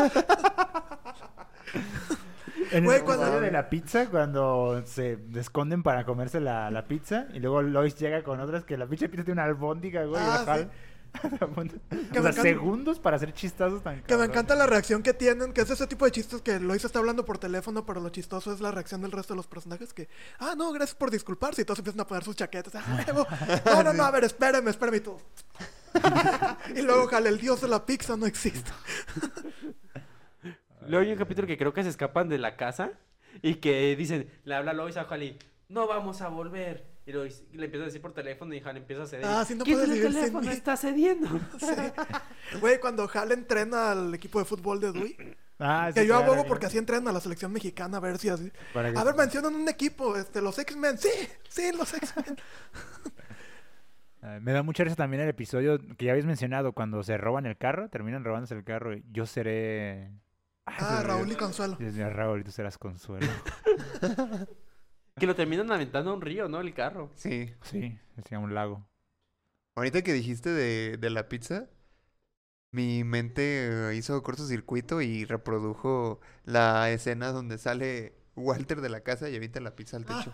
S4: En
S6: Güey,
S4: el
S6: cuando-
S4: episodio de la pizza, cuando se esconden para comerse la, la pizza y luego Lois llega con otras que la pinche pizza tiene una albóndiga, güey.
S6: Ah,
S4: y la Hal-
S6: Que
S4: o
S6: me
S4: sea,
S6: encanta-
S4: segundos para hacer chistazos tan
S6: Que me
S4: cabrones.
S6: encanta la reacción que tienen, que es ese tipo de chistes que Lois está hablando por teléfono, pero lo chistoso es la reacción del resto de los personajes que, ah, no, gracias por disculparse, y todos empiezan a poner sus chaquetas. "Ah, huevo. No, no, no, a ver, espérame, espérame y tú. Y luego, jale, el dios de la pizza no existe.
S3: Luego hay un capítulo que creo que se escapan de la casa y que dicen, le habla Lois a Hal y, no vamos a volver. Y Lois le empieza a decir por teléfono y Hal empieza a ceder.
S6: Ah, sí, no
S3: ¿Quién
S6: puedes
S3: en el
S6: vivir sin
S3: teléfono
S6: mí?"
S3: está cediendo?
S6: Sí. Güey, cuando Hal entrena al equipo de fútbol de Dewey,
S4: Ah,
S6: que
S4: sí,
S6: yo
S4: claro,
S6: abogo
S4: ya.
S6: porque así entrenan a la selección mexicana, a ver si así.
S4: Para que-
S6: A ver, mencionan un equipo, este, los X-Men, sí, sí, los X-Men.
S4: Ah, me da mucha risa también el episodio que ya habéis mencionado, cuando se roban el carro, terminan robándose el carro. y Yo seré...
S6: Ah, Raúl y Consuelo.
S4: Dios mío, Raúl, y tú serás Consuelo.
S3: Que lo terminan aventando a un río, ¿no? El carro.
S2: Sí.
S4: Sí, decía un lago.
S2: Ahorita que dijiste de, de la pizza, mi mente eh, hizo cortocircuito y reprodujo la escena donde sale Walter de la casa y avienta la pizza al techo.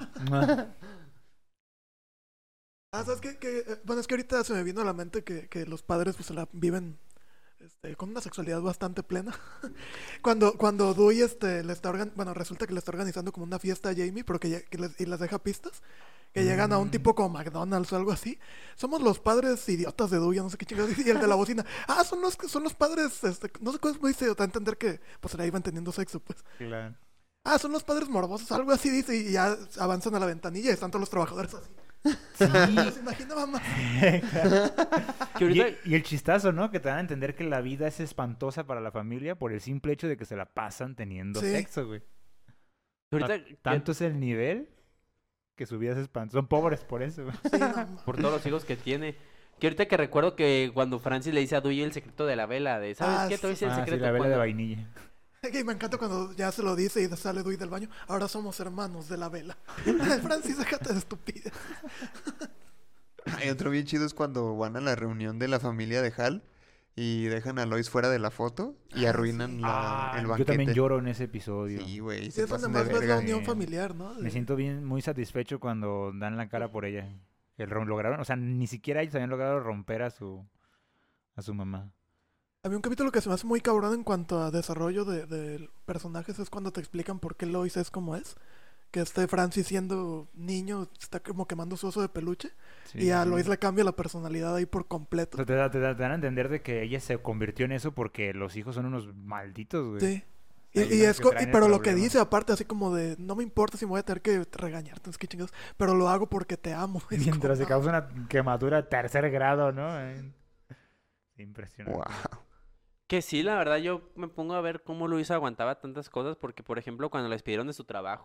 S6: Ah, ¿sabes qué? Que, eh, bueno, es que ahorita se me vino a la mente que, que los padres pues se la viven este, con una sexualidad bastante plena. cuando cuando Dewey este, le está organ bueno, resulta que le está organizando como una fiesta a Jamie, pero que, ya- que les, y les deja pistas. Que llegan a un
S4: Mm.
S6: tipo como McDonald's o algo así. Somos los padres idiotas de Dewey, no sé qué chingados. Y el de la bocina. Ah, son los, son los padres, este, no sé cómo dice, da a entender que pues se la iban teniendo sexo, pues.
S4: Claro.
S6: Ah, son los padres morbosos, algo así dice. Y ya avanzan a la ventanilla y están todos los trabajadores así.
S4: Sí.
S6: Se imagina, mamá.
S3: Que ahorita...
S4: Y, y el chistazo, ¿no? Que te dan a entender que la vida es espantosa para la familia por el simple hecho de que se la pasan teniendo
S6: Sí.
S4: sexo, güey.
S3: ahorita
S4: Ta- Tanto es el nivel que su vida es espantosa. Son pobres por eso, güey.
S6: Sí, no, ma-
S3: por todos los hijos que tiene. Que ahorita que recuerdo que cuando Francis le dice a Dewey el secreto de la vela, de ¿sabes
S6: Ah,
S3: qué? Te voy a decir el
S4: Ah, sí,
S3: secreto.
S4: la vela de
S3: Cuando-
S4: vainilla.
S6: Y me encanta cuando ya se lo dice y sale Dewey del baño. Ahora somos hermanos de la vela. Francis, déjate de estupidez.
S2: Hay otro bien chido es cuando van a la reunión de la familia de Hal y dejan a Lois fuera de la foto y
S6: Ah,
S2: arruinan
S6: sí.
S2: la,
S4: Ah,
S2: el
S4: yo
S2: banquete.
S4: también lloro en ese episodio.
S2: Sí, güey,
S6: Sí,
S2: se
S6: es donde
S2: pasan de
S6: más ves la
S2: verga.
S6: unión
S4: eh.
S6: familiar, ¿no? De-
S4: Me siento bien, muy satisfecho cuando dan la cara por ella. El rom- lograron, o sea, ni siquiera ellos habían logrado romper a su a su mamá.
S6: Había un capítulo que se me hace muy cabrón en cuanto a desarrollo de, de personajes. Es cuando te explican por qué Lois es como es. Que este Francis siendo niño está como quemando su oso de peluche.
S4: Sí,
S6: y a
S4: sí.
S6: Lois le cambia la personalidad ahí por
S4: O
S6: completo.
S4: sea, te, da- te da- te dan a entender de que ella se convirtió en eso porque los hijos son unos malditos, güey.
S6: Sí. Y,
S4: Ahí
S6: y
S4: los
S6: es
S4: que
S6: co-
S4: traen
S6: y-
S4: el
S6: pero lo que
S4: problema.
S6: dice aparte así como de no me importa si me voy a tener que regañarte, entonces qué chingados, pero lo hago porque te amo. Es
S4: Mientras se
S6: como,
S4: causa una quemadura a tercer grado, ¿no? Eh, Impresionante.
S2: Wow.
S3: Que sí, la verdad, yo me pongo a ver cómo Luis aguantaba tantas cosas, porque, por ejemplo, cuando le despidieron de su trabajo,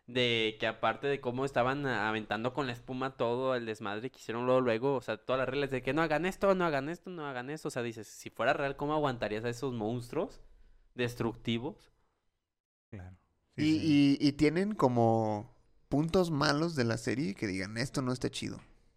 S3: de que aparte de cómo estaban aventando con la espuma todo el desmadre que hicieron luego, luego, o sea, todas las reglas de que no hagan esto, no hagan esto, no hagan esto, o sea, dices, si fuera real, ¿cómo aguantarías a esos monstruos destructivos?
S4: Claro.
S2: Y,
S4: Sí, sí.
S2: y, y tienen como puntos malos de la serie que digan, esto no está chido.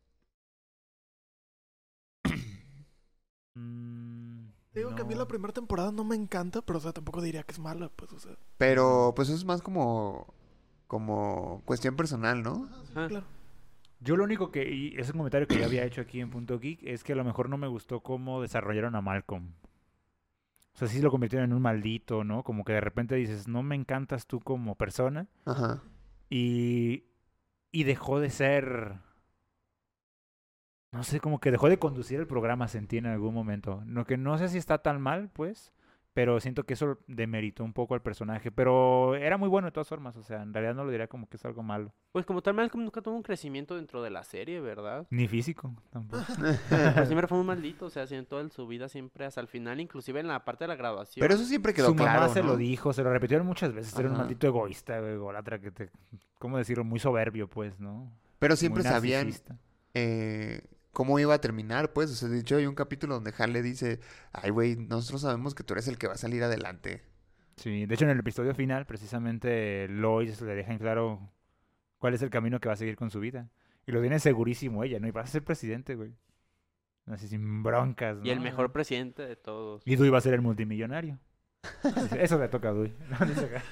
S4: Mm,
S6: Digo que a mí
S4: no.
S6: la primera temporada no me encanta, pero o sea, tampoco diría que es mala, pues, o sea.
S2: Pero pues eso es más como, como cuestión personal, ¿no?
S6: Ajá, sí,
S3: Ajá.
S6: claro.
S4: Yo lo único que, y es un comentario que ya había hecho aquí en Punto Geek, es que a lo mejor no me gustó cómo desarrollaron a Malcolm. O sea, sí lo convirtieron en un maldito, ¿no? Como que de repente dices, no me encantas tú como persona.
S2: Ajá.
S4: Y, y dejó de ser, no sé, como que dejó de conducir el programa, sentí en algún momento. No, que no sé si está tan mal, pues, pero siento que eso demeritó un poco al personaje. Pero era muy bueno de todas formas, o sea, en realidad no lo diría como que es algo malo.
S3: Pues como tal, Malcolm nunca tuvo un crecimiento dentro de la serie, ¿verdad?
S4: Ni físico, tampoco.
S3: Pues siempre fue un maldito, o sea, en toda su vida siempre hasta el final, inclusive en la parte de la graduación.
S2: Pero eso siempre quedó
S4: Su mamá
S2: claro,
S4: se
S2: ¿no?
S4: lo dijo, se lo repitieron muchas veces. Era un
S2: Ajá.
S4: maldito egoísta, ególatra, que te, ¿cómo decirlo? Muy soberbio, pues, ¿no?
S2: Pero
S4: Muy
S2: siempre sabían
S4: narcisista.
S2: eh, cómo iba a terminar, pues. O sea, de hecho hay un capítulo donde Hal le dice, ay, güey, nosotros sabemos que tú eres el que va a salir adelante.
S4: Sí, de hecho en el episodio final, precisamente Lois le deja en claro cuál es el camino que va a seguir con su vida. Y lo tiene segurísimo ella, ¿no? Y vas a ser presidente, güey. Así sin broncas, ¿no?
S3: Y el mejor presidente de todos.
S4: Y Dewey va a ser el multimillonario. Dice, eso le toca a Dewey. No, dice acá.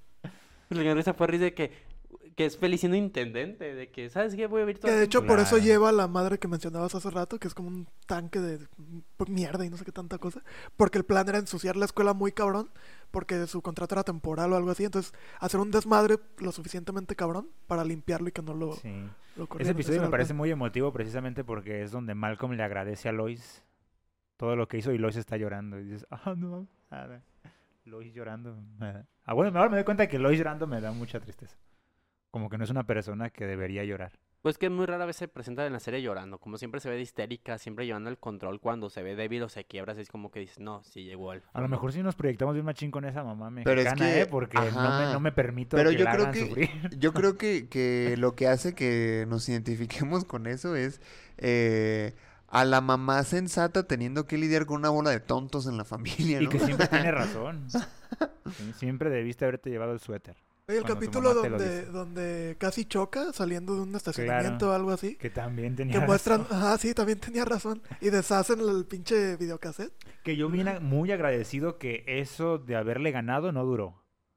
S3: La risa fue risa de que, que es feliz siendo intendente, de que, ¿sabes qué? Voy a vivir todo
S6: Que de
S3: el
S6: hecho por eso
S4: Claro.
S6: lleva a la madre que mencionabas hace rato, que es como un tanque de p- mierda y no sé qué tanta cosa. Porque el plan era ensuciar la escuela muy cabrón, porque su contrato era temporal o algo así. Entonces, hacer un desmadre lo suficientemente cabrón para limpiarlo y que no lo,
S4: Sí.
S6: lo
S4: Ese
S6: corrieran.
S4: episodio
S6: era
S4: me
S6: el
S4: parece
S6: plan.
S4: muy emotivo precisamente porque es donde Malcolm le agradece a Lois todo lo que hizo y Lois está llorando. Y dices, ah, no, nada. Lois llorando. Nada. Ah, bueno, ahora me doy cuenta que Lois llorando me da mucha tristeza. Como que no es una persona que debería llorar.
S3: Pues que muy rara vez se presenta en la serie llorando, como siempre se ve de histérica, siempre llevando el control cuando se ve débil o se quiebra, así es como que dices, no, sí llegó al
S4: A lo
S3: fondo".
S4: mejor si nos proyectamos bien machín con esa mamá
S2: Pero es
S4: mexicana,
S2: que,
S4: ¿eh? Porque no me,
S2: ajá.
S4: no me permito
S2: Pero
S4: que
S2: yo
S4: la
S2: creo
S4: hagan
S2: que,
S4: sufrir.
S2: yo creo que, que lo que hace que nos identifiquemos con eso es eh, a la mamá sensata teniendo que lidiar con una bola de tontos en la familia,
S4: Y
S2: ¿no?
S4: que siempre tiene razón. Sí, siempre debiste haberte llevado el suéter.
S6: Oye, el
S4: Cuando su
S6: capítulo
S4: mamá te lo
S6: donde,
S4: dice.
S6: donde casi choca saliendo de un estacionamiento
S4: Claro.
S6: o algo así.
S4: Que también tenía
S6: Que muestran,
S4: razón.
S6: ajá, sí, también tenía razón. Y deshacen el pinche videocassette.
S4: Que yo vine muy agradecido que eso de haberle ganado no duró.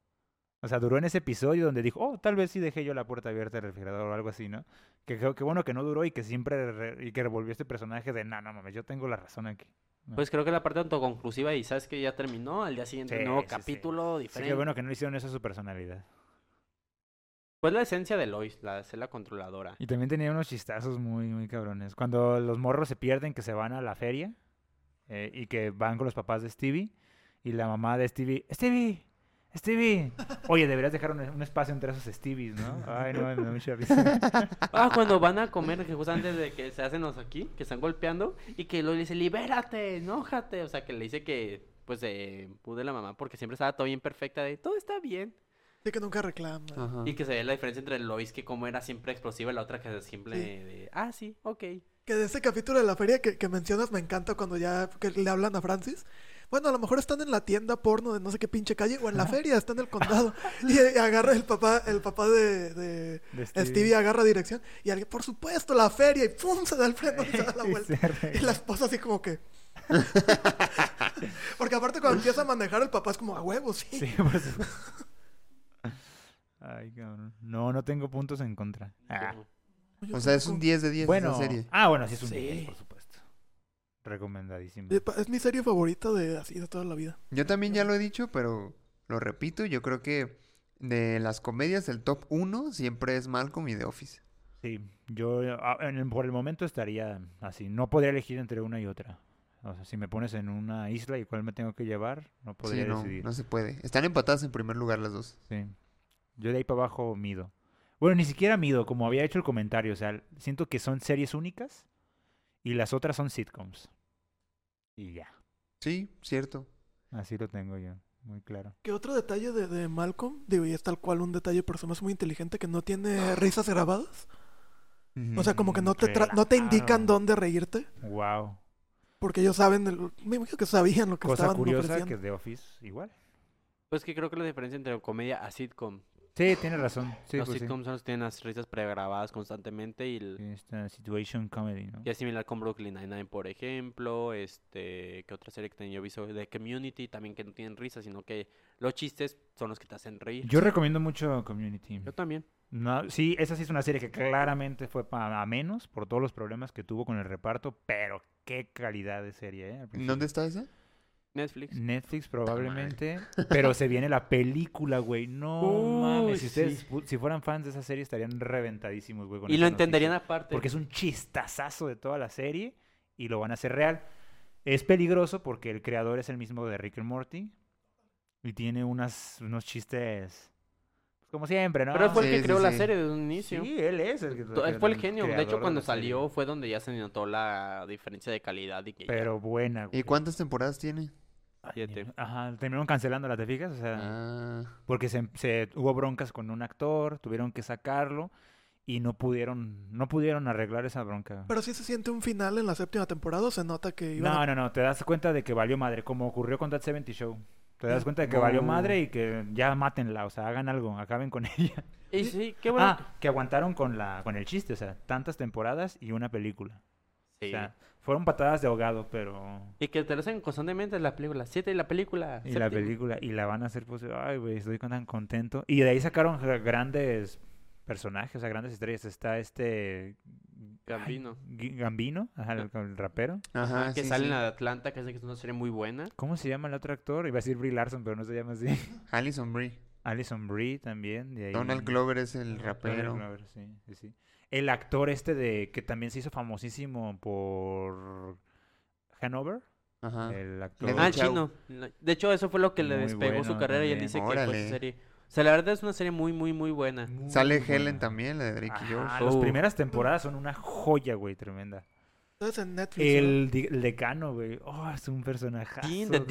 S4: O sea, duró en ese episodio donde dijo, oh, tal vez sí dejé yo la puerta abierta del refrigerador o algo así, ¿no? Que que- que bueno que no duró y que siempre re- y que revolvió este personaje de, no, no mames, yo tengo la razón aquí. No.
S3: Pues creo que la parte autoconclusiva y sabes que ya terminó, al día siguiente
S4: Sí,
S3: nuevo
S4: sí, sí.
S3: capítulo
S4: Sí,
S3: diferente.
S4: que bueno que no le hicieron eso a su personalidad.
S3: Pues la esencia de Lois, la de ser la controladora.
S4: Y también tenía unos chistazos muy, muy cabrones. Cuando los morros se pierden, que se van a la feria eh, y que van con los papás de Stevie y la mamá de Stevie, Stevie, Stevie. Oye, deberías dejar un, un espacio entre esos Stevies, ¿no? Ay, no, me da mucha risa.
S3: Ah, cuando van a comer, que justo antes de que se hacen los aquí, que están golpeando, y que Lois le dice, libérate, enójate. O sea, que le dice que, pues, se pude la mamá porque siempre estaba todo bien perfecta, de todo está bien.
S6: Sí, que nunca reclama.
S2: Ajá.
S3: Y que se ve la diferencia entre Lois, que como era siempre explosiva, y la otra que siempre
S6: Sí.
S3: de, ah, sí, ok.
S6: Que de ese capítulo de la feria que, que mencionas me encanta cuando ya que le hablan a Francis. Bueno, a lo mejor están en la tienda porno de no sé qué pinche calle o en la feria, está en el condado. Y, y agarra el papá, el papá de, de
S4: De
S6: Stevie. agarra dirección y alguien, por supuesto, la feria y pum, se da el freno y se da la
S4: Y
S6: vuelta.
S4: se arregla.
S6: Y la esposa así como que... Porque aparte cuando empieza a manejar el papá es como a huevo, sí.
S4: Sí, por supuesto. Ay, cabrón. No, no tengo puntos en contra. Ah.
S6: Yo
S2: O sea, es
S6: tampoco.
S2: un diez de diez
S4: Bueno,
S2: esa serie.
S4: ah, bueno, sí es un
S3: Sí.
S4: diez, por supuesto. Recomendadísimo.
S6: Eh, pa- Es mi serie favorita de así de toda la vida.
S2: Yo también ya lo he dicho, pero lo repito, yo creo que de las comedias el top uno siempre es Malcolm y The Office.
S4: Sí, yo ah, en el- por el momento estaría así. No podría elegir entre una y otra. O sea, si me pones en una isla y cuál me tengo que llevar, no podría
S2: Sí, no,
S4: decidir.
S2: no se puede. Están empatadas en primer lugar las dos.
S4: Sí. Yo de ahí para abajo mido. Bueno, ni siquiera mido, como había hecho el comentario. O sea, siento que son series únicas y las otras son sitcoms. Y ya,
S2: Sí, cierto.
S4: así lo tengo yo. muy claro.
S6: ¿Qué otro detalle de, de Malcolm? Digo, y es tal cual un detalle, pero se me hace muy inteligente que no tiene risas grabadas. O sea, como que no te, tra- no te indican dónde reírte.
S4: Wow.
S6: Porque ellos saben, el- me imagino que sabían lo que
S4: Cosa
S6: estaban
S4: curiosa
S6: ofreciendo.
S4: que The Office igual.
S3: Pues que creo que la diferencia entre comedia a sitcom.
S4: Sí, tienes razón. Sí,
S3: Los
S4: pues sí.
S3: sitcoms son los que tienen las risas pregrabadas constantemente y el-
S4: Sí, esta situation comedy, ¿no?
S3: y es similar con Brooklyn Nine-Nine, por ejemplo. Este, que otra serie que tenía yo visto de Community, también que no tienen risas, sino que los chistes son los que te hacen reír.
S4: Yo recomiendo mucho Community.
S3: Yo también.
S4: No, sí, esa sí es una serie que claramente fue para menos por todos los problemas que tuvo con el reparto, pero qué calidad de serie, ¿eh? Al principio.
S2: ¿Dónde está esa?
S3: Netflix.
S4: Netflix probablemente, pero se viene la película, güey. No
S3: Uy,
S4: mames, si ustedes
S3: sí.
S4: pu- si fueran fans de esa serie estarían reventadísimos, güey, con
S3: Y lo
S4: esa
S3: entenderían
S4: noticia.
S3: aparte.
S4: Porque es un chistazazo de toda la serie y lo van a hacer real. Es peligroso porque el creador es el mismo de Rick and Morty y tiene unas, unos chistes, pues, como siempre, ¿no?
S3: Pero él fue el
S2: Sí,
S3: que
S2: sí,
S3: creó la
S2: sí.
S3: serie desde un inicio.
S4: Sí, él es el que...
S3: To- Él fue el genio. De
S4: creador
S3: hecho, cuando
S4: la serie.
S3: salió fue donde ya se notó la diferencia de calidad y que ya-
S4: Pero buena, güey.
S2: ¿Y cuántas temporadas tiene?
S4: Ay,
S3: Siete.
S4: ni- Ajá, terminaron cancelándola, ¿te fijas? O sea,
S2: Ah,
S4: porque se, se hubo broncas con un actor, tuvieron que sacarlo y no pudieron no pudieron arreglar esa bronca.
S6: Pero sí se siente un final en la séptima temporada, o se nota que iban
S4: No,
S6: a...
S4: no, no, te das cuenta de que valió madre, como ocurrió con That setenta Show. Te das
S6: Sí.
S4: cuenta de que valió
S2: No.
S4: madre y que ya mátenla, o sea, hagan algo, acaben con ella.
S3: Y sí, qué bueno.
S4: Ah, que aguantaron con la con el chiste, o sea, tantas temporadas y una película.
S3: Sí.
S4: O sea, fueron patadas de ahogado, pero
S3: Y que te lo hacen constantemente la película. Siete y la película.
S4: y la
S3: séptima.
S4: película y la van a hacer pues, ay, güey, estoy tan contento. Y de ahí sacaron gra- grandes personajes, o sea, grandes estrellas. Está este
S3: Gambino.
S4: ay, G- Gambino, ajá, el, el rapero.
S2: ajá,
S3: que
S2: sí,
S3: sale
S2: sí.
S3: en la de Atlanta, que es una serie muy buena.
S4: ¿Cómo se llama el otro actor? Iba a decir Brie Larson, pero no se llama así.
S2: Alison Brie.
S4: Alison Brie también, de ahí.
S2: Donald Glover es el
S4: Donald
S2: rapero.
S4: Glover, sí, sí, sí. El actor este de que también se hizo famosísimo por Hanover,
S2: Ajá.
S4: el actor.
S2: Levi
S3: Ah, el
S2: Chao.
S3: chino. De hecho, eso fue lo que le
S4: Muy
S3: despegó su
S4: bueno
S3: carrera y él
S4: también.
S3: dice que fue
S2: Órale.
S3: esa serie. O sea, la verdad es una serie muy, muy, muy buena.
S4: Muy
S2: Sale
S4: buena.
S2: Helen también, la de Drake y
S4: Ajá,
S2: Josh.
S4: las
S3: Uh.
S4: primeras temporadas son una joya, güey, tremenda.
S6: Entonces en Netflix. ¿no?
S4: El, di- el decano, güey. Oh, es un personaje.
S3: Dean, the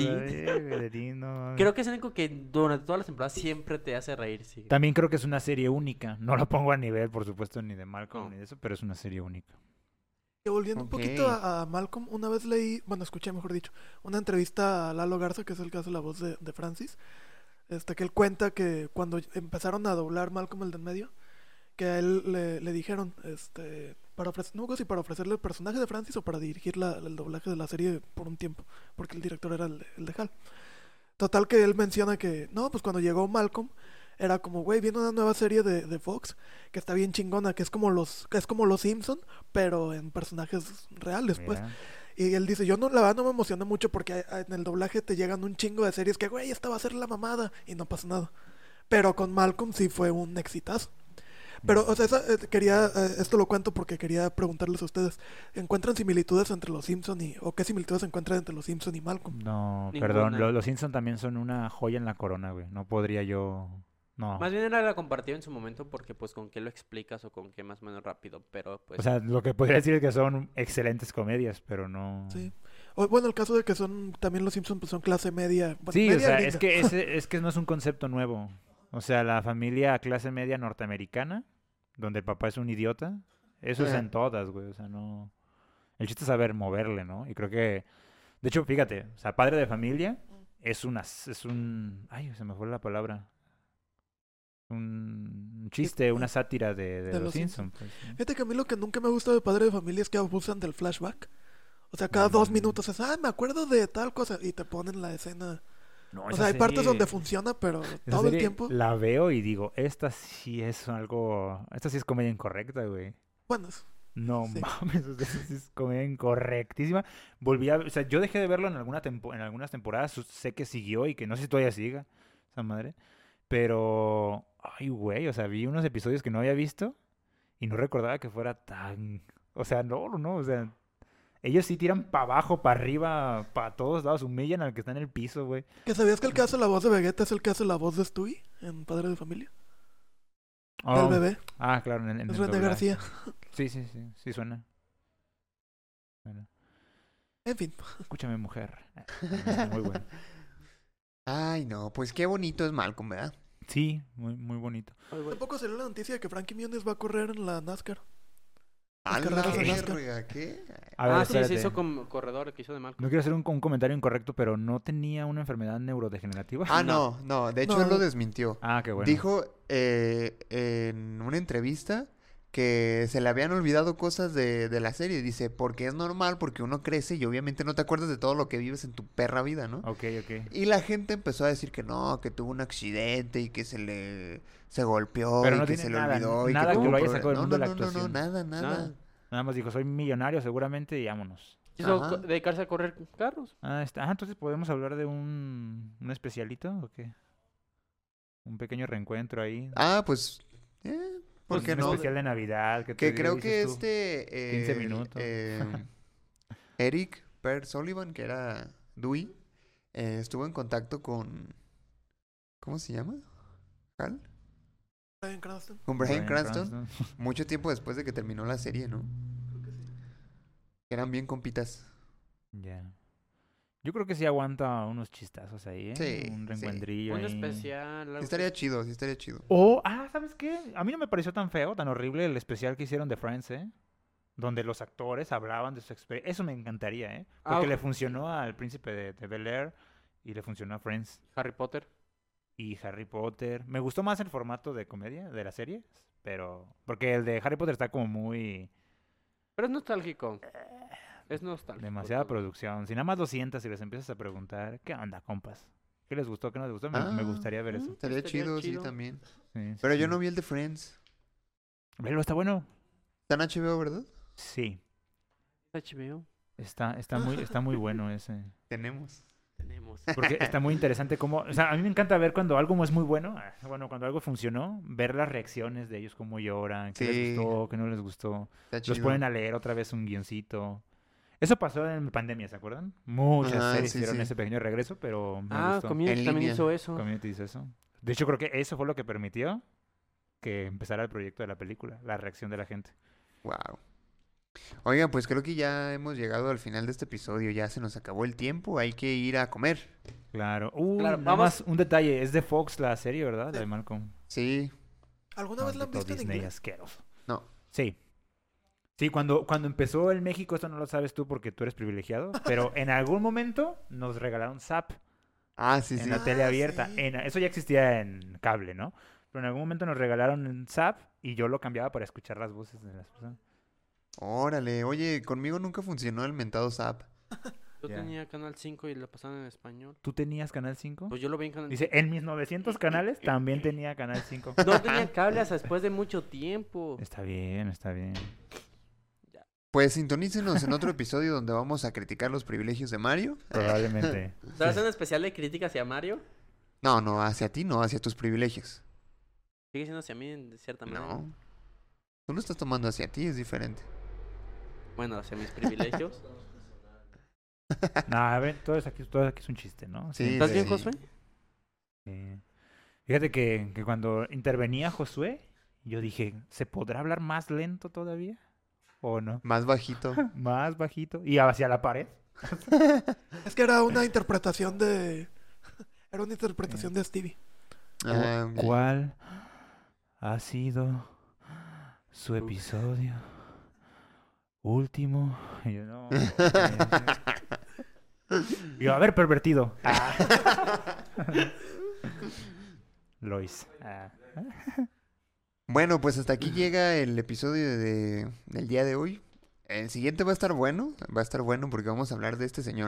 S3: Dean. Creo que es el único que durante todas las temporadas siempre te hace reír, sí.
S4: También creo que es una serie única. No la pongo a nivel, por supuesto, ni de Malcolm
S3: No.
S4: ni de eso, pero es una serie única.
S6: Y volviendo
S2: Ok.
S6: un poquito a, a Malcolm, una vez leí, bueno, escuché mejor dicho, una entrevista a Lalo Garza, que es el que hace la voz de, de Francis, este, que él cuenta que cuando empezaron a doblar Malcolm el de en medio, que a él le, le dijeron, este, para ofrecer, no me acuerdo si para ofrecerle el personaje de Francis o para dirigir la- el doblaje de la serie por un tiempo, porque el director era el de, el de Hal. Total que él menciona que, no, pues cuando llegó Malcolm, era como, güey, viene una nueva serie de, de Fox que está bien chingona, que es como los, que es como los Simpson, pero en personajes reales, pues.
S4: Mira.
S6: Y él dice, yo no, la verdad no me emocioné mucho porque a- en el doblaje te llegan un chingo de series que, güey, esta va a ser la mamada y no pasa nada. Pero con Malcolm sí fue un exitazo. Pero, o sea, esa, eh, quería, eh, esto lo cuento porque quería preguntarles a ustedes, ¿encuentran similitudes entre los Simpson y, o qué similitudes encuentran entre los Simpson y Malcolm?
S4: No,
S3: Ninguna.
S4: perdón. lo- Los Simpson también son una joya en la corona, güey. No podría yo. No.
S3: Más bien era la comparativa en su momento porque pues con qué lo explicas o con qué más o menos rápido, pero pues
S4: O sea, lo que podría decir es que son excelentes comedias, pero no.
S6: Sí. O, bueno, el caso de que son, también los Simpson pues son clase media. Bueno,
S4: Sí, o
S6: media
S4: sea,
S6: gringa.
S4: es que ese, es que no es un concepto nuevo. O sea, la familia clase media norteamericana, donde el papá es un idiota, eso es
S2: Ajá.
S4: en todas, güey. O sea, no. El chiste es saber moverle, ¿no? Y creo que. De hecho, fíjate, o sea, padre de familia es una. Es un. Ay, se me fue la palabra. Un chiste, una sátira de, de
S6: De
S4: los
S6: los
S4: Simpsons. Pues, ¿no?
S6: Fíjate que a mí lo que nunca me gusta de Padre de Familia es que abusan del flashback. O sea, cada dos
S4: Mm.
S6: minutos es, ah, me acuerdo de tal cosa y te ponen la escena.
S4: No,
S6: O
S4: esa
S6: sea, hay partes
S4: serie-
S6: donde funciona, pero
S4: esa
S6: todo el
S4: serie
S6: tiempo.
S4: La veo y digo, esta sí es algo. Esta sí es comedia incorrecta, güey.
S6: Bueno, es-
S4: No
S6: Sí.
S4: mames, o sea, sí es comedia incorrectísima. Volví a, o sea, yo dejé de verlo en alguna tempo, en algunas temporadas, su- sé que siguió y que no sé si todavía siga esa madre, pero ay, güey, o sea, vi unos episodios que no había visto y no recordaba que fuera tan, o sea, no, no, no, o sea, ellos sí tiran para abajo, para arriba, para todos lados, humillan al que está en el piso, güey.
S6: ¿que sabías que el que hace la voz de Vegeta es el que hace la voz de Stewie en Padre de Familia?
S4: Oh,
S6: El bebé.
S4: Ah, claro, en, en
S6: Es
S4: el
S6: René
S4: doblaje.
S6: García.
S4: Sí, sí, sí, sí suena. Bueno,
S6: En fin.
S4: escúchame, mujer. Muy bueno.
S2: Ay, no, pues qué bonito es Malcolm, ¿verdad?
S4: Sí, muy, muy bonito.
S3: Ay, güey.
S6: Tampoco salió la noticia de que Frankie Muniz va a correr en la NASCAR.
S2: A la
S6: carreras de NASCAR.
S2: verga, ¿qué?
S4: A ver,
S3: Ah, sí, se
S4: espérate.
S3: hizo como corredor que hizo de Malcolm.
S4: No quiero hacer un, un comentario incorrecto, pero ¿no tenía una enfermedad neurodegenerativa?
S2: Ah, no, no, de hecho
S6: No.
S2: él lo desmintió.
S4: Ah, qué bueno.
S2: Dijo eh, en una entrevista que se le habían olvidado cosas de, de la serie. Dice, porque es normal, porque uno crece y obviamente no te acuerdas de todo lo que vives en tu perra vida, ¿no?
S4: Ok, ok.
S2: Y la gente empezó a decir que no, que tuvo un accidente y que se le se golpeó
S4: Pero
S2: y
S4: no
S2: que
S4: tiene
S2: se le
S4: nada,
S2: olvidó y
S4: nada
S2: que
S4: que
S2: tuvo
S4: lo haya
S2: proble-
S4: sacado del
S2: no,
S4: mundo
S2: no,
S4: de la
S2: no, no, no,
S4: actuación.
S2: nada, nada.
S3: Nada.
S4: Nada más dijo, soy millonario seguramente y vámonos.
S3: Quiso
S2: Ajá.
S3: co- dedicarse a correr carros.
S4: Ah, está. Ah, entonces podemos hablar de un, un especialito o qué? Un pequeño reencuentro ahí.
S2: Ah, pues, eh, ¿por
S4: Un
S2: qué no?
S4: especial de Navidad. Que,
S2: Que
S4: te
S2: creo que
S4: dices tú.
S2: este...
S4: quince
S2: eh,
S4: minutos.
S2: eh, Eric Per Sullivan, que era Dewey, eh, estuvo en contacto con... ¿Cómo se llama? ¿Hal?
S6: Bryan Cranston.
S2: Con Bryan
S4: Bryan
S2: Cranston. Mucho tiempo después de que terminó la serie, ¿no? Eran bien compitas.
S4: Ya. Yo creo que sí aguanta unos chistazos ahí, ¿eh?
S2: Sí,
S4: Un
S2: sí.
S4: reencuentrillo
S3: Un
S4: ahí.
S3: especial. algo
S2: Sí estaría chido, sí estaría chido.
S4: O, ah, ¿sabes qué? A mí no me pareció tan feo, tan horrible el especial que hicieron de Friends, ¿eh? Donde los actores hablaban de su experiencia. Eso me encantaría, ¿eh?
S3: Ah,
S4: Porque
S3: ok.
S4: le funcionó al príncipe de, de Bel-Air y le funcionó a Friends
S3: así. Harry Potter.
S4: y Harry Potter. Me gustó más el formato de comedia de la serie, pero... Porque el de Harry Potter está como muy...
S3: Pero es nostálgico. Es nostálgico.
S4: Demasiada
S3: todo.
S4: producción. Si nada más lo sientas y les empiezas a preguntar, ¿qué onda, compas? ¿Qué les gustó? ¿Qué no les gustó? Me, me
S2: Ah,
S4: gustaría ver eso.
S3: mm.
S2: Estaría,
S3: Estaría
S2: chido,
S3: chido.
S2: sí, también.
S4: Sí, sí,
S2: Pero yo
S4: sí.
S2: no vi el de Friends.
S4: Velo, está bueno.
S2: Está en H B O, ¿verdad?
S4: Sí,
S3: H B O.
S4: está, está, muy, está muy bueno ese.
S2: Tenemos.
S3: Tenemos.
S4: Porque está muy interesante cómo... O sea, a mí me encanta ver cuando algo es muy bueno, ah, bueno, cuando algo funcionó, ver las reacciones de ellos, cómo lloran, qué
S2: Sí.
S4: les gustó, qué no les gustó.
S2: Está
S4: Los
S2: chido.
S4: ponen a leer otra vez un guioncito. Eso pasó en pandemia, ¿se acuerdan? Muchas
S2: Ajá,
S4: series
S2: sí,
S4: hicieron
S2: sí.
S4: ese pequeño regreso, pero me
S3: Ah,
S4: gustó.
S3: Community
S2: En
S3: también
S2: línea.
S3: hizo eso.
S4: Community hizo eso. De hecho, creo que eso fue lo que permitió que empezara el proyecto de la película, la reacción de la gente.
S2: Wow. Oigan, pues creo que ya hemos llegado al final de este episodio. Ya se nos acabó el tiempo. Hay que ir a comer.
S4: Claro. Uh,
S3: Claro,
S4: nada
S3: vamos-
S4: más un detalle. Es de Fox la serie, ¿verdad? La de Malcolm.
S2: Sí.
S6: ¿Alguna vez la han
S4: Maldito
S6: visto en
S4: Disney
S6: inglés?
S4: asqueroso.
S2: No.
S4: Sí. Sí, cuando, cuando empezó en México, esto no lo sabes tú porque tú eres privilegiado, pero en algún momento nos regalaron Zap
S2: Ah, sí,
S4: en
S2: sí.
S4: la
S6: Ah,
S4: tele abierta.
S6: sí.
S4: En- eso ya existía en cable, ¿no? Pero en algún momento nos regalaron en Zap y yo lo cambiaba para escuchar las voces de las personas.
S2: Órale. Oye, conmigo nunca funcionó el mentado Zap.
S3: Yo
S4: Ya.
S3: tenía Canal cinco y lo pasaban en español.
S4: ¿Tú tenías Canal cinco?
S3: Pues yo lo vi en Canal
S4: Dice, en mis novecientos canales también tenía Canal cinco.
S3: No tenía cable hasta después de mucho tiempo.
S4: Está bien, está bien.
S2: Pues sintonícenos en otro episodio donde vamos a criticar los privilegios de Mario.
S4: Probablemente.
S3: ¿Sabes un especial de crítica hacia Mario?
S2: No, no, hacia ti, no, hacia tus privilegios.
S3: Sigue siendo hacia mí de cierta manera.
S2: No. Tú lo estás tomando hacia ti, es diferente.
S3: Bueno, hacia mis privilegios.
S4: No, a ver, todo, es aquí, todo aquí es un chiste, ¿no?
S2: Sí,
S3: ¿Estás
S2: sí,
S3: bien,
S2: sí.
S3: Josué?
S4: Sí. Fíjate que, que cuando intervenía Josué, yo dije, ¿se podrá hablar más lento todavía? ¿O no?
S2: Más bajito.
S4: Más bajito. Y hacia la pared.
S6: Es que era una interpretación de... Era una interpretación de Stevie.
S2: Ah,
S4: ¿Cu- ¿Cuál ha sido su episodio último? Y yo, no. eh, y yo, a ver, pervertido. Ah. Lois. Ah.
S2: Bueno, pues hasta aquí llega el episodio de, del día de hoy. El siguiente va a estar bueno, va a estar bueno porque vamos a hablar de este señor.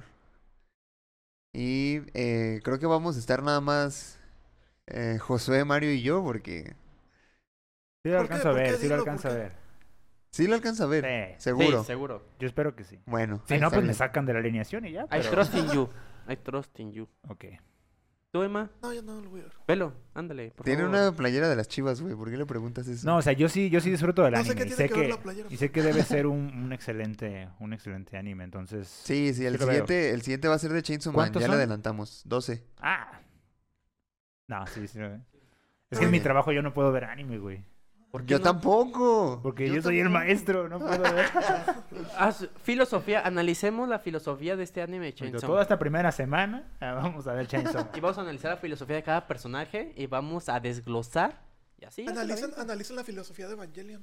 S2: Y eh, creo que vamos a estar nada más eh, Josué, Mario y yo porque
S4: Sí lo
S6: ¿Por qué?
S4: alcanzo a
S6: ¿Por qué?
S4: ver, sí lo
S6: Dilo,
S4: alcanzo a
S6: ¿por qué?
S4: ver.
S2: sí lo alcanza a ver,
S4: Sí.
S2: seguro.
S3: Sí, seguro.
S4: Yo espero que sí.
S2: Bueno,
S4: Si no,
S2: está
S4: pues me
S2: bien.
S4: sacan de la alineación y ya.
S3: I
S4: Pero...
S3: trust in you. I trust in you.
S4: Ok.
S3: ¿Tú, Emma?
S6: No, yo no lo voy a ver.
S3: Velo, ándale, por
S2: Tiene
S3: favor.
S2: una playera de las Chivas, güey. ¿Por qué le preguntas eso?
S4: No, o sea, yo sí, yo sí disfruto del
S6: No sé
S4: anime.
S6: qué
S4: y
S6: tiene
S4: sé
S6: que ver
S4: que,
S6: la playera.
S4: y sé que debe ser un, un excelente, un excelente anime. Entonces.
S2: Sí, sí, el
S4: Sí lo veo.
S2: siguiente, el siguiente va a ser de Chainsaw Man.
S4: ¿Cuántos
S2: Ya le
S4: son?
S2: adelantamos. doce.
S4: Ah. No, sí, sí. lo veo. Es
S6: Pero
S4: que en mi
S2: bien.
S4: trabajo yo no puedo ver anime, güey.
S3: ¿Por qué
S2: Yo
S3: no?
S2: tampoco.
S4: Porque yo, soy el maestro, no puedo ver.
S3: Haz filosofía, analicemos la filosofía de este anime de Chainsaw
S4: Toda
S3: Man.
S4: esta primera semana ah, vamos a ver Chainsaw Man.
S3: Y vamos a analizar la filosofía de cada personaje y vamos a desglosar. Y así. ya se la
S6: Analicen,
S3: ven.
S6: analicen la filosofía de Evangelion.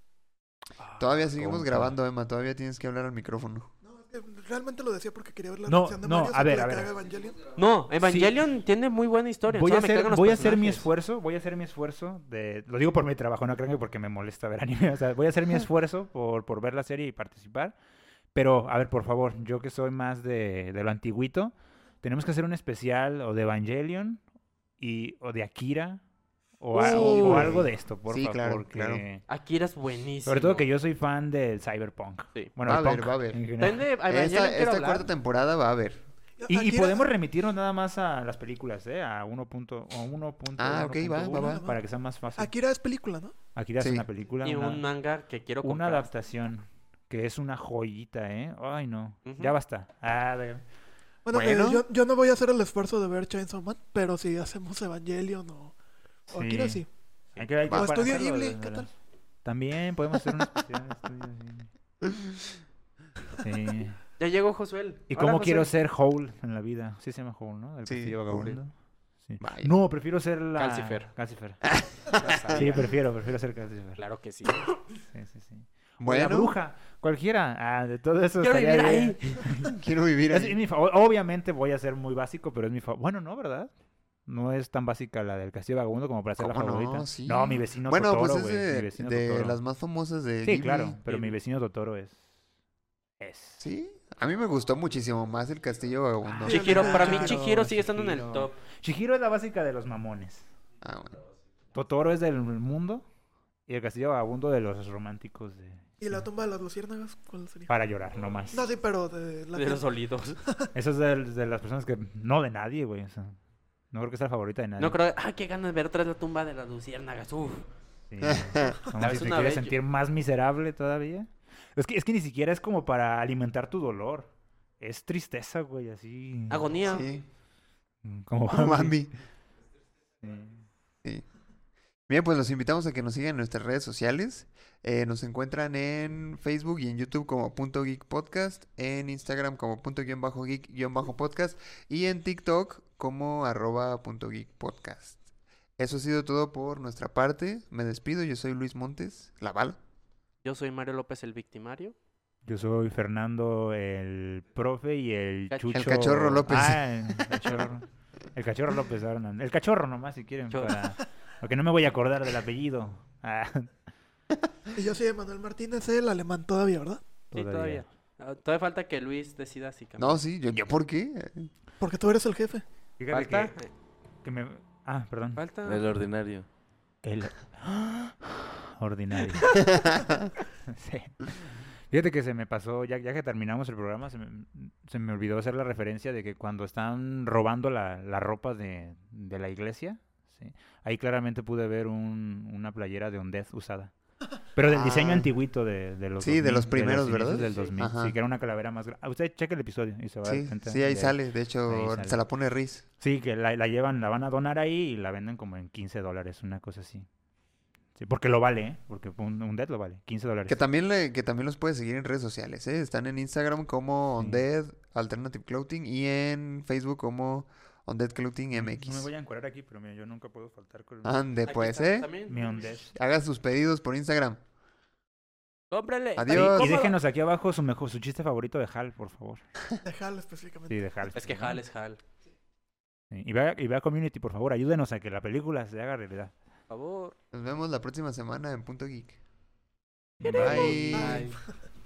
S2: Todavía seguimos
S4: ¿Cómo?
S2: grabando, Emma. Todavía tienes que hablar al micrófono.
S6: No, es que realmente lo decía porque quería ver la
S4: No,
S6: reacción de
S4: no,
S6: Mario.
S4: a ver,
S6: sobre
S4: a
S6: que
S4: ver.
S6: haga Evangelion.
S3: No, Evangelion tiene muy buena historia.
S4: Voy a
S3: solo me
S4: hacer,
S3: cagan los
S4: voy a hacer mi
S3: personajes.
S4: esfuerzo, voy a hacer mi esfuerzo de, lo digo por mi trabajo, no crean que porque me molesta ver anime, o sea, voy a hacer mi esfuerzo por, por ver la serie y participar, pero a ver, por favor, yo que soy más de, de lo antiguito, tenemos que hacer un especial o de Evangelion y, o de Akira o, a- o- o
S3: Uy.
S4: algo de esto, por
S2: Sí,
S4: favor,
S2: claro,
S4: porque-
S2: claro.
S3: Akira es buenísimo.
S4: sobre todo que yo soy fan del cyberpunk.
S3: Sí.
S4: Bueno,
S2: Va
S4: el
S2: a haber,
S4: punk
S2: va a haber.
S4: en general.
S3: También de Evangelion
S2: Esta,
S3: quiero
S2: esta
S3: hablar.
S2: cuarta temporada va a haber.
S4: Y, y
S6: Akira-
S4: podemos remitirnos nada más a las películas, ¿eh? A uno punto, o uno punto
S2: Ah, ok, va, va, va.
S4: para que sea más fácil.
S6: Akira es película, ¿no?
S4: Akira
S2: Sí.
S4: es una película,
S3: Y
S4: una,
S3: un manga que quiero
S4: una
S3: comprar.
S4: adaptación que es una joyita, ¿eh? Ay, no.
S3: Ujú.
S4: Ya basta. Ah, de-
S6: Bueno,
S2: Bueno.
S6: eh, yo, yo no voy a hacer el esfuerzo de ver Chainsaw Man, pero si hacemos Evangelion o, o
S4: Sí.
S6: Akira, sí.
S4: Hay que, hay que
S6: O
S4: para
S6: Estudio
S4: hacerlo,
S6: Ghibli,
S4: de
S6: ¿qué
S4: verdad.
S6: tal?
S4: También podemos hacer un especial de Estudio Ghibli. Sí.
S3: Ya llegó Josuel.
S4: ¿Y
S3: Hola,
S4: cómo
S3: Josuel.
S4: quiero ser Howl en la vida? Sí se llama Howl, ¿no? El
S2: Sí,
S4: castillo
S2: Howl.
S4: vagabundo. Sí.
S2: Vaya.
S4: No, prefiero ser la...
S3: Calcifer.
S4: Calcifer.
S3: Ya sabía.
S4: Sí, prefiero, prefiero ser Calcifer.
S3: Claro que sí.
S4: Sí, sí, sí. O la
S2: Bueno,
S4: bruja, cualquiera. Ah, de todo eso
S3: Quiero
S4: estaría
S3: vivir
S4: bien.
S3: ahí.
S2: quiero vivir
S4: Es
S2: ahí.
S4: mi fa- o- Obviamente voy a ser muy básico, pero es mi favorita. Bueno, no, ¿verdad? No es tan básica la del Castillo Vagabundo como para ser la
S2: ¿Cómo no?
S4: favorita.
S2: Sí.
S4: No, mi vecino
S2: Bueno,
S4: Totoro,
S2: pues es
S4: güey. Mi
S2: de,
S4: vecino
S2: de
S4: Totoro.
S2: las más famosas de
S4: Sí,
S2: Ghibli.
S4: claro, pero
S3: Ghibli.
S4: mi vecino Totoro es... Es.
S2: Sí, a mí me gustó muchísimo más el Castillo Vagabundo.
S6: Ah,
S3: Chihiro, para mí
S4: Chihiro,
S3: Chihiro sigue estando en el
S4: Chihiro.
S3: top.
S4: Chihiro es la básica de los mamones.
S2: Ah, bueno.
S4: Totoro es del mundo y el Castillo Vagabundo de los románticos de...
S6: ¿Y la tumba de las luciérnagas? ¿Cuál sería?
S4: Para llorar, no más.
S6: No, sí, pero de la
S3: De
S6: que-
S3: los solitos.
S4: Eso es de, de las personas que... No de nadie, güey. O sea, no creo que sea la favorita de nadie.
S3: No creo. Ah, qué ganas de ver otra vez la tumba de las luciérnagas. Uf.
S4: Sí,
S3: La
S4: como
S3: ves
S4: si te
S3: una
S4: quieres
S3: vez,
S4: sentir más miserable todavía. Es que, es que ni siquiera es como para alimentar tu dolor. Es tristeza, güey, así.
S3: Agonía.
S2: Sí,
S4: Mm, Como
S2: como
S4: Bambi.
S2: Bambi.
S4: Sí.
S2: Sí. Bien, pues los invitamos a que nos sigan en nuestras redes sociales. Eh, nos encuentran en Facebook y en YouTube como Punto Geek Podcast, en Instagram como Punto guión bajo Geek guión bajo Podcast y en TikTok como arroba Punto Geek Podcast. Eso ha sido todo por nuestra parte. Me despido. Yo soy Luis Montes, la bala.
S3: Yo soy Mario López, el victimario.
S4: Yo soy Fernando, el profe, y el
S3: Cach-
S4: Chucho.
S2: El Cachorro López.
S4: Ah, el cachorro. El cachorro López, ahora no. El cachorro nomás, si quieren.
S3: Cho-
S4: Para... Porque no me voy a acordar del apellido. Ah,
S6: Y yo soy Manuel Martínez, el alemán todavía, ¿verdad?
S3: Sí, todavía. Ah, todavía falta que Luis decida si cambia.
S2: No, sí, yo, yo ¿por qué?
S6: Porque tú eres el jefe.
S4: Fíjate
S3: Falta.
S4: que, que me... Ah, perdón.
S3: Falta.
S5: El ordinario.
S4: El ordinario. Sí. Fíjate que se me pasó, ya, ya que terminamos el programa, se me, se me olvidó hacer la referencia de que cuando están robando la, la ropa de, de la iglesia, ¿sí? Ahí claramente pude ver un, una playera de Undead usada. Pero del diseño
S2: Ah.
S4: antiguito de, de los
S2: Sí, de los
S4: dos mil,
S2: primeros,
S4: inicios
S2: ¿verdad?
S4: del dos mil.
S2: Ajá.
S4: Sí, que era una calavera más grande. Usted cheque el episodio y se va a dar
S2: Sí,
S4: cuenta.
S2: sí, ahí
S4: de-
S2: sale. De hecho,
S4: ahí sale.
S2: se la pone Riz.
S4: Sí, que la, la llevan, la van a donar ahí y la venden como en quince dólares, una cosa así. Sí, porque lo vale, ¿eh? Porque un, un dead lo vale, quince dólares.
S2: Que también, le, que también los puedes seguir en redes sociales, ¿eh? Están en Instagram como
S4: Sí.
S2: Undead Alternative Clothing y en Facebook como Undead Clothing
S4: No me
S2: M X.
S4: voy a encuadrar aquí, pero mira, yo nunca puedo faltar con
S2: Ande,
S3: Aquí
S2: pues,
S3: está,
S2: ¿eh?
S3: también.
S4: mi Undead.
S2: Haga sus pedidos por Instagram.
S3: Cómprale. está
S2: Adiós.
S3: bien
S4: Y
S3: cómodo.
S4: déjenos aquí abajo su mejor, su chiste favorito de Hal, por favor.
S6: De Hal específicamente.
S4: Sí, de Hal.
S3: Es que Hal es Hal.
S4: Sí, Y vea, y vea Community, por favor, ayúdenos a que la película se haga realidad.
S3: Por favor.
S2: Nos vemos la próxima semana en Punto Geek.
S4: Bye.
S2: Bye.
S3: Bye.